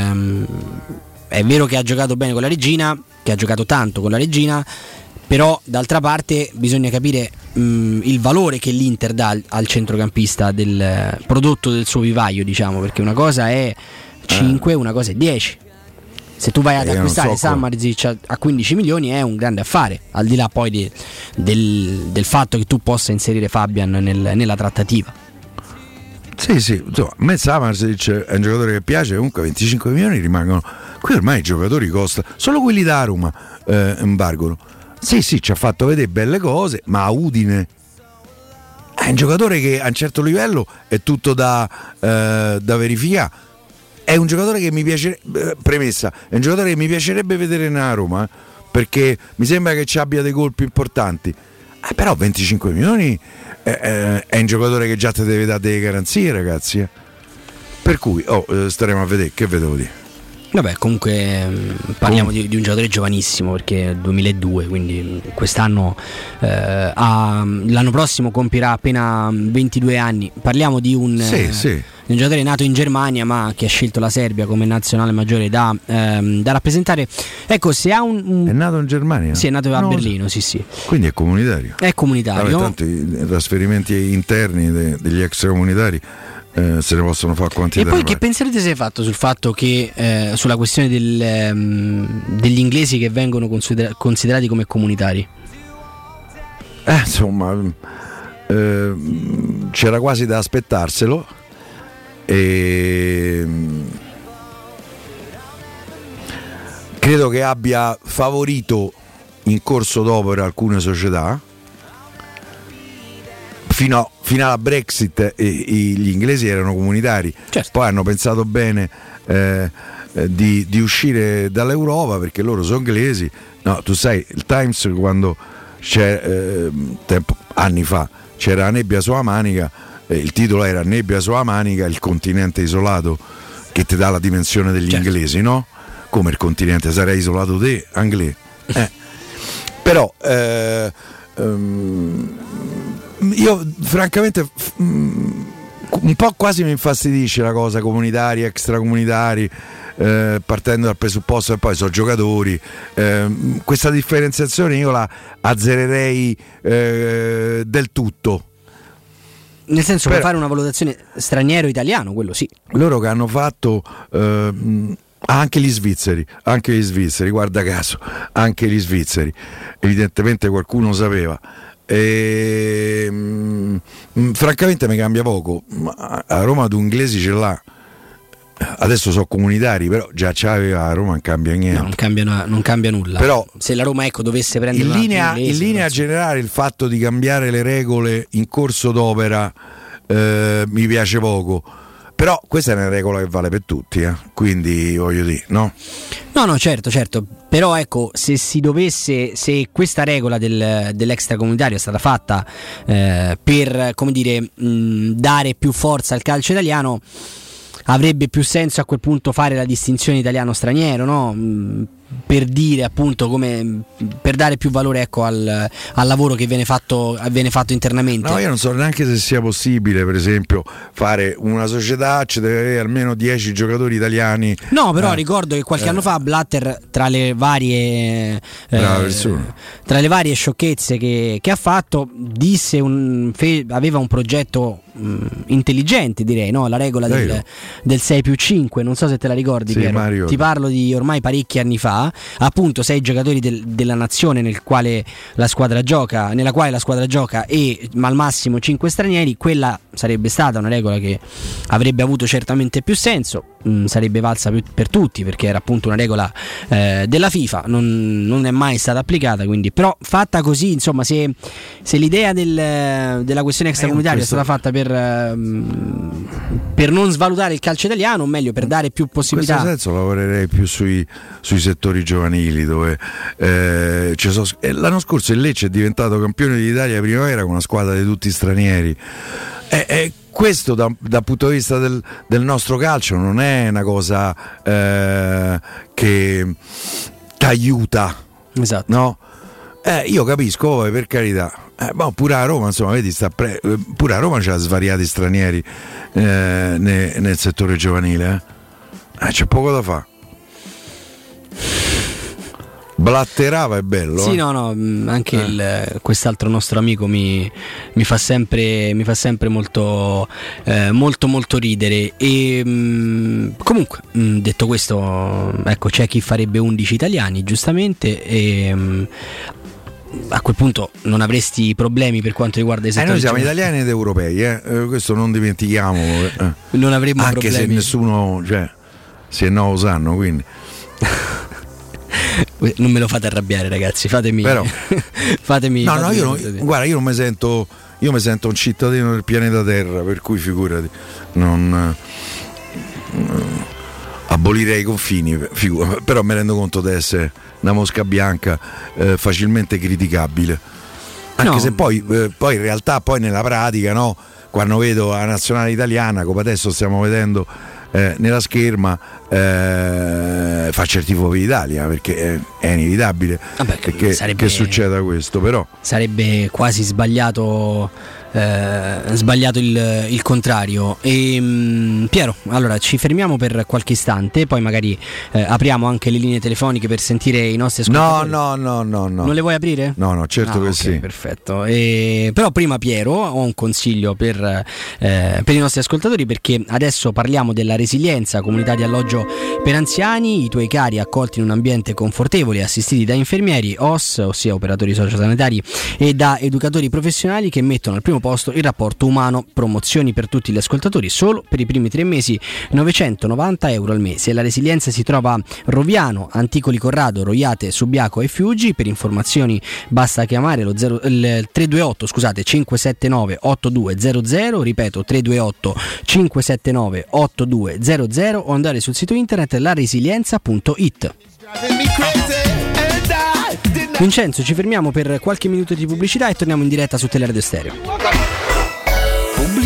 è vero che ha giocato bene con la Regina, che ha giocato tanto con la Regina, però d'altra parte bisogna capire il valore che l'Inter dà al centrocampista del prodotto del suo vivaio, diciamo, perché una cosa è 5, una cosa è 10. Se tu vai ad acquistare Samardžić a 15 milioni è un grande affare, al di là poi del fatto che tu possa inserire Fabian nella trattativa. Sì, insomma, a me Samardžić è un giocatore che piace, comunque 25 milioni rimangono. Qui ormai i giocatori costano, solo quelli da Roma imbargono. Sì, ci ha fatto vedere belle cose, ma a Udine è un giocatore che a un certo livello è tutto da verificare. È un giocatore che mi piacerebbe, premessa, è un giocatore che mi piacerebbe vedere nella Roma, perché mi sembra che ci abbia dei colpi importanti. Però 25 milioni è un giocatore che già ti deve dare delle garanzie, ragazzi. Per cui staremo a vedere, che vedevo dire. Vabbè, comunque parliamo di un giocatore giovanissimo, perché è 2002, quindi quest'anno l'anno prossimo compirà appena 22 anni. Parliamo di un giocatore nato in Germania ma che ha scelto la Serbia come nazionale maggiore da rappresentare. Ecco, se ha è nato in Germania? Sì, è nato a Berlino, sì. Quindi è comunitario. È comunitario. Vabbè, tanto i trasferimenti interni degli extracomunitari se ne possono fare quanti. E poi che pensiero ti sei fatto sul fatto che sulla questione degli inglesi che vengono considerati come comunitari? Insomma, c'era quasi da aspettarselo, e credo che abbia favorito in corso d'opera alcune società. Fino alla Brexit gli inglesi erano comunitari, certo. Poi hanno pensato bene di uscire dall'Europa perché loro sono inglesi. No, tu sai, il Times quando anni fa c'era la nebbia sulla Manica, il titolo era Nebbia sulla Manica, il continente isolato, che ti dà la dimensione degli inglesi, no? Come il continente, sarei isolato te, inglese. Però io francamente un po' quasi mi infastidisce la cosa comunitari, extracomunitari, partendo dal presupposto che poi sono giocatori. Questa differenziazione io la azzererei del tutto. Nel senso, per fare una valutazione straniero-italiano, quello sì. Loro che hanno fatto anche gli svizzeri, guarda caso, anche gli svizzeri, evidentemente qualcuno sapeva. Francamente mi cambia poco. A Roma due inglesi ce l'ha. Adesso sono comunitari, però già c'aveva a Roma, non cambia niente. No, non cambia nulla. Però se la Roma dovesse prendere in linea generale il fatto di cambiare le regole in corso d'opera mi piace poco. Però questa è una regola che vale per tutti, quindi voglio dire, no? No, certo. Però ecco, se questa regola dell'extracomunitario è stata fatta per, come dire, dare più forza al calcio italiano, avrebbe più senso a quel punto fare la distinzione italiano-straniero, no? Per dire appunto, come per dare più valore, ecco, al lavoro che viene fatto internamente. No, io non so neanche se sia possibile, per esempio, fare una società, ci deve avere almeno 10 giocatori italiani. No, però ricordo che qualche anno fa Blatter, tra le varie sciocchezze che ha fatto, disse aveva un progetto intelligente, direi, no? La regola del 6+5, non so se te la ricordi, sì, Piero. Mario. Ti parlo di ormai parecchi anni fa. Appunto 6 giocatori della nazione nella quale la squadra gioca e al massimo 5 stranieri. Quella sarebbe stata una regola che avrebbe avuto certamente più senso, sarebbe valsa per tutti, perché era appunto una regola della FIFA, non è mai stata applicata, quindi, però fatta così, insomma, se l'idea della questione extracomunitaria è stata fatta per non svalutare il calcio italiano, o meglio per dare più possibilità. In questo senso lavorerei più sui settori giovanili, dove l'anno scorso il Lecce è diventato campione d'Italia primavera con una squadra di tutti stranieri. Questo dal punto di vista del nostro calcio non è una cosa che ti aiuta, esatto, no? Io capisco, per carità, pure a Roma, insomma, vedi, pure a Roma c'ha svariati stranieri nel settore giovanile, c'è poco da fare. Blatterava è bello. Sì, no, anche quest'altro nostro amico mi fa sempre molto ridere. E comunque, detto questo, ecco, c'è chi farebbe 11 italiani, giustamente, e a quel punto non avresti problemi per quanto riguarda i settori. Noi siamo italiani ed europei, questo non dimentichiamo. Non avremmo anche problemi. Se nessuno, se no lo sanno, quindi. Non me lo fate arrabbiare, ragazzi, fatemi. No, guarda, io mi sento un cittadino del pianeta Terra, per cui figurati, non abolirei i confini, però mi rendo conto di essere una mosca bianca facilmente criticabile, anche se poi in realtà poi nella pratica, no, quando vedo la nazionale italiana, come adesso stiamo vedendo nella scherma, faccio il tifo per l'Italia, perché è inevitabile che succeda questo, però sarebbe quasi sbagliato il contrario. E Piero, allora ci fermiamo per qualche istante, poi magari apriamo anche le linee telefoniche per sentire i nostri ascoltatori. No. Non le vuoi aprire? No, certo che okay, sì. Perfetto. Però prima, Piero, ho un consiglio per i nostri ascoltatori, perché adesso parliamo della resilienza, comunità di alloggio per anziani, i tuoi cari accolti in un ambiente confortevole, assistiti da infermieri, OS, ossia operatori sociosanitari, e da educatori professionali che mettono al primo posto il rapporto umano. Promozioni per tutti gli ascoltatori solo per i primi 3 mesi, 990 euro al mese. La resilienza si trova a Roviano, Anticoli Corrado, Roiate, Subiaco e Fiuggi. Per informazioni basta chiamare il 328 579 8200, ripeto 328 579 8200, o andare sul sito internet laresilienza.it. Vincenzo, ci fermiamo per qualche minuto di pubblicità e torniamo in diretta su Teleradio Stereo.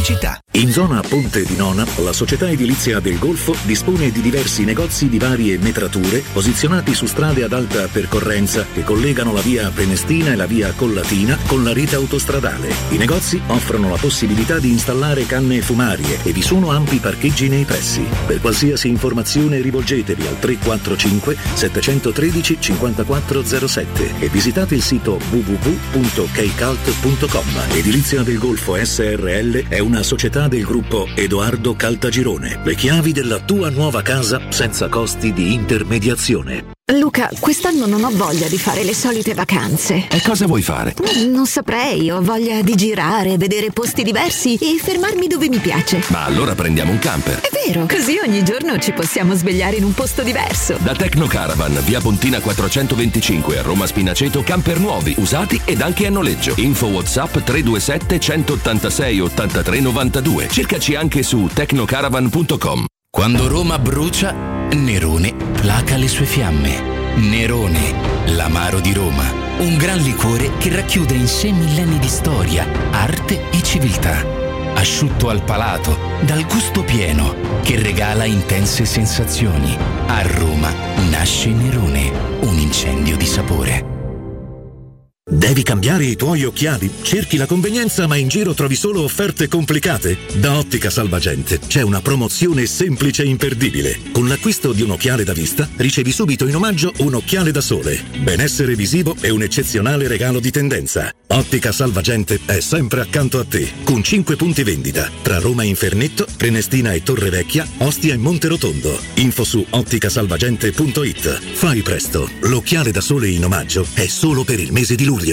pubblicità. In zona Ponte di Nona, la società edilizia del Golfo dispone di diversi negozi di varie metrature posizionati su strade ad alta percorrenza che collegano la via Prenestina e la via Collatina con la rete autostradale. I negozi offrono la possibilità di installare canne fumarie e vi sono ampi parcheggi nei pressi. Per qualsiasi informazione rivolgetevi al 345 713 5407 e visitate il sito www.keicalt.com. Edilizia del Golfo SRL è una società del gruppo Edoardo Caltagirone. Le chiavi della tua nuova casa senza costi di intermediazione. Luca, quest'anno non ho voglia di fare le solite vacanze. E cosa vuoi fare? Non saprei, ho voglia di girare, vedere posti diversi e fermarmi dove mi piace. Ma allora prendiamo un camper. È vero, così ogni giorno ci possiamo svegliare in un posto diverso. Da Tecnocaravan, via Pontina 425 a Roma Spinaceto, camper nuovi, usati ed anche a noleggio. Info WhatsApp 327 186 83 92. Cercaci anche su tecnocaravan.com. Quando Roma brucia, Nerone placa le sue fiamme. Nerone, l'amaro di Roma. Un gran liquore che racchiude in sé millenni di storia, arte e civiltà. Asciutto al palato, dal gusto pieno, che regala intense sensazioni. A Roma nasce Nerone, un incendio di sapore. Devi cambiare i tuoi occhiali? Cerchi la convenienza ma in giro trovi solo offerte complicate? Da Ottica Salvagente c'è una promozione semplice e imperdibile. Con l'acquisto di un occhiale da vista ricevi subito in omaggio un occhiale da sole. Benessere visivo e un eccezionale regalo di tendenza. Ottica Salvagente è sempre accanto a te, con 5 punti vendita tra Roma e Infernetto, Prenestina e Torrevecchia, Ostia e Monterotondo. Info su otticasalvagente.it. Fai presto, l'occhiale da sole in omaggio è solo per il mese di luglio.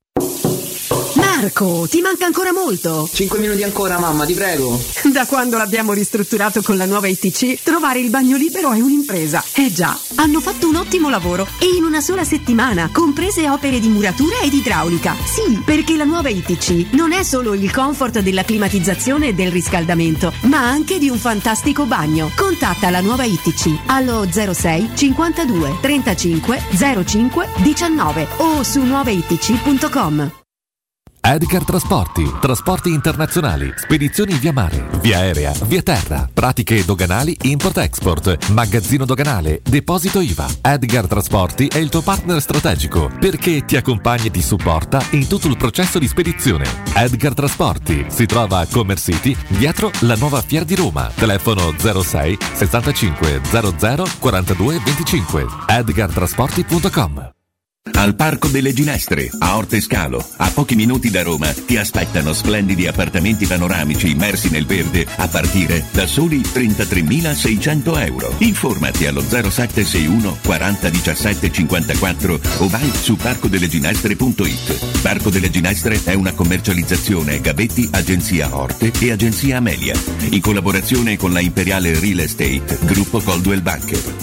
Marco, ti manca ancora molto. 5 minuti ancora, mamma, ti prego. Da quando l'abbiamo ristrutturato con la nuova ITC, trovare il bagno libero è un'impresa. Eh già, hanno fatto un ottimo lavoro e in una sola settimana, comprese opere di muratura ed idraulica. Sì, perché la nuova ITC non è solo il comfort della climatizzazione e del riscaldamento, ma anche di un fantastico bagno. Contatta la nuova ITC allo 06 52 35 05 19 o su nuovaitc.com. Edgar trasporti internazionali, spedizioni via mare, via aerea, via terra, pratiche doganali, import-export, magazzino doganale, deposito IVA. Edgar Trasporti è il tuo partner strategico perché ti accompagna e ti supporta in tutto il processo di spedizione. Edgar Trasporti si trova a Commerce City, dietro la nuova Fiera di Roma. Telefono 06 65 00 42 25. edgartrasporti.com. Al Parco delle Ginestre, a Orte Scalo, a pochi minuti da Roma, ti aspettano splendidi appartamenti panoramici immersi nel verde a partire da soli 33.600 euro. Informati allo 0761 40 17 54 o vai su parcodelleginestre.it. Parco delle Ginestre è una commercializzazione Gabetti, Agenzia Orte e Agenzia Amelia, in collaborazione con la Imperiale Real Estate, Gruppo Coldwell Banker.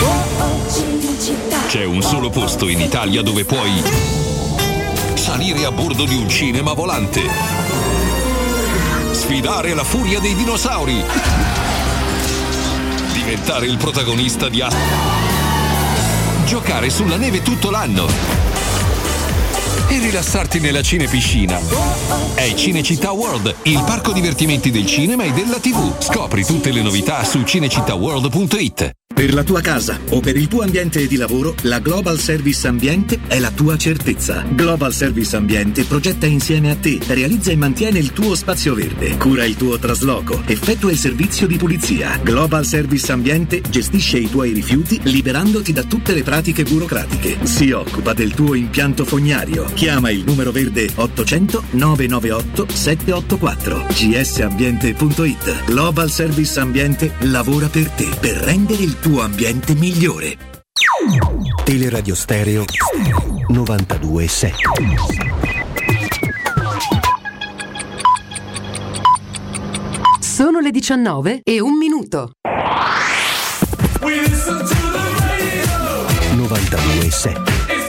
C'è un solo posto in Italia dove puoi salire a bordo di un cinema volante, sfidare la furia dei dinosauri, diventare il protagonista di giocare sulla neve tutto l'anno e rilassarti nella cinepiscina. È Cinecittà World, il parco divertimenti del cinema e della TV. Scopri tutte le novità su cinecittàworld.it. Per la tua casa o per il tuo ambiente di lavoro, la Global Service Ambiente è la tua certezza. Global Service Ambiente progetta insieme a te, realizza e mantiene il tuo spazio verde, cura il tuo trasloco, effettua il servizio di pulizia. Global Service Ambiente gestisce i tuoi rifiuti liberandoti da tutte le pratiche burocratiche. Si occupa del tuo impianto fognario. Chiama il numero verde 800 998 784. gsambiente.it. Global Service Ambiente lavora per te, per rendere il tuo ambiente migliore. Teleradio Stereo 92.7. Sono le 19:01. 92.7.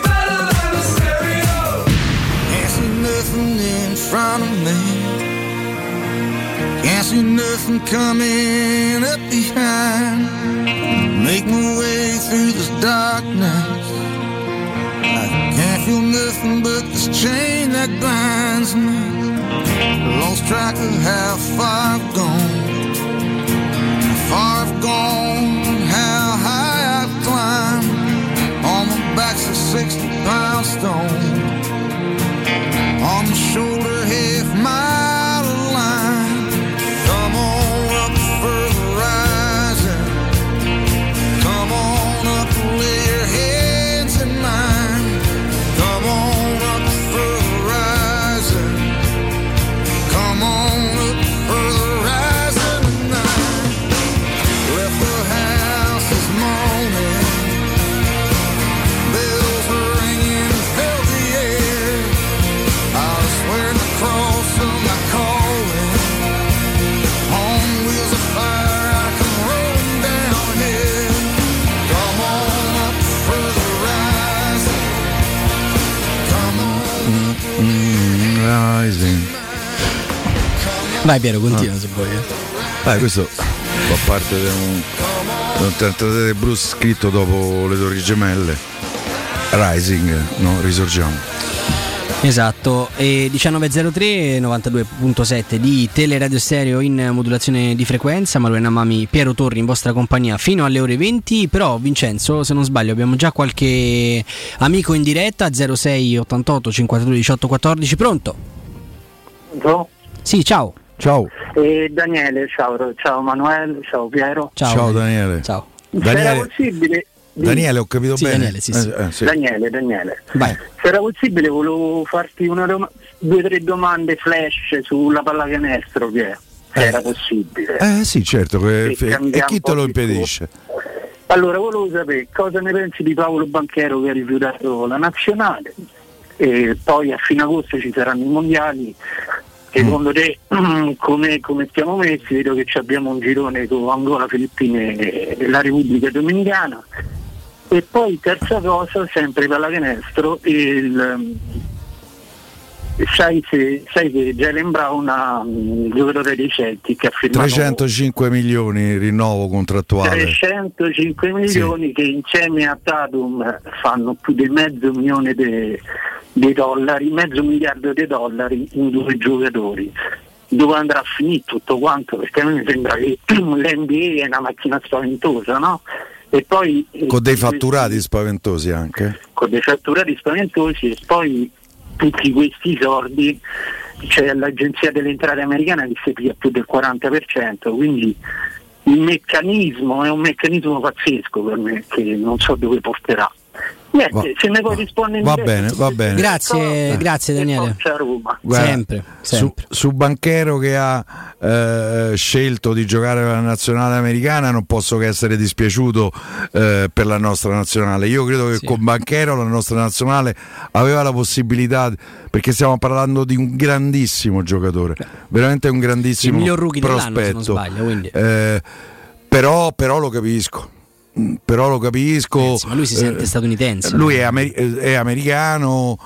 Can't see nothing coming up behind. Make my way through this darkness. I can't feel nothing but this chain that binds me. Lost track of how far I've gone. How far I've gone, how high I've climbed. On my back's a 60-pound stone. On my shoulder, half-mile of line. Come on up for the rising. Come on up and lay your hands in mine. Come on up for the rising. Come on up for the rising tonight. Left the house this morning. Bells were ringing, filled the air. I was wearing the cross of my calling. On wheels of fire, I come rolling down here. Come on up for the rising. Come on. Rising. Vai Piero, continua se vuoi. Questo fa parte di un 33 di Bruce scritto dopo le Torri Gemelle. Rising, no? Risorgiamo. Esatto, e 19.03 92.7 di Teleradio Stereo in modulazione di frequenza. Manuela Mami, Piero Torri in vostra compagnia fino alle ore 20. Però Vincenzo, se non sbaglio, abbiamo già qualche amico in diretta. 06 88 52 18 14. Pronto? Pronto? Sì, ciao. Ciao. Daniele, ciao Manuel, ciao Piero. Ciao Daniele. Ciao. Daniele. Se era possibile Daniele, ho capito bene. Daniele, sì. Sì. Daniele. Vai. Se era possibile volevo farti 2 o 3 domande flash sulla pallacanestro, Piero. Se era possibile. Sì, certo, e chi te lo impedisce? Allora, volevo sapere cosa ne pensi di Paolo Banchero che ha rifiutato la nazionale, e poi a fine agosto ci saranno i mondiali. Secondo te come stiamo messi? Vedo che abbiamo un girone con Angola, Filippine e la Repubblica Dominicana. E poi terza cosa, sempre pallacanestro, sai che Jaylen Brown, il giocatore dei Celtic, ha firmato 305 milioni rinnovo contrattuale. 305 milioni, sì, che insieme a Tatum fanno più di $500 milioni di dollari, $500 miliardi di dollari in 2 giocatori. Dove andrà a finire tutto quanto? Perché a me mi sembra che l'NBA è una macchina spaventosa, no? E poi con dei fatturati spaventosi anche. Con dei fatturati spaventosi, e poi tutti questi soldi, c'è l'agenzia delle entrate americana che si piglia più del 40%, quindi il meccanismo è un meccanismo pazzesco per me, che non so dove porterà. Niente, se ne puoi rispondere in diretta. Va bene. Grazie Daniele. Roma. Guarda, sempre. Su Banchero che ha scelto di giocare per la nazionale americana non posso che essere dispiaciuto per la nostra nazionale. Io credo che con Banchero la nostra nazionale aveva la possibilità, perché stiamo parlando di un grandissimo giocatore, veramente un grandissimo il miglior rookie prospetto, dell'anno, se non sbaglio, quindi. Però lo capisco. Ma lui si sente statunitense. Lui è americano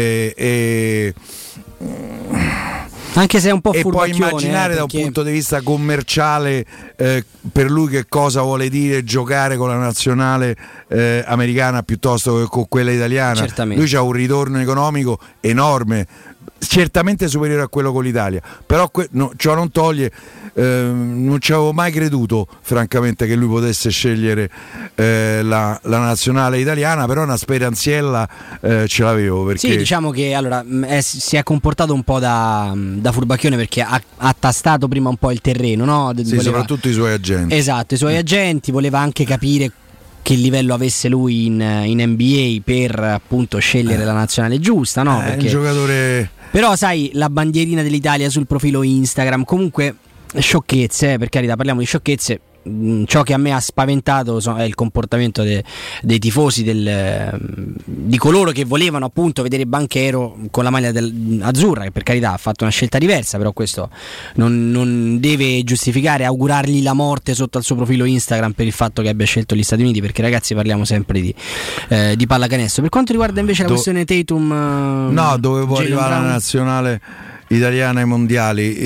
anche se è un po' furbacchione. E puoi immaginare da un punto di vista commerciale per lui che cosa vuole dire giocare con la nazionale americana piuttosto che con quella italiana. Certamente. Lui c'ha un ritorno economico enorme, certamente superiore a quello con l'Italia, però ciò non toglie, non ci avevo mai creduto francamente che lui potesse scegliere la nazionale italiana, però una speranziella ce l'avevo, perché sì, diciamo che allora si è comportato un po' da furbacchione, perché ha tastato prima un po' il terreno, no? Sì, soprattutto i suoi agenti. Esatto, i suoi agenti, voleva anche capire che livello avesse lui in NBA per appunto scegliere la nazionale giusta, no? Perché un giocatore. Però sai, la bandierina dell'Italia sul profilo Instagram, comunque sciocchezze, per carità, parliamo di sciocchezze. Ciò che a me ha spaventato è il comportamento dei tifosi, di coloro che volevano appunto vedere Banchero con la maglia azzurra, che per carità ha fatto una scelta diversa, però questo non deve giustificare, augurargli la morte sotto al suo profilo Instagram per il fatto che abbia scelto gli Stati Uniti, perché ragazzi parliamo sempre di pallacanestro. Per quanto riguarda invece la questione Tatum, no, dovevo arrivare alla nazionale italiana ai mondiali,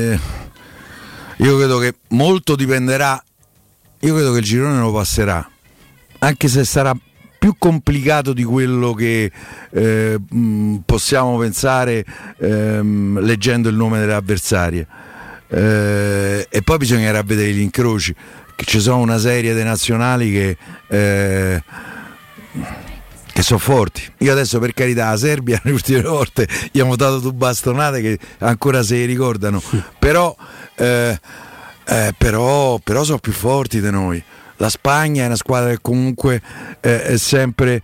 io credo che molto dipenderà. Io credo che il girone lo passerà, anche se sarà più complicato di quello che possiamo pensare leggendo il nome delle avversarie. E poi bisognerà vedere gli incroci, che ci sono una serie di nazionali che sono forti. Io adesso, per carità, la Serbia le ultime volte gli abbiamo dato due bastonate che ancora se ricorano, però sono più forti di noi. La Spagna è una squadra che comunque è sempre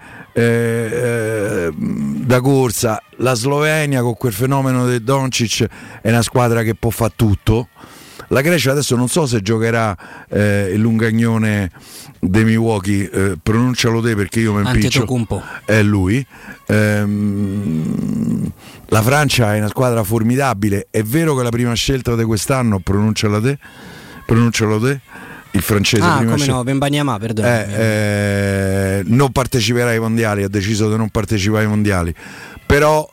da corsa. La Slovenia, con quel fenomeno di Doncic, è una squadra che può fare tutto. La Grecia adesso non so se giocherà il lungagnone dei Milwaukee, pronuncialo te perché io mi impiccio. Antetokounmpo. È lui. La Francia è una squadra formidabile. È vero che la prima scelta di quest'anno, pronuncialo te, il francese prima come no, Wembanyama, perdono. Non parteciperà ai mondiali, ha deciso di non partecipare ai mondiali, però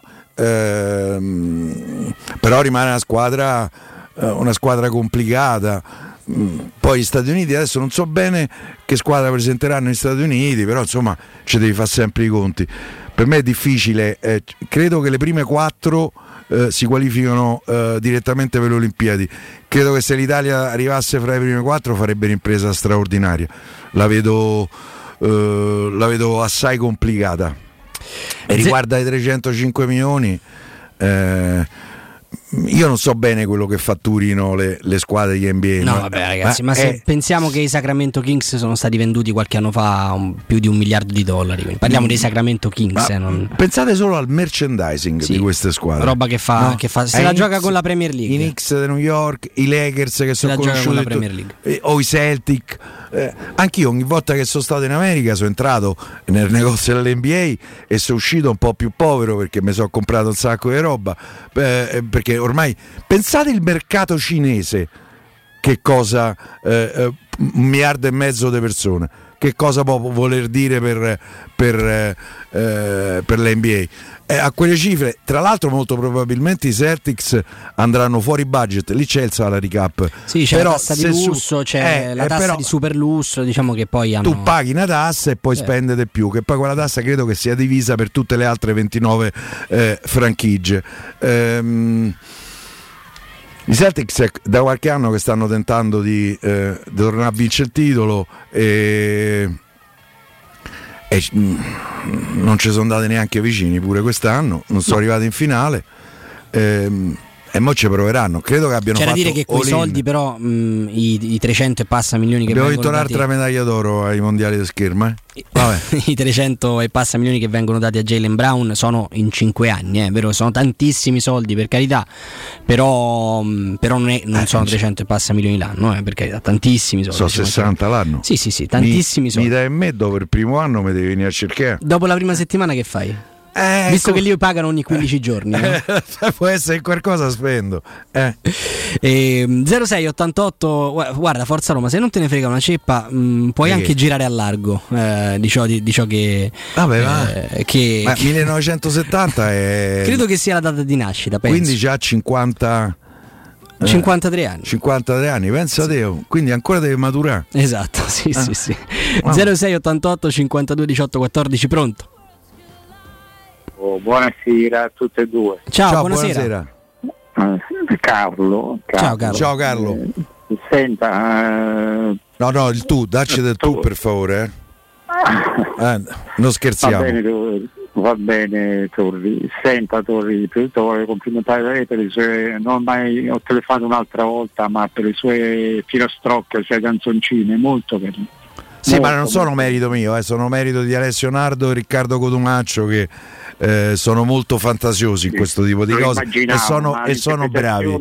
rimane una squadra complicata. Poi gli Stati Uniti, adesso non so bene che squadra presenteranno gli Stati Uniti, però insomma ci devi fare sempre i conti. Per me è difficile, credo che le prime 4 si qualificano direttamente per le Olimpiadi. Credo che se l'Italia arrivasse fra le prime 4 farebbe un'impresa straordinaria. La vedo assai complicata. E riguarda i 305 milioni, io non so bene quello che fatturino le squadre di NBA. No, vabbè, ragazzi, ma se pensiamo che i Sacramento Kings sono stati venduti qualche anno fa più di $1 miliardo, quindi parliamo dei Sacramento Kings. Pensate solo al merchandising di queste squadre. Roba che fa se la gioca con la Premier League. I Knicks di New York, i Lakers che sono conosciuti con la Premier League. O i Celtic. Anch'io ogni volta che sono stato in America sono entrato nel negozio dell'NBA e sono uscito un po' più povero perché mi sono comprato un sacco di roba, perché ormai pensate il mercato cinese, che cosa 1,5 miliardi di persone, che cosa può voler dire per l'NBA. A quelle cifre, tra l'altro, molto probabilmente i Celtics andranno fuori budget. Lì c'è il salary cap. Sì, c'è la tassa di lusso, c'è la tassa di super lusso, diciamo che poi hanno... Tu paghi una tassa e poi spende di più, che poi quella tassa credo che sia divisa per tutte le altre 29 franchigie. I Celtics da qualche anno che stanno tentando di tornare a vincere il titolo e non ci sono andati neanche vicini pure quest'anno, non sono arrivati in finale e mo ci proveranno. Credo che abbiano C'è fatto da dire che quei soldi però i 300 e passa milioni che abbiamo vengono vinto un'altra medaglia d'oro ai mondiali di scherma. Vabbè. I 300 e passa milioni che vengono dati a Jaylen Brown sono in 5 anni, vero? Sono tantissimi soldi, per carità, però non sono 300 e passa milioni l'anno, per carità, tantissimi soldi. Sono 60 l'anno. Sì, tantissimi soldi. Mi dai me dopo il primo anno mi devi venire a cercare. Dopo la prima settimana che fai? Visto che lì pagano ogni 15 giorni, no? Può essere qualcosa spendo. 0688, guarda, Forza Roma, se non te ne frega una ceppa, puoi anche girare a largo di ciò che che 1970 è... credo che sia la data di nascita, penso. Quindi già 53 anni. 53 anni, pensa te, quindi ancora deve maturare. Esatto, sì. 0688 52 18 14, pronto? Buonasera a tutte e due. Ciao, buonasera. Carlo. Ciao Carlo. Senta, no, il tu, dacci del tu per favore. Non scherziamo. Va bene Torri. Senta Torri, voglio complimentare per le sue, non mai ho telefonato un'altra volta, ma per le sue filastrocche, le sue canzoncine, molto belle. Sì, ma non sono merito mio, sono merito di Alessio Nardo e Riccardo Cotumaccio, che sono molto fantasiosi in questo tipo di cose e sono bravi.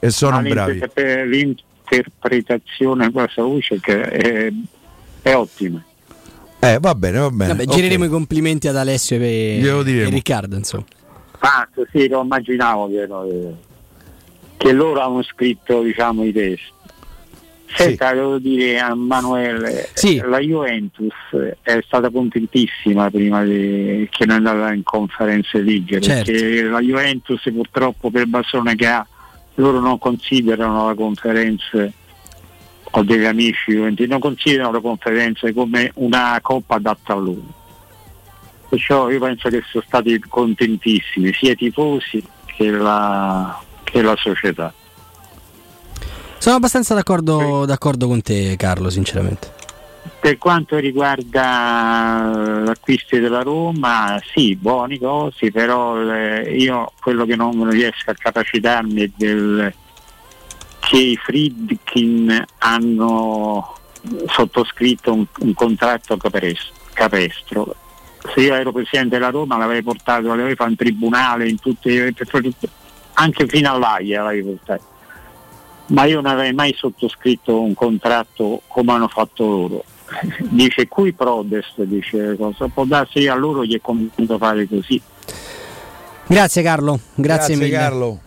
L'interpretazione di questa voce che è ottima. Va bene. Vabbè, gireremo i complimenti ad Alessio e Riccardo, insomma. Sì, lo immaginavo che loro hanno scritto, diciamo, i testi. Senta, devo dire a Manuele, la Juventus è stata contentissima prima che non è andata in Conference League, perché la Juventus purtroppo per il bastone che ha, loro non considerano la conferenza, ho degli amici juventini, non considerano la conferenza come una coppa adatta a loro, Perciò io penso che sono stati contentissimi sia i tifosi che la società. Sono abbastanza d'accordo con te, Carlo, sinceramente. Per quanto riguarda l'acquisto della Roma, sì, buoni cosi, però io quello che non riesco a capacitarmi è che i Friedkin hanno sottoscritto un contratto capestro. Se io ero presidente della Roma l'avrei portato in tribunale, anche fino all'Aia l'avrei portato. Ma io non avrei mai sottoscritto un contratto come hanno fatto loro. Dice cui prodest, dice cosa può darsi, a loro gli è convenuto fare così. Grazie Carlo, grazie mille. Carlo.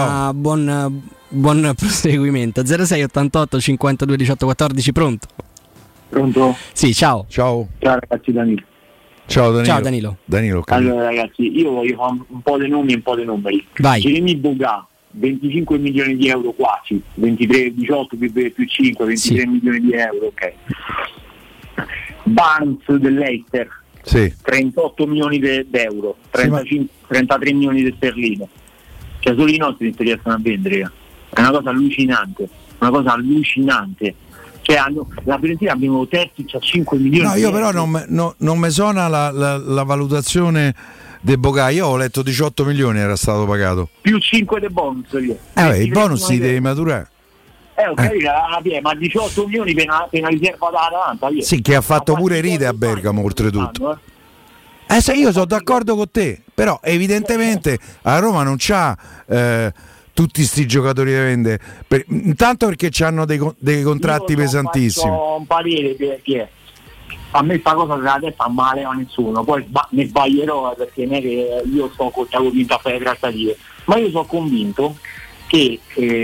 Buon proseguimento. 06 88 52 18 14, pronto? Pronto? Sì, ciao. Ciao Ragazzi, Danilo. Ciao Danilo. Allora ragazzi, io voglio fare un po' di nomi e un po' di numeri. Vai. Jeremy Boga, 25 milioni di euro quasi, 23, 18 più 5, 23 milioni di euro, ok. Barnes dell'Eister, 38 milioni d'euro, 33 milioni di sterline. Cioè solo i nostri si riescono a vendere. È una cosa allucinante. Cioè la Fiorentina abbiamo Terzic a 5 milioni. No, io però non mi suona la valutazione De Boga. Io ho letto 18 milioni era stato pagato. Più 5 dei bonus. I bonus si deve maturare. Ma 18 milioni per una riserva da 90. Sì, che ha fatto pure ride a Bergamo oltretutto. Se io sono d'accordo con te, però evidentemente a Roma non c'ha tutti sti giocatori da vendere, intanto perché hanno dei contratti pesantissimi. Ho un parere perché a me sta cosa della testa non male a nessuno, poi ne sbaglierò perché non è che io sto convinto a fare le trattative, ma io sono convinto che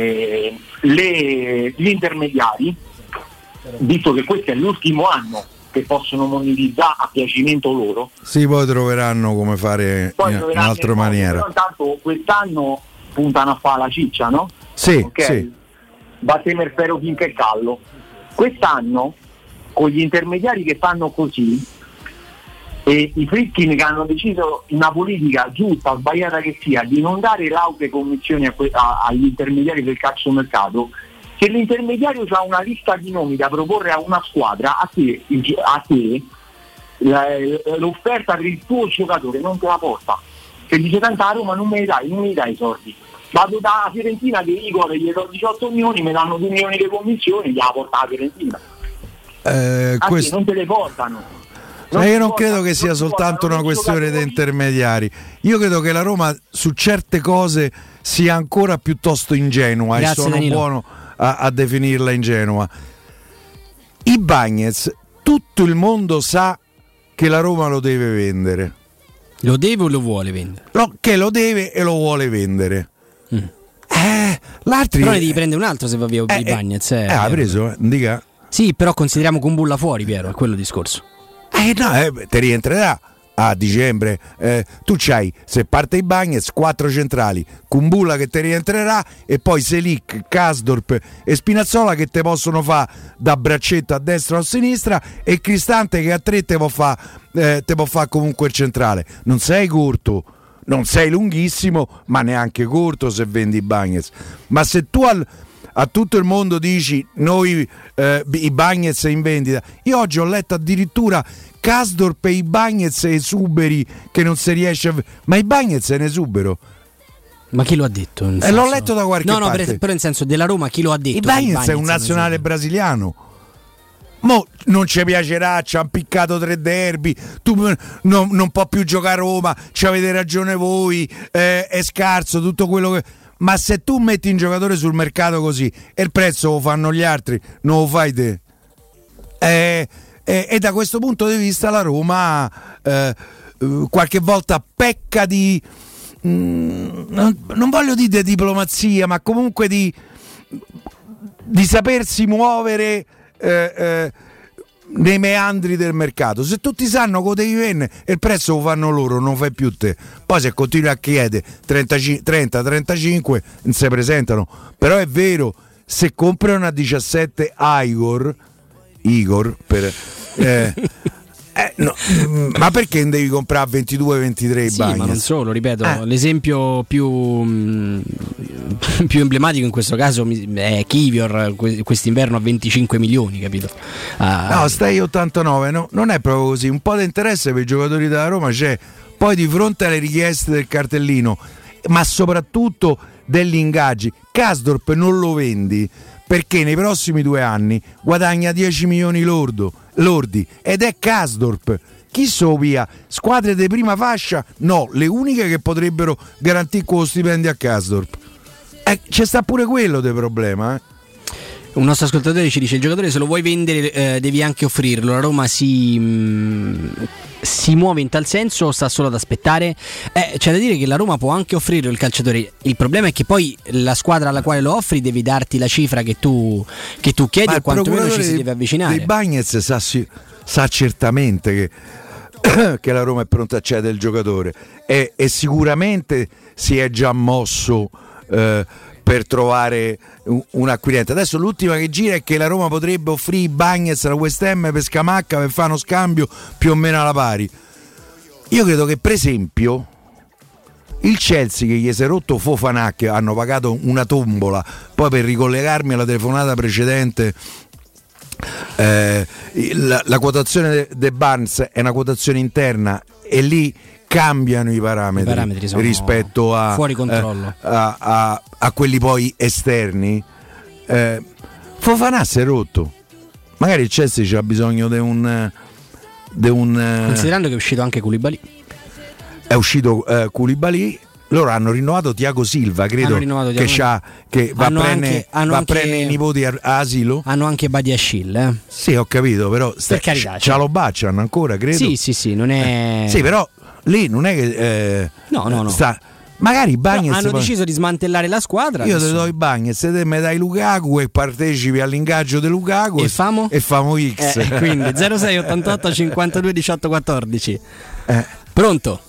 gli intermediari, visto che questo è l'ultimo anno che possono monetizzare a piacimento loro, poi troveranno come fare in un'altra maniera. Però intanto quest'anno puntano a fare la ciccia, no? Sì, okay. Sì. Batteme il ferro finché è callo. Quest'anno con gli intermediari che fanno così e i Friedkin che hanno deciso una politica giusta, sbagliata che sia, di non dare laute commissioni agli intermediari del calciomercato, se l'intermediario ha una lista di nomi da proporre a una squadra, a te l'offerta per il tuo giocatore non te la porta. Se dice tanta a Roma non mi dai i soldi, vado da Fiorentina che Igor gli do 18 milioni, mi danno 2 milioni di commissioni, gliela porta la Fiorentina. Non te le portano. Io non credo che sia soltanto una questione di intermediari. Io credo che la Roma su certe cose sia ancora piuttosto ingenua. Grazie, e sono Danilo. Buono a definirla ingenua. I Bagnez, tutto il mondo sa che la Roma lo deve vendere. Lo deve o lo vuole vendere? No, che lo deve e lo vuole vendere. L'altro però ne devi prendere un altro se va via i Bagnez. Ha preso, dica. Sì, però consideriamo Kumbulla fuori, Piero, è quello il discorso. Ti rientrerà a dicembre. Tu c'hai, se parte i Bagnez, 4 centrali, Kumbulla che ti rientrerà e poi Selic, Kasdorp e Spinazzola che te possono fare da braccetto a destra o a sinistra e Cristante che a 3 te può fare comunque il centrale. Non sei corto, non sei lunghissimo, ma neanche corto se vendi i Bagnez. Ma se tu a tutto il mondo dici noi i Bagnez in vendita, io oggi ho letto addirittura Kasdorp e i Bagnez esuberi che non si riesce ma i Bagnez è un esubero. Ma chi lo ha detto? L'ho letto da qualche parte. No, però in senso della Roma chi lo ha detto? I Bagnez è un nazionale brasiliano. Mo non ci piacerà, ci hanno piccato 3 derby, tu non può più giocare a Roma, ci avete ragione voi, è scarso tutto quello che... Ma se tu metti un giocatore sul mercato così e il prezzo lo fanno gli altri, non lo fai te. E da questo punto di vista la Roma qualche volta pecca di non voglio dire di diplomazia, ma comunque di sapersi muovere nei meandri del mercato. Se tutti sanno che devi vendere e il prezzo lo fanno loro, non fai più te. Poi se continui a chiedere 30-35 non si presentano. Però è vero, se compri una 17 Igor per No, ma perché non devi comprare 22-23 sì, ma non solo, ripeto, l'esempio più emblematico in questo caso è Kivior quest'inverno a 25 milioni, capito? No, stai 89, no, non è proprio così. Un po' di interesse per i giocatori della Roma c'è, poi di fronte alle richieste del cartellino, ma soprattutto degli ingaggi, Karsdorp non lo vendi perché nei prossimi 2 anni guadagna 10 milioni lordi ed è Karsdorp. Chi so via? Squadre di prima fascia? No, le uniche che potrebbero garantire quello stipendio a Karsdorp. C'è sta pure quello del problema. Un nostro ascoltatore ci dice: il giocatore se lo vuoi vendere devi anche offrirlo. La Roma si muove in tal senso o sta solo ad aspettare? C'è da dire che la Roma può anche offrirlo il calciatore. Il problema è che poi la squadra alla quale lo offri devi darti la cifra che tu chiedi, o quantomeno ci si deve avvicinare. Il Bagnez sa certamente che la Roma è pronta a cedere il giocatore e sicuramente si è già mosso per trovare un acquirente. Adesso l'ultima che gira è che la Roma potrebbe offrire Bagnez alla West Ham per Scamacca per fare uno scambio più o meno alla pari. Io credo che per esempio il Chelsea, che gli si è rotto Fofana, che hanno pagato una tombola, poi per ricollegarmi alla telefonata precedente, la quotazione de Barnes è una quotazione interna e lì cambiano i parametri rispetto a fuori controllo a quelli poi esterni. Fofana si è rotto, magari il Chelsea c'ha bisogno di un considerando che è uscito anche Koulibaly. È uscito Koulibaly. Loro hanno rinnovato Thiago Silva, credo, che va a prendere i nipoti a asilo. Hanno anche Badiashile. Sì, ho capito, però per carità, ce lo baciano ancora, credo. Sì, non è. Sì, però lì non è che no. Magari Bagnez hanno deciso di smantellare la squadra. Io te do i Bagnez e te mi dai Lukaku e partecipi all'ingaggio di Lukaku e famo X. Quindi 06 88 52 18 14. Pronto?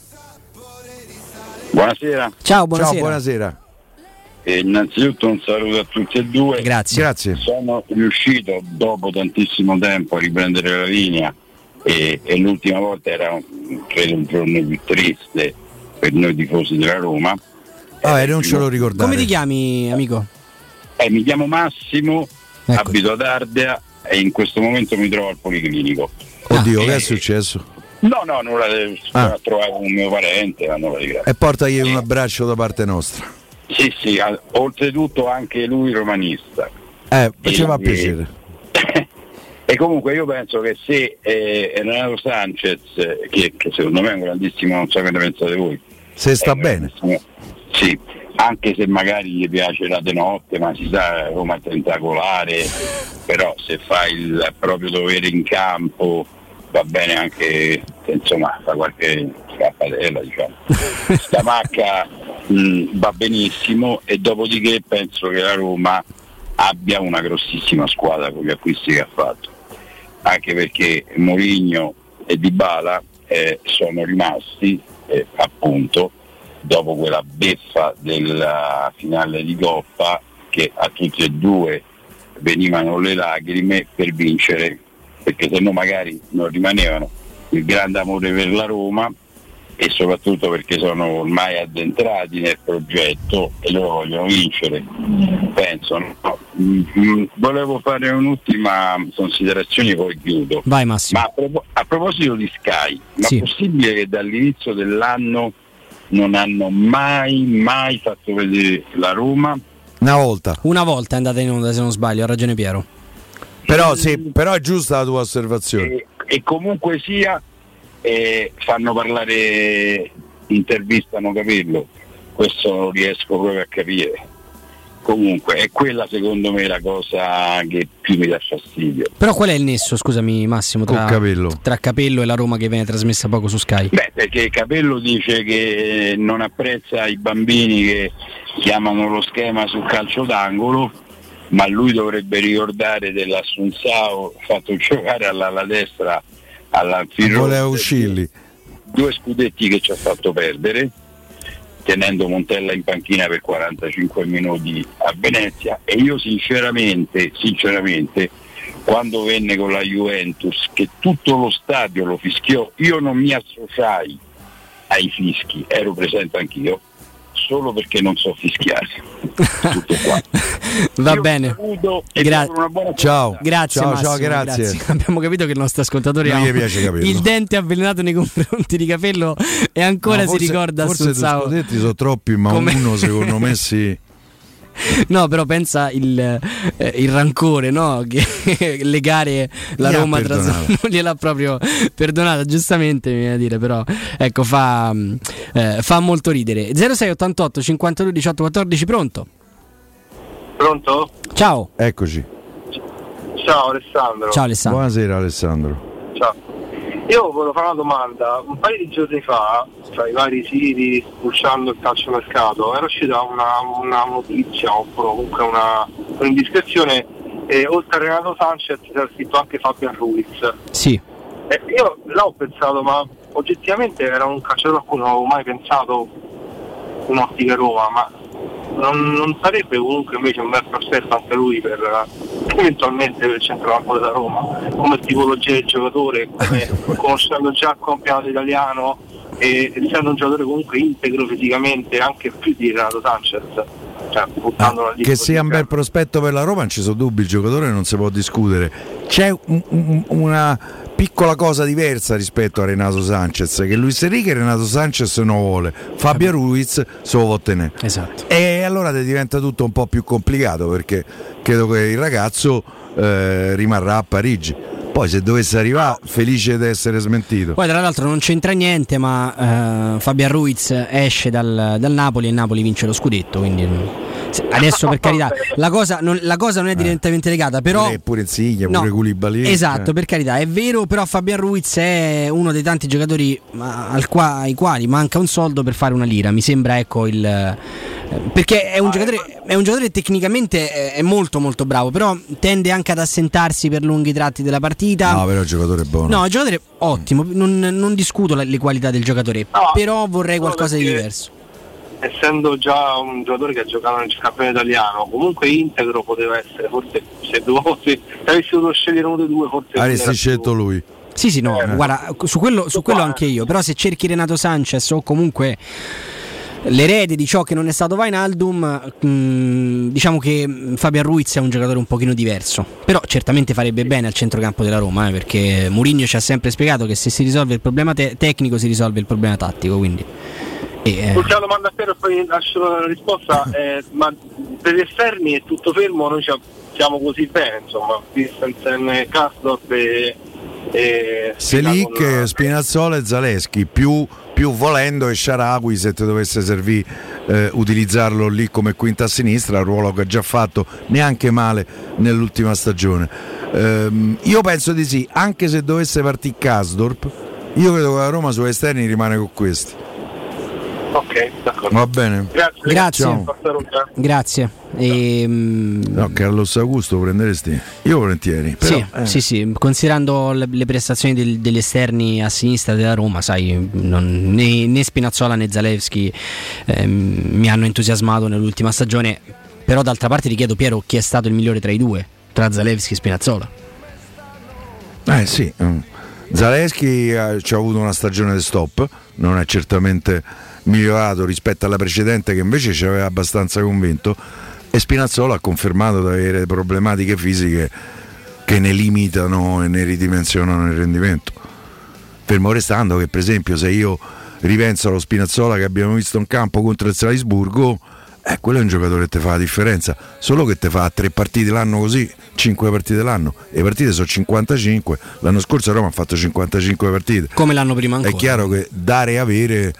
Buonasera. Ciao, buonasera. Buonasera. Innanzitutto un saluto a tutti e due. Grazie. Sono riuscito dopo tantissimo tempo a riprendere la linea e l'ultima volta era credo un giorno più triste per noi tifosi della Roma. Non ce lo ricordate. Come ti chiami, amico? Mi chiamo Massimo, abito ad Ardea e in questo momento mi trovo al Policlinico. Oddio, che è successo? No, nulla, a trovare un mio parente. E portagli un abbraccio da parte nostra. Sì, oltretutto anche lui romanista. Ci fa piacere. E comunque io penso che se Renato Sanchez, che secondo me è un grandissimo, non so che ne pensate voi, se sta bene, sì, anche se magari gli piace la de notte, ma si sa, Roma è tentacolare, però se fa il proprio dovere in campo va bene anche se insomma fa qualche scappatella, diciamo. Scamacca va benissimo e dopodiché penso che la Roma abbia una grossissima squadra con gli acquisti che ha fatto, anche perché Mourinho e Dybala sono rimasti appunto dopo quella beffa della finale di Coppa, che a tutti e due venivano le lacrime, per vincere, perché se no magari non rimanevano il grande amore per la Roma e soprattutto perché sono ormai addentrati nel progetto e loro vogliono vincere, penso, no? Volevo fare un'ultima considerazione, poi chiudo. Vai Massimo. Ma a proposito di Sky, ma è possibile che dall'inizio dell'anno non hanno mai fatto vedere la Roma? Una volta è andata in onda, se non sbaglio, ha ragione Piero. Però è giusta la tua osservazione. E comunque sia, fanno parlare, intervistano Capello, questo non riesco proprio a capire. Comunque è quella secondo me la cosa che più mi dà fastidio. Però qual è il nesso, scusami Massimo, tra Capello e la Roma che viene trasmessa poco su Sky? Perché Capello dice che non apprezza i bambini che chiamano lo schema sul calcio d'angolo, ma lui dovrebbe ricordare dell'Assunzao fatto giocare alla destra all'Anfirò, voleva uscirli, 2 scudetti che ci ha fatto perdere, tenendo Montella in panchina per 45 minuti a Venezia, e io sinceramente quando venne con la Juventus, che tutto lo stadio lo fischiò, io non mi associai ai fischi, ero presente anch'io, solo perché non so fischiare. Tutto qua. Va bene. Ciao. Grazie, ciao, Massimo, grazie. Abbiamo capito che il nostro ascoltatore non ha gli piace capirlo. il dente avvelenato nei confronti di Capello e ancora forse, si ricorda forse due Assunzao. scudetti sono troppi, ma uno secondo me sì. No, però pensa il rancore, no? Che legare la Roma non gliel'ha proprio perdonata, giustamente mi viene a dire, però ecco, fa molto ridere. 0688 52 18 14, pronto? Pronto? Ciao. Eccoci. Ciao Alessandro. Ciao Alessandro. Buonasera Alessandro. Ciao. Io volevo fare una domanda. Un paio di giorni fa, tra i vari siti pushando il calciomercato, era uscita una notizia, oppure comunque un'indiscrezione, oltre a Renato Sanchez era scritto anche Fabian Ruiz. Sì. Io là ho pensato, ma oggettivamente era un calciatore a cui non avevo mai pensato un'ottica Roma, ma non sarebbe comunque invece un bel prospetto anche lui per eventualmente per il centrocampo della Roma, come tipologia di giocatore, conoscendo già il campionato italiano e essendo un giocatore comunque integro fisicamente anche più di Renato Sanchez, cioè, che sia un bel prospetto per la Roma non ci sono dubbi, il giocatore non si può discutere. C'è una piccola cosa diversa rispetto a Renato Sanchez, che Luis Enrique Renato Sanchez non vuole, Fabio Ruiz se lo vuole tenere. Esatto. E allora ti diventa tutto un po' più complicato, perché credo che il ragazzo rimarrà a Parigi. Poi se dovesse arrivare, felice di essere smentito. Poi tra l'altro non c'entra niente, ma Fabian Ruiz esce dal Napoli e il Napoli vince lo scudetto, quindi adesso per carità la cosa non è direttamente legata, però pure Insigne, pure Koulibaly, esatto, per carità è vero, però Fabian Ruiz è uno dei tanti giocatori ai quali manca un soldo per fare una lira, mi sembra, ecco, perché è un giocatore tecnicamente è molto molto bravo, però tende anche ad assentarsi per lunghi tratti della partita. No, però il giocatore è buono. No, il giocatore è ottimo, non discuto le qualità del giocatore, però vorrei qualcosa di diverso. Essendo già un giocatore che ha giocato nel campione italiano, comunque integro poteva essere, forse se avessi dovuto scegliere uno dei due, forse avresti scelto lui. Sì, no, guarda, su quello anche io, però se cerchi Renato Sanchez o comunque l'erede di ciò che non è stato Wijnaldum, diciamo che Fabian Ruiz è un giocatore un pochino diverso, però certamente farebbe bene al centrocampo della Roma, perché Mourinho ci ha sempre spiegato che se si risolve il problema tecnico si risolve il problema tattico, quindi L'ultima domanda a te e poi lascio la risposta. Ma per gli esterni è tutto fermo, noi siamo così bene, insomma, Christensen, Karsdorp e Selic, Spinazzola e Zaleschi, più volendo e Sharawi, se ti dovesse servire utilizzarlo lì come quinta a sinistra, il ruolo che ha già fatto neanche male nell'ultima stagione. Io penso di sì, anche se dovesse partire Karsdorp, io credo che la Roma sui esterni rimane con questi. Ok, d'accordo. Va bene. Grazie. Grazie. No, Carlos Augusto prenderesti? Io volentieri. Però, sì, considerando le prestazioni degli esterni a sinistra della Roma, sai, né Spinazzola né Zalewski mi hanno entusiasmato nell'ultima stagione. Però d'altra parte ti chiedo, Piero, chi è stato il migliore tra i due? Tra Zalewski e Spinazzola? Sì. Zalewski ci ha avuto una stagione di stop, non è certamente migliorato rispetto alla precedente, che invece ci aveva abbastanza convinto, e Spinazzola ha confermato di avere problematiche fisiche che ne limitano e ne ridimensionano il rendimento, fermo restando che, per esempio, se io ripenso allo Spinazzola che abbiamo visto in campo contro il Salisburgo, quello è un giocatore che ti fa la differenza, solo che ti fa 3 partite l'anno, così 5 partite l'anno, e le partite sono 55. L'anno scorso Roma ha fatto 55 partite, come l'anno prima ancora. È chiaro che dare e avere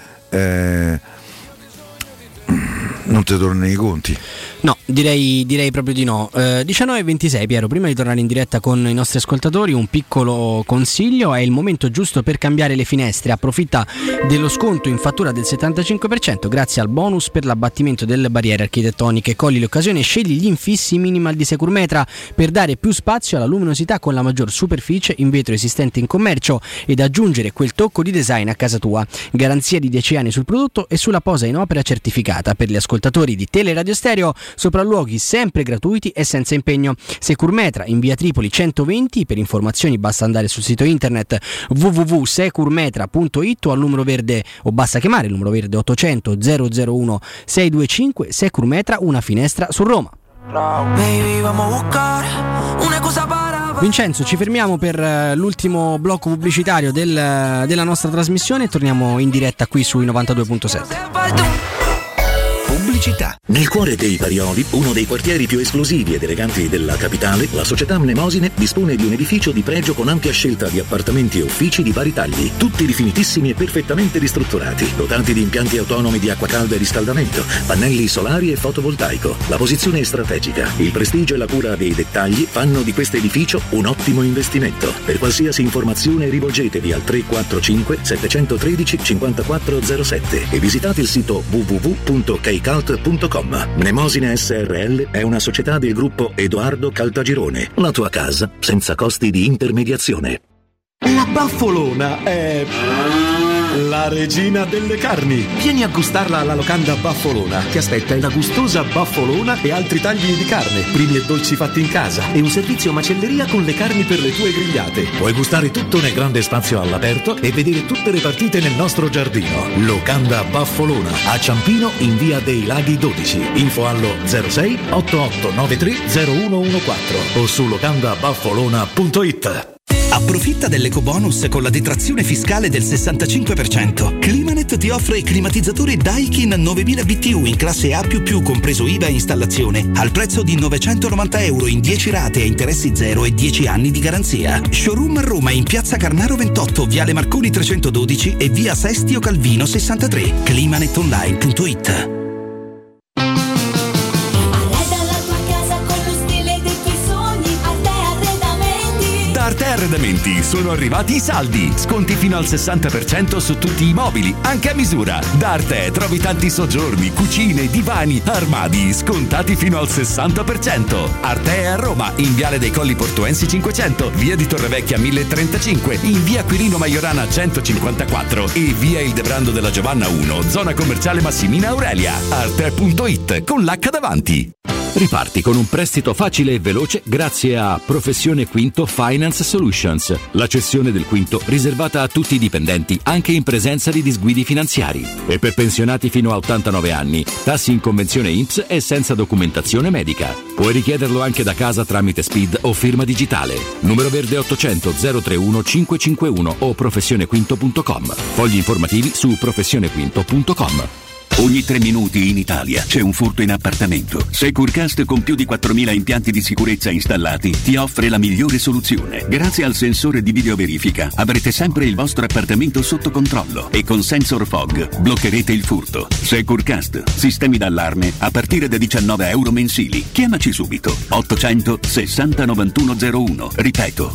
non ti tornano i conti. No, direi proprio di no. 19:26, Piero, prima di tornare in diretta con i nostri ascoltatori, un piccolo consiglio: è il momento giusto per cambiare le finestre. Approfitta dello sconto in fattura del 75% grazie al bonus per l'abbattimento delle barriere architettoniche. Cogli l'occasione e scegli gli infissi minimal di Securmetra per dare più spazio alla luminosità con la maggior superficie in vetro esistente in commercio ed aggiungere quel tocco di design a casa tua. Garanzia di 10 anni sul prodotto e sulla posa in opera certificata. Per gli ascoltatori ascoltatori di Teleradio Stereo sopralluoghi sempre gratuiti e senza impegno. Securmetra in via Tripoli 120, per informazioni basta andare sul sito internet www.securmetra.it o al numero verde, o basta chiamare il numero verde 800 001 625. Securmetra, una finestra su Roma. Vincenzo, ci fermiamo per l'ultimo blocco pubblicitario della nostra trasmissione e torniamo in diretta qui sui 92.7. Pubblicità. Nel cuore dei Parioli, uno dei quartieri più esclusivi ed eleganti della capitale, la società Mnemosine dispone di un edificio di pregio con ampia scelta di appartamenti e uffici di vari tagli, tutti rifinitissimi e perfettamente ristrutturati, dotati di impianti autonomi di acqua calda e riscaldamento, pannelli solari e fotovoltaico. La posizione è strategica, il prestigio e la cura dei dettagli fanno di questo edificio un ottimo investimento. Per qualsiasi informazione rivolgetevi al 345 713 5407 e visitate il sito www.keicalt.com. Mnemosine SRL è una società del gruppo Edoardo Caltagirone. La tua casa senza costi di intermediazione. La Baffolona è la regina delle carni. Vieni a gustarla alla locanda Baffolona. Ti aspetta una gustosa baffolona e altri tagli di carne, primi e dolci fatti in casa e un servizio macelleria con le carni per le tue grigliate. Puoi gustare tutto nel grande spazio all'aperto e vedere tutte le partite nel nostro giardino. Locanda Baffolona a Ciampino in via dei Laghi 12. Info allo 06 8893 0114 o su locandabaffolona.it. Approfitta dell'ecobonus con la detrazione fiscale del 65%. Climanet ti offre climatizzatore Daikin 9000 BTU in classe A++, compreso IVA e installazione, al prezzo di €990 in 10 rate a interessi zero e 10 anni di garanzia. Showroom a Roma in piazza Carnaro 28, viale Marconi 312 e via Sestio Calvino 63. climanetonline.it. Arte Arredamenti, sono arrivati i saldi, sconti fino al 60% su tutti i mobili, anche a misura. Da Arte trovi tanti soggiorni, cucine, divani, armadi, scontati fino al 60%. Arte a Roma, in viale dei Colli Portuensi 500, via di Torrevecchia 1035, in via Quirino Maiorana 154 e via Il Debrando della Giovanna 1, zona commerciale Massimina Aurelia. Arte.it con l'H davanti. Riparti con un prestito facile e veloce grazie a Professione Quinto Finance Solutions, la cessione del quinto riservata a tutti i dipendenti anche in presenza di disguidi finanziari e per pensionati fino a 89 anni, tassi in convenzione INPS e senza documentazione medica. Puoi richiederlo anche da casa tramite SPID o firma digitale. Numero verde 800 031 551 o professionequinto.com. Fogli informativi su professionequinto.com. Ogni 3 minuti in Italia c'è un furto in appartamento. Securcast, con più di 4.000 impianti di sicurezza installati, ti offre la migliore soluzione. Grazie al sensore di videoverifica avrete sempre il vostro appartamento sotto controllo e con Sensor Fog bloccherete il furto. Securcast, sistemi d'allarme a partire da €19 mensili. Chiamaci subito. 860 9101. Ripeto,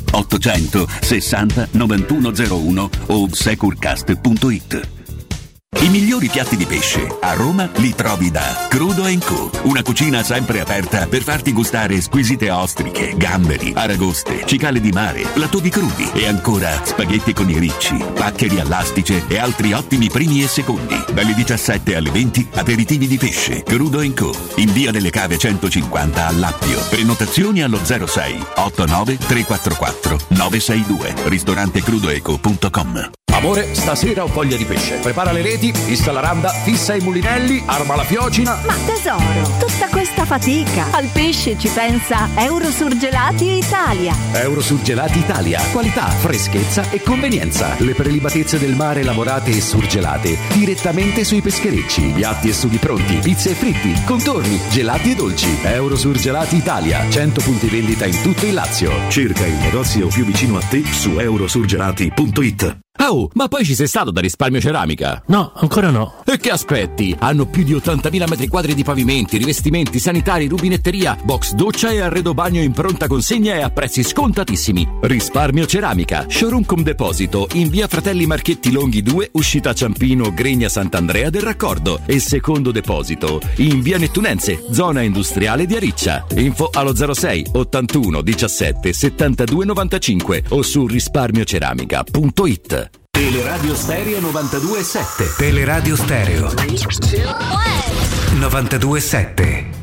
860 9101 o securcast.it. I migliori piatti di pesce a Roma li trovi da Crudo & Co. Una cucina sempre aperta per farti gustare squisite ostriche, gamberi, aragoste, cicale di mare, platò di crudi e ancora spaghetti con i ricci, paccheri all'astice e altri ottimi primi e secondi. Dalle 17 alle 20 aperitivi di pesce. Crudo & Co. in via delle Cave 150 a Lappio. Prenotazioni allo 06 89 344 962. Ristorantecrudoeco.com. Amore, stasera ho voglia di pesce. Prepara le reti, fissa la randa, fissa i mulinelli, arma la fiocina. Ma tesoro, tutta questa fatica. Al pesce ci pensa Eurosurgelati Italia. Eurosurgelati Italia. Qualità, freschezza e convenienza. Le prelibatezze del mare lavorate e surgelate direttamente sui pescherecci. Piatti e sughi pronti, pizze e fritti, contorni, gelati e dolci. Eurosurgelati Italia. 100 punti vendita in tutto il Lazio. Cerca il negozio più vicino a te su eurosurgelati.it. Oh, ma poi ci sei stato da Risparmio Ceramica? No, ancora no. E che aspetti? Hanno più di 80.000 metri quadri di pavimenti, rivestimenti, sanitari, rubinetteria, box doccia e arredo bagno in pronta consegna e a prezzi scontatissimi. Risparmio Ceramica, showroom con deposito in via Fratelli Marchetti Longhi 2, uscita Ciampino, Gregna Sant'Andrea del Raccordo, e secondo deposito in via Nettunense, zona industriale di Ariccia. Info allo 06 81 17 72 95 o su risparmioceramica.it. Teleradio Stereo 92.7. Teleradio Stereo 92.7. 92.7.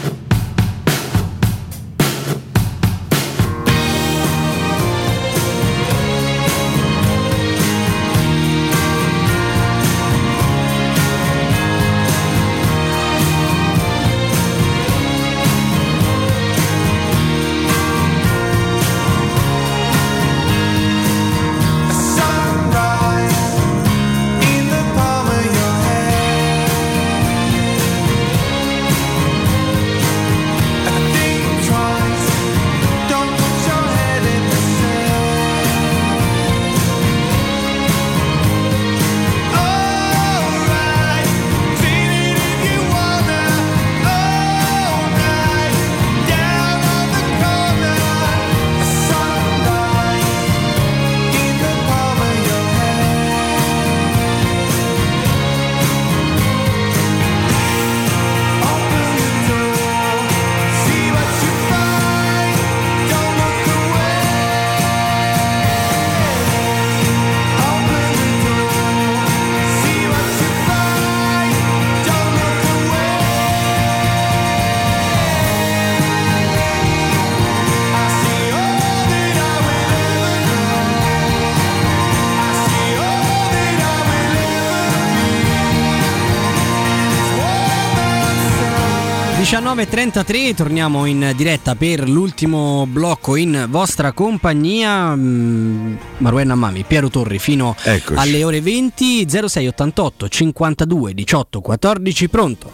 (19:33), torniamo in diretta per l'ultimo blocco in vostra compagnia. Maruenna Mami, Piero Torri fino alle ore 20. 06 88 52 18 14. Pronto?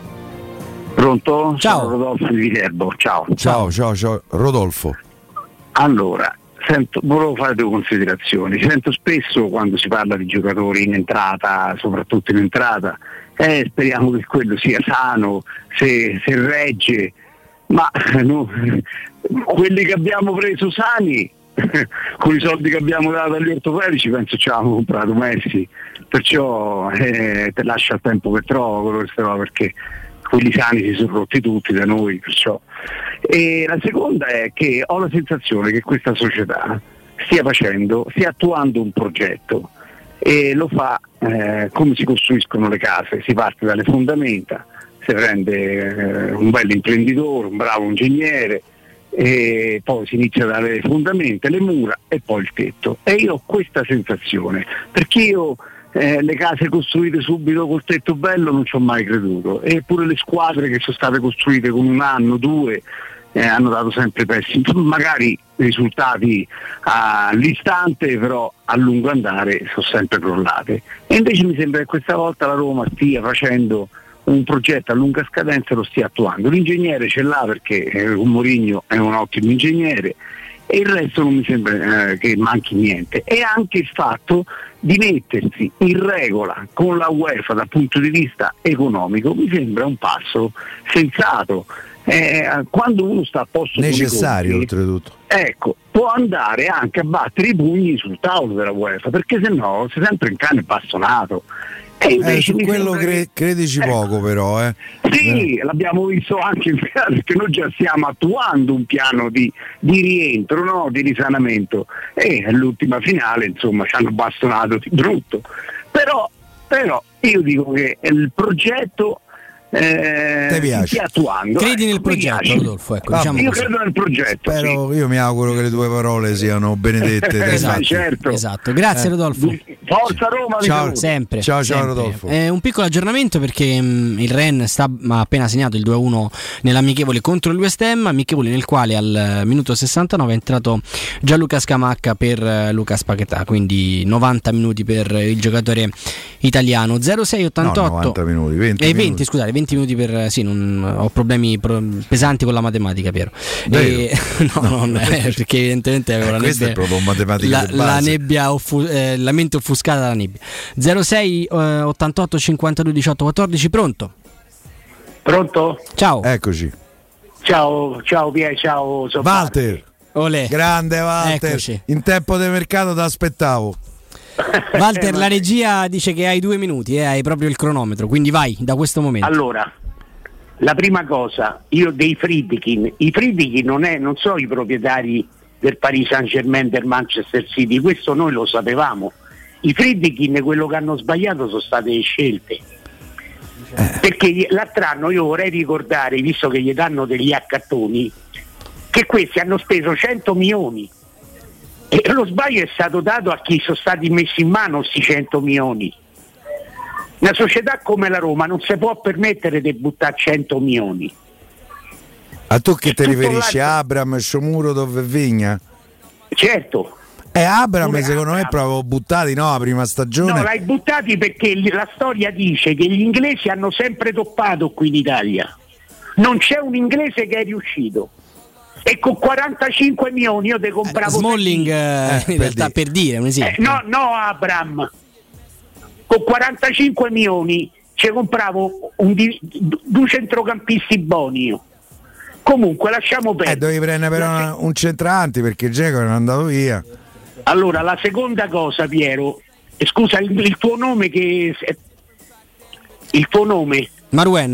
Pronto? Ciao. Sono Rodolfo di Viterbo. Ciao Rodolfo. Allora, volevo fare due considerazioni. Sento spesso quando si parla di giocatori in entrata, soprattutto in entrata, speriamo che quello sia sano, se regge, ma no, quelli che abbiamo preso sani con i soldi che abbiamo dato agli ortopedici penso ci avevamo comprato Messi, perciò te lascia il tempo che trova, perché quelli sani si sono rotti tutti da noi, perciò. E la seconda è che ho la sensazione che questa società stia attuando un progetto e lo fa come si costruiscono le case. Si parte dalle fondamenta, si prende un bel imprenditore, un bravo ingegnere, e poi si inizia dalle fondamenta, le mura e poi il tetto. E io ho questa sensazione, perché io le case costruite subito col tetto bello non ci ho mai creduto, eppure le squadre che sono state costruite con un anno, due, hanno dato sempre pessimi, magari risultati all'istante, però a lungo andare sono sempre crollate. E invece mi sembra che questa volta la Roma stia facendo un progetto a lunga scadenza e lo stia attuando. L'ingegnere ce l'ha, perché Mourinho è un ottimo ingegnere, e il resto non mi sembra che manchi niente. E anche il fatto di mettersi in regola con la UEFA dal punto di vista economico mi sembra un passo sensato. Quando uno sta a posto necessario con i conti, oltretutto, ecco, può andare anche a battere i pugni sul tavolo della UEFA, perché se no sei sempre in cane bastonato. E invece su quello credici poco, però sì, l'abbiamo visto anche perché noi già stiamo attuando un piano di rientro, no? Di risanamento, e all'ultima finale insomma ci hanno bastonato di brutto, però io dico che il progetto ti piace? Stia attuando. Credi nel progetto, Rodolfo? Ecco, diciamo io così. credo nel progetto. Però io mi auguro che le tue parole siano benedette. Esatto. Grazie Rodolfo. Forza Roma, ciao. Sempre. Ciao Rodolfo. Un piccolo aggiornamento, perché il Ren ha appena segnato il 2-1 nell'amichevole contro il West Ham, amichevole nel quale al minuto 69 è entrato Gianluca Scamacca per Lucas Paquetá, quindi 90 minuti per il giocatore italiano. 0688 90 minuti, 20 minuti. Scusate, 20 minuti per ho problemi pesanti con la matematica, Piero. Perché evidentemente avevo questa è proprio matematica la nebbia la mente offuscata dalla nebbia. 06 88 52 18 14. Pronto? Ciao. Eccoci. Ciao Pier, ciao Walter. Olè. Grande Walter. Eccoci. In tempo di mercato ti aspettavo. Walter, la regia dice che hai 2 minuti, hai proprio il cronometro, quindi vai da questo momento. Allora, la prima cosa, io dei Friedkin, i Friedkin non sono i proprietari del Paris Saint-Germain, del Manchester City, questo noi lo sapevamo. I Friedkin, quello che hanno sbagliato sono state le scelte. Perché l'altro anno io vorrei ricordare, visto che gli danno degli accattoni, che questi hanno speso 100 milioni e lo sbaglio è stato dato a chi sono stati messi in mano questi 100 milioni. Una società come la Roma non si può permettere di buttare 100 milioni. A tu che ti riferisci a Abram, Shomurodov e Vigna? Certo. Abram secondo me proprio buttati la prima stagione. No, l'hai buttati perché la storia dice che gli inglesi hanno sempre toppato qui in Italia. Non c'è un inglese che è riuscito. E con 45 milioni io te compravo Smalling in realtà per dire un esempio. No Abram. Con 45 milioni ci compravo due centrocampisti buoni io. Comunque lasciamo perdere. Dovevi prendere però un centravanti perché Dzeko è andato via. Allora, la seconda cosa, Piero, scusa, il tuo nome che il tuo nome? Marwen.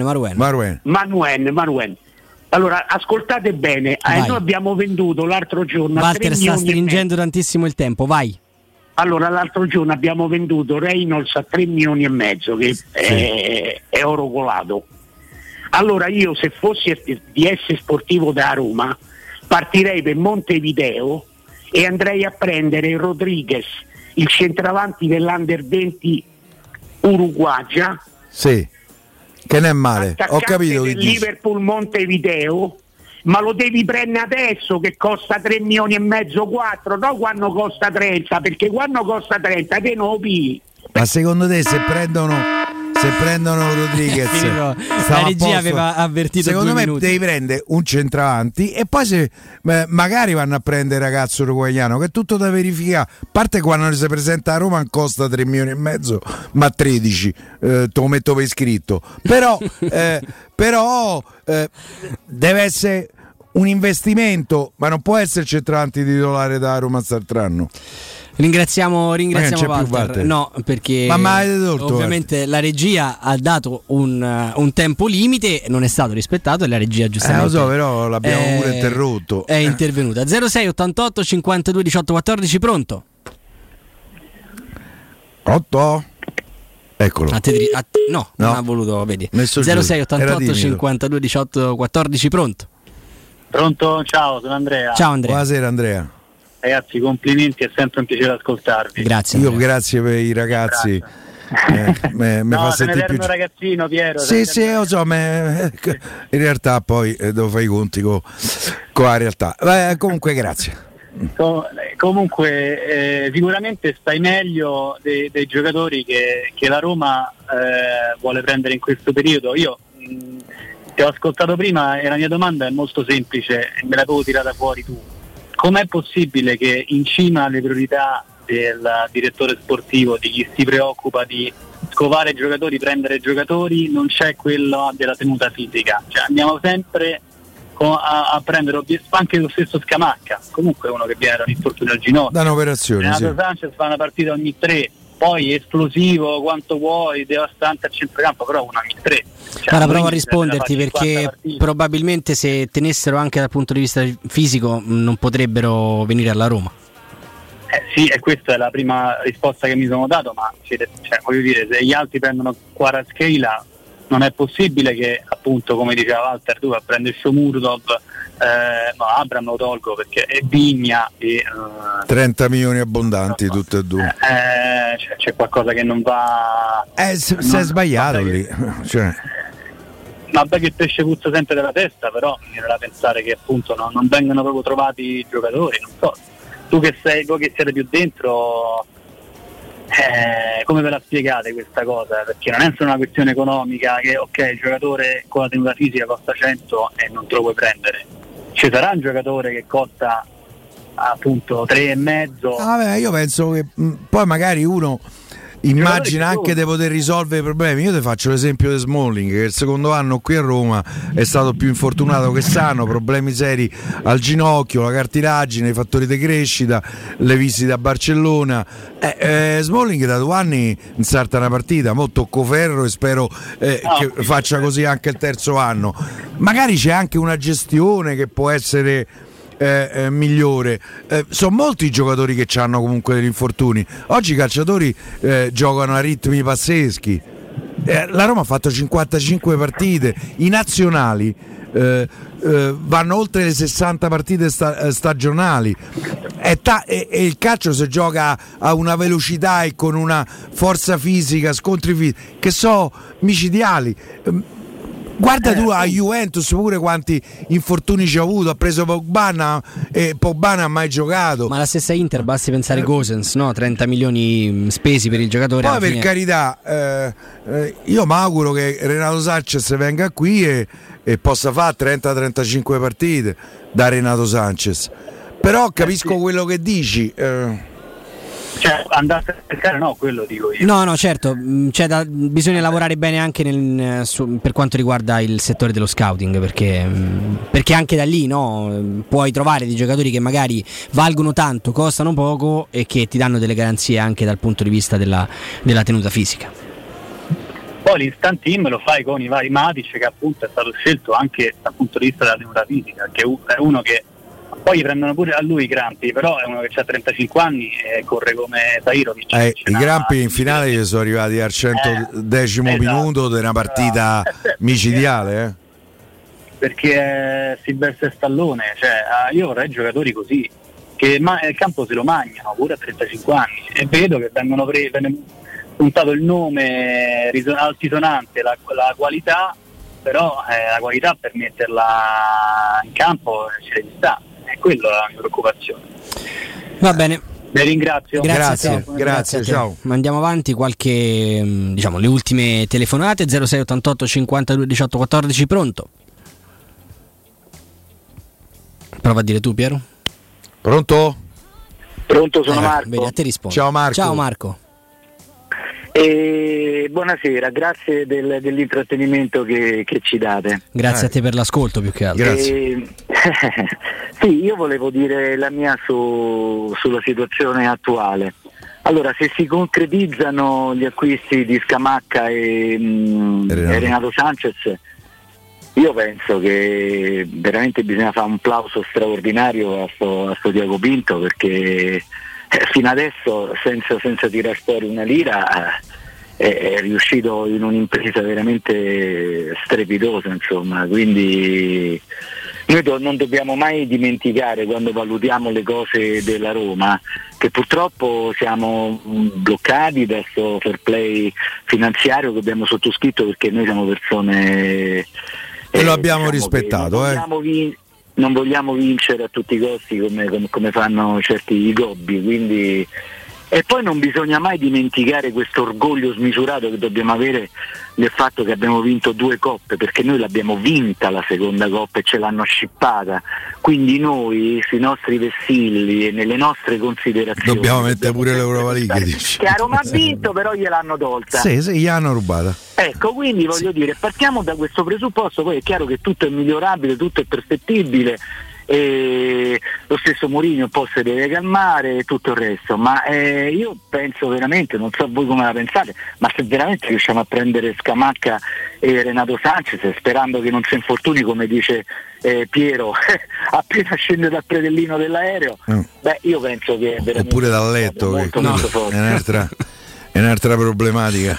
Allora, ascoltate bene, noi abbiamo venduto l'altro giorno Walter sta stringendo tantissimo il tempo, vai. Allora, l'altro giorno abbiamo venduto Reynolds a 3 milioni e mezzo, che è oro colato. Allora io, se fossi DS Sportivo da Roma, partirei per Montevideo e andrei a prendere Rodriguez, il centravanti dell'Under 20 uruguagia. Sì, che non è male, ho capito che Liverpool Montevideo, ma lo devi prendere adesso che costa 3 milioni e mezzo, 4, no quando costa 30, perché quando costa 30 te non lo pigli. Ma secondo te se prendono Rodriguez la regia aveva avvertito, secondo me minuti. Devi prendere un centravanti e poi se magari vanno a prendere il ragazzo uruguaiano, che è tutto da verificare, a parte quando si presenta a Roma costa 3 milioni e mezzo ma 13 te lo metto per iscritto, però deve essere un investimento, ma non può essere centravanti titolare da Roma Sartranno. Ringraziamo Walter. No, perché ovviamente la regia ha dato un tempo limite, non è stato rispettato e la regia giustamente lo so, però l'abbiamo pure interrotto. È intervenuta. 06 88 52 18 14, pronto? 8. Eccolo. No, non ha voluto, vedi. 06 88 52 18 14, pronto? Pronto, ciao, sono Andrea. Ciao Andrea. Buonasera Andrea. Ragazzi, complimenti, è sempre un piacere ascoltarvi. Grazie. Io grazie per i ragazzi. Me fa sentire più ragazzino, Piero. Sì, lo so, in realtà poi devo fare i conti con la realtà. Comunque grazie. Comunque sicuramente stai meglio dei giocatori che la Roma vuole prendere in questo periodo. Io ti ho ascoltato prima e la mia domanda è molto semplice, me l'avevo tirata fuori tu. Com'è possibile che in cima alle priorità del direttore sportivo, di chi si preoccupa di scovare giocatori, prendere giocatori, non c'è quello della tenuta fisica? Cioè, andiamo sempre a prendere anche lo stesso Scamacca, comunque uno che viene da un infortunio al ginocchio. Da un'operazione. Renato Sanchez fa una partita ogni 3, poi esplosivo quanto vuoi, devastante a centrocampo, però una ogni 3. Ora provo a risponderti perché probabilmente se tenessero anche dal punto di vista fisico non potrebbero venire alla Roma. Sì, e questa è la prima risposta che mi sono dato, ma voglio dire, se gli altri prendono Kvaratskhelia non è possibile che, appunto, come diceva Walter, tu a prendere Shomurodov, Abram lo tolgo perché è Vigna e 30 milioni abbondanti tutte e due. C'è qualcosa che non va. Si è sbagliato lì. Vabbè che il pesce puzza sempre della testa, però mi viene da pensare che appunto non vengono proprio trovati i giocatori, non so. Voi che siete più dentro, come ve la spiegate questa cosa? Perché non è solo una questione economica che il giocatore con la tenuta fisica costa 100 e non te lo puoi prendere. Ci sarà un giocatore che costa appunto 3,5. Vabbè, io penso che poi magari uno immagina anche di poter risolvere i problemi. Io ti faccio l'esempio di Smalling, che il secondo anno qui a Roma è stato più infortunato che sano, problemi seri al ginocchio, la cartilagine, i fattori di crescita, le visite a Barcellona. Smalling da 2 anni insalta una partita, mo tocco ferro e spero che faccia così anche il terzo anno. Magari c'è anche una gestione che può essere migliore. Sono molti i giocatori che hanno comunque degli infortuni. Oggi i calciatori giocano a ritmi pazzeschi. la Roma ha fatto 55 partite, i nazionali vanno oltre le 60 partite stagionali e il calcio si gioca a una velocità e con una forza fisica, scontri fisici che sono micidiali. Guarda tu a Juventus pure quanti infortuni ci ha avuto, ha preso Pogba e Pogba non ha mai giocato. Ma la stessa Inter, basti pensare Gosens, no? 30 milioni spesi per il giocatore. Poi per carità, io mi auguro che Renato Sanchez venga qui e possa fare 30-35 partite da Renato Sanchez. Però capisco quello che dici. Cioè, andate a cercare, no, quello dico io. No, certo, bisogna lavorare bene anche per quanto riguarda il settore dello scouting, perché anche da lì, no, puoi trovare dei giocatori che magari valgono tanto, costano poco e che ti danno delle garanzie anche dal punto di vista della tenuta fisica. Poi l'instant team lo fai con i vari Matic, che appunto è stato scelto anche dal punto di vista della tenuta fisica, che è uno che poi prendono pure a lui i Grampi, però è uno che ha 35 anni e corre come Tahirovic. I Grampi in finale gli sono arrivati al 110° minuto di una partita micidiale. Perché è Silvestre Stallone, cioè io vorrei giocatori così, che il campo se lo mangiano pure a 35 anni, e vedo che viene puntato il nome altisonante, la qualità, però la qualità per metterla in campo ci deve stare. È quella la mia preoccupazione. Va bene. Vi ringrazio. Grazie, ciao. Andiamo avanti, qualche le ultime telefonate. 0688 52 18 14, pronto? Prova a dire tu, Piero. Pronto, sono Marco. Vedi, a te rispondo. Ciao Marco. Buonasera, grazie dell'intrattenimento che ci date. Grazie a te per l'ascolto, più che altro. Sì, io volevo dire la mia sulla situazione attuale. Allora, se si concretizzano gli acquisti di Scamacca e Renato Sanchez, io penso che veramente bisogna fare un plauso straordinario a sto Tiago Pinto, perché fino adesso senza tirar fuori una lira è riuscito in un'impresa veramente strepitosa, insomma. Quindi noi non dobbiamo mai dimenticare, quando valutiamo le cose della Roma, che purtroppo siamo bloccati da questo fair play finanziario che abbiamo sottoscritto, perché noi siamo persone e lo abbiamo rispettato, non vogliamo vincere a tutti i costi come fanno certi gobbi, quindi. E poi non bisogna mai dimenticare questo orgoglio smisurato che dobbiamo avere del fatto che abbiamo vinto 2 coppe, perché noi l'abbiamo vinta la seconda coppa e ce l'hanno scippata, quindi noi sui nostri vessilli e nelle nostre considerazioni dobbiamo mettere pure l'Europa League, che a Roma ha vinto, però gliel'hanno tolta. Sì, gli hanno rubata. Ecco, quindi voglio dire, partiamo da questo presupposto. Poi è chiaro che tutto è migliorabile, tutto è perfettibile, e lo stesso Mourinho poi si deve calmare e tutto il resto, ma io penso veramente, non so voi come la pensate, ma se veramente riusciamo a prendere Scamacca e Renato Sanchez, sperando che non si infortuni, come dice Piero appena scende dal predellino dell'aereo, io penso che è veramente, oppure dal letto, molto forte. È un'altra problematica.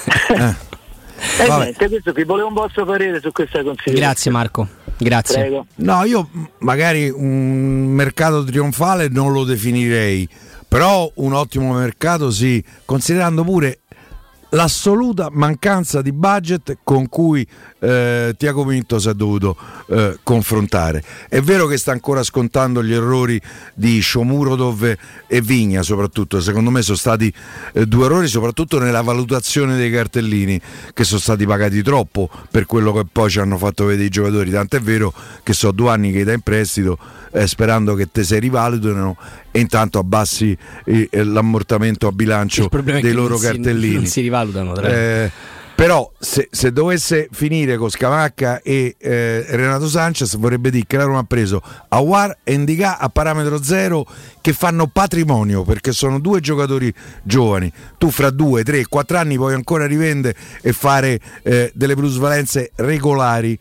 Niente, questo qui, volevo un vostro parere su questa considerazione. Grazie Marco. Grazie. Prego. No, io magari un mercato trionfale non lo definirei, però un ottimo mercato sì, considerando pure l'assoluta mancanza di budget con cui Tiago Pinto si è dovuto confrontare. È vero che sta ancora scontando gli errori di Shomurodov e Vigna, soprattutto secondo me sono stati 2 errori, soprattutto nella valutazione dei cartellini, che sono stati pagati troppo per quello che poi ci hanno fatto vedere i giocatori, tant'è vero che sono 2 anni che dai in prestito sperando che te si rivalutino e intanto abbassi l'ammortamento a bilancio dei loro cartellini. Non si rivalutano. Però se dovesse finire con Scamacca e Renato Sanchez, vorrebbe dire che la Roma ha preso Aouar e Ndicà a parametro zero, che fanno patrimonio, perché sono 2 giocatori giovani. Tu fra 2, 3, 4 anni puoi ancora rivendere e fare delle plusvalenze regolari.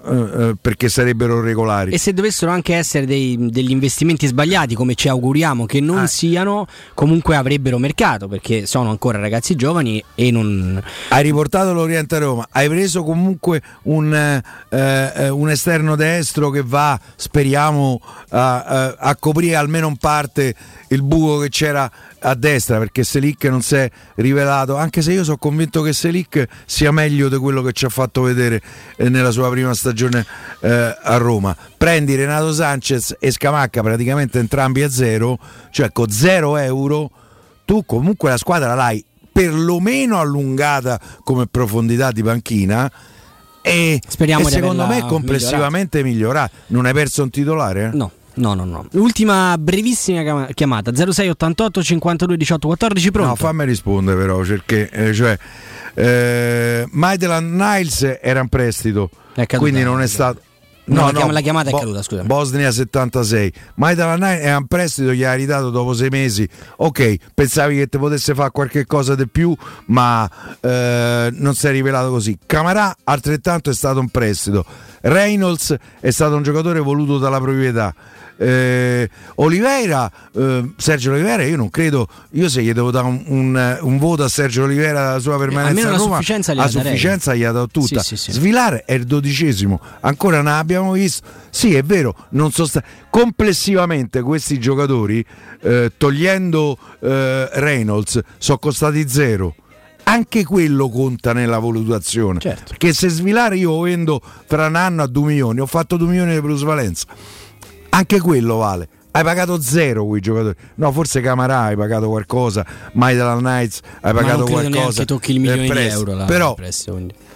perché sarebbero regolari. E se dovessero anche essere degli investimenti sbagliati, come ci auguriamo che non siano, comunque avrebbero mercato, perché sono ancora ragazzi giovani e non... Hai riportato l'Oriente a Roma, hai preso comunque un esterno destro che va, speriamo, a coprire almeno in parte il buco che c'era a destra, perché Selic non si è rivelato, anche se io sono convinto che Selic sia meglio di quello che ci ha fatto vedere nella sua prima stagione a Roma. Prendi Renato Sanchez e Scamacca praticamente entrambi a zero, cioè con 0 euro tu comunque la squadra l'hai perlomeno allungata come profondità di panchina e secondo me complessivamente migliorata. Non hai perso un titolare? No. Ultima brevissima chiamata 06 88 52 18 14, pronto? No, fammi rispondere però, perché Maitland Niles era in prestito, quindi non è stato... La chiamata è caduta, scusa. Bosnia 76. Maitland Niles era in prestito, gli ha ridato dopo 6 mesi. Ok, pensavi che ti potesse fare qualche cosa di più, ma non si è rivelato così. Camarà altrettanto è stato in prestito. Reynolds è stato un giocatore voluto dalla proprietà. Oliveira, Sergio Oliveira, io non credo, io se gli devo dare un voto a Sergio Oliveira dalla sua permanenza a Roma, a sufficienza gli ha dato tutta. Sì. Svilar è il 12°, ancora non abbiamo visto. Sì, è vero, non sono complessivamente questi giocatori, togliendo Reynolds, sono costati 0. Anche quello conta nella valutazione, certo. Perché se Svilar io lo vendo fra un anno a 2 milioni, ho fatto 2 milioni di plusvalenza, anche quello vale. Hai pagato 0 quei giocatori. No, forse Camarà hai pagato qualcosa, Maitland Niles hai pagato qualcosa. Ma non tocchi il milione di euro là, però prestito,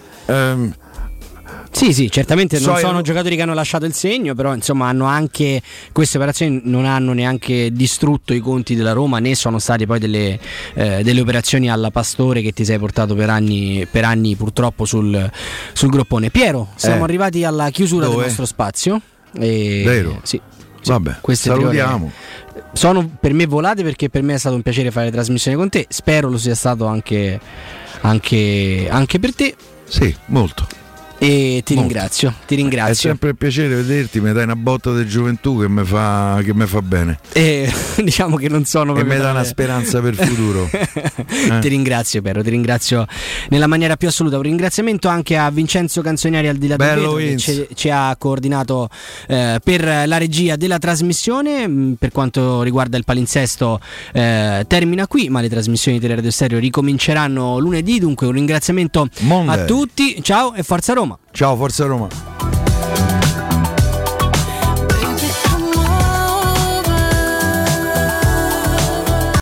sì, certamente non sono giocatori che hanno lasciato il segno, però insomma hanno anche, queste operazioni non hanno neanche distrutto i conti della Roma, né sono state poi delle operazioni alla Pastore che ti sei portato per anni purtroppo sul groppone. Piero, siamo arrivati alla chiusura del nostro spazio. Vero? Sì. Vabbè, salutiamo. Sono per me volate, perché per me è stato un piacere fare le trasmissioni con te, spero lo sia stato anche per te. Sì, molto. E ti ringrazio. È sempre un piacere vederti, mi dai una botta di gioventù che mi fa bene. E diciamo che non sono proprio. E mi dà una speranza per il futuro. Ti ringrazio, Piero, ti ringrazio nella maniera più assoluta. Un ringraziamento anche a Vincenzo Canzonieri al di là del vetro, che ci ha coordinato per la regia della trasmissione. Per quanto riguarda il palinsesto termina qui, ma le trasmissioni di Teleradio Stereo ricominceranno lunedì. Dunque un ringraziamento a tutti, ciao e forza Roma. Ciao, forza Roma.